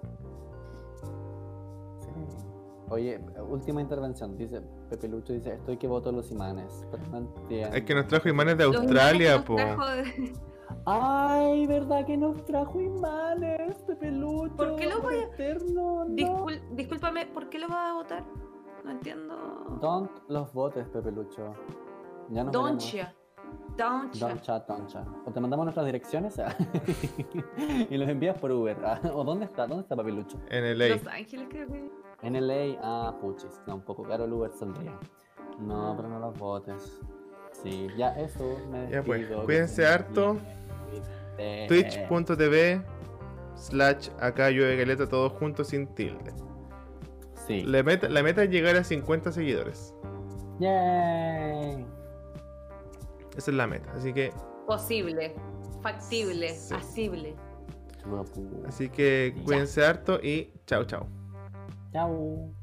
Sí. Oye, última intervención. Dice Pepe Lucho, dice, estoy que voto los imanes. Pero no entiendo. es que nos trajo imanes de Los Australia, imanes po. que nos trajo de- Ay, ¿verdad que nos trajo imanes, Pepe Lucho? ¿Por qué lo Amor voy a- eterno, no. Discul- discúlpame, ¿por qué lo vas a votar? No entiendo. Don't los votes, Pepe Lucho. Ya nos veremos. Doncha. Doncha. Doncha, doncha. O te mandamos nuestras direcciones ah, y los envías por Uber. ah. ¿O dónde está? ¿Dónde está Pepe Lucho? En el Los Ángeles, creo que. En L A, ah, puchis. No, un poco caro el Uber saldría. No, pero no los votes. Sí, ya eso. Me Ya pues, despido, que cuídense estén harto. bien. Twitch punto tv slash acá llueve galeta, todo junto sin tilde. Sí. La meta, la meta es llegar a cincuenta seguidores. Yay. Esa es la meta. Así que, Posible. Factible. Sí. Asible. Chupapu. así que Ya. cuídense harto y chao chao. Chao.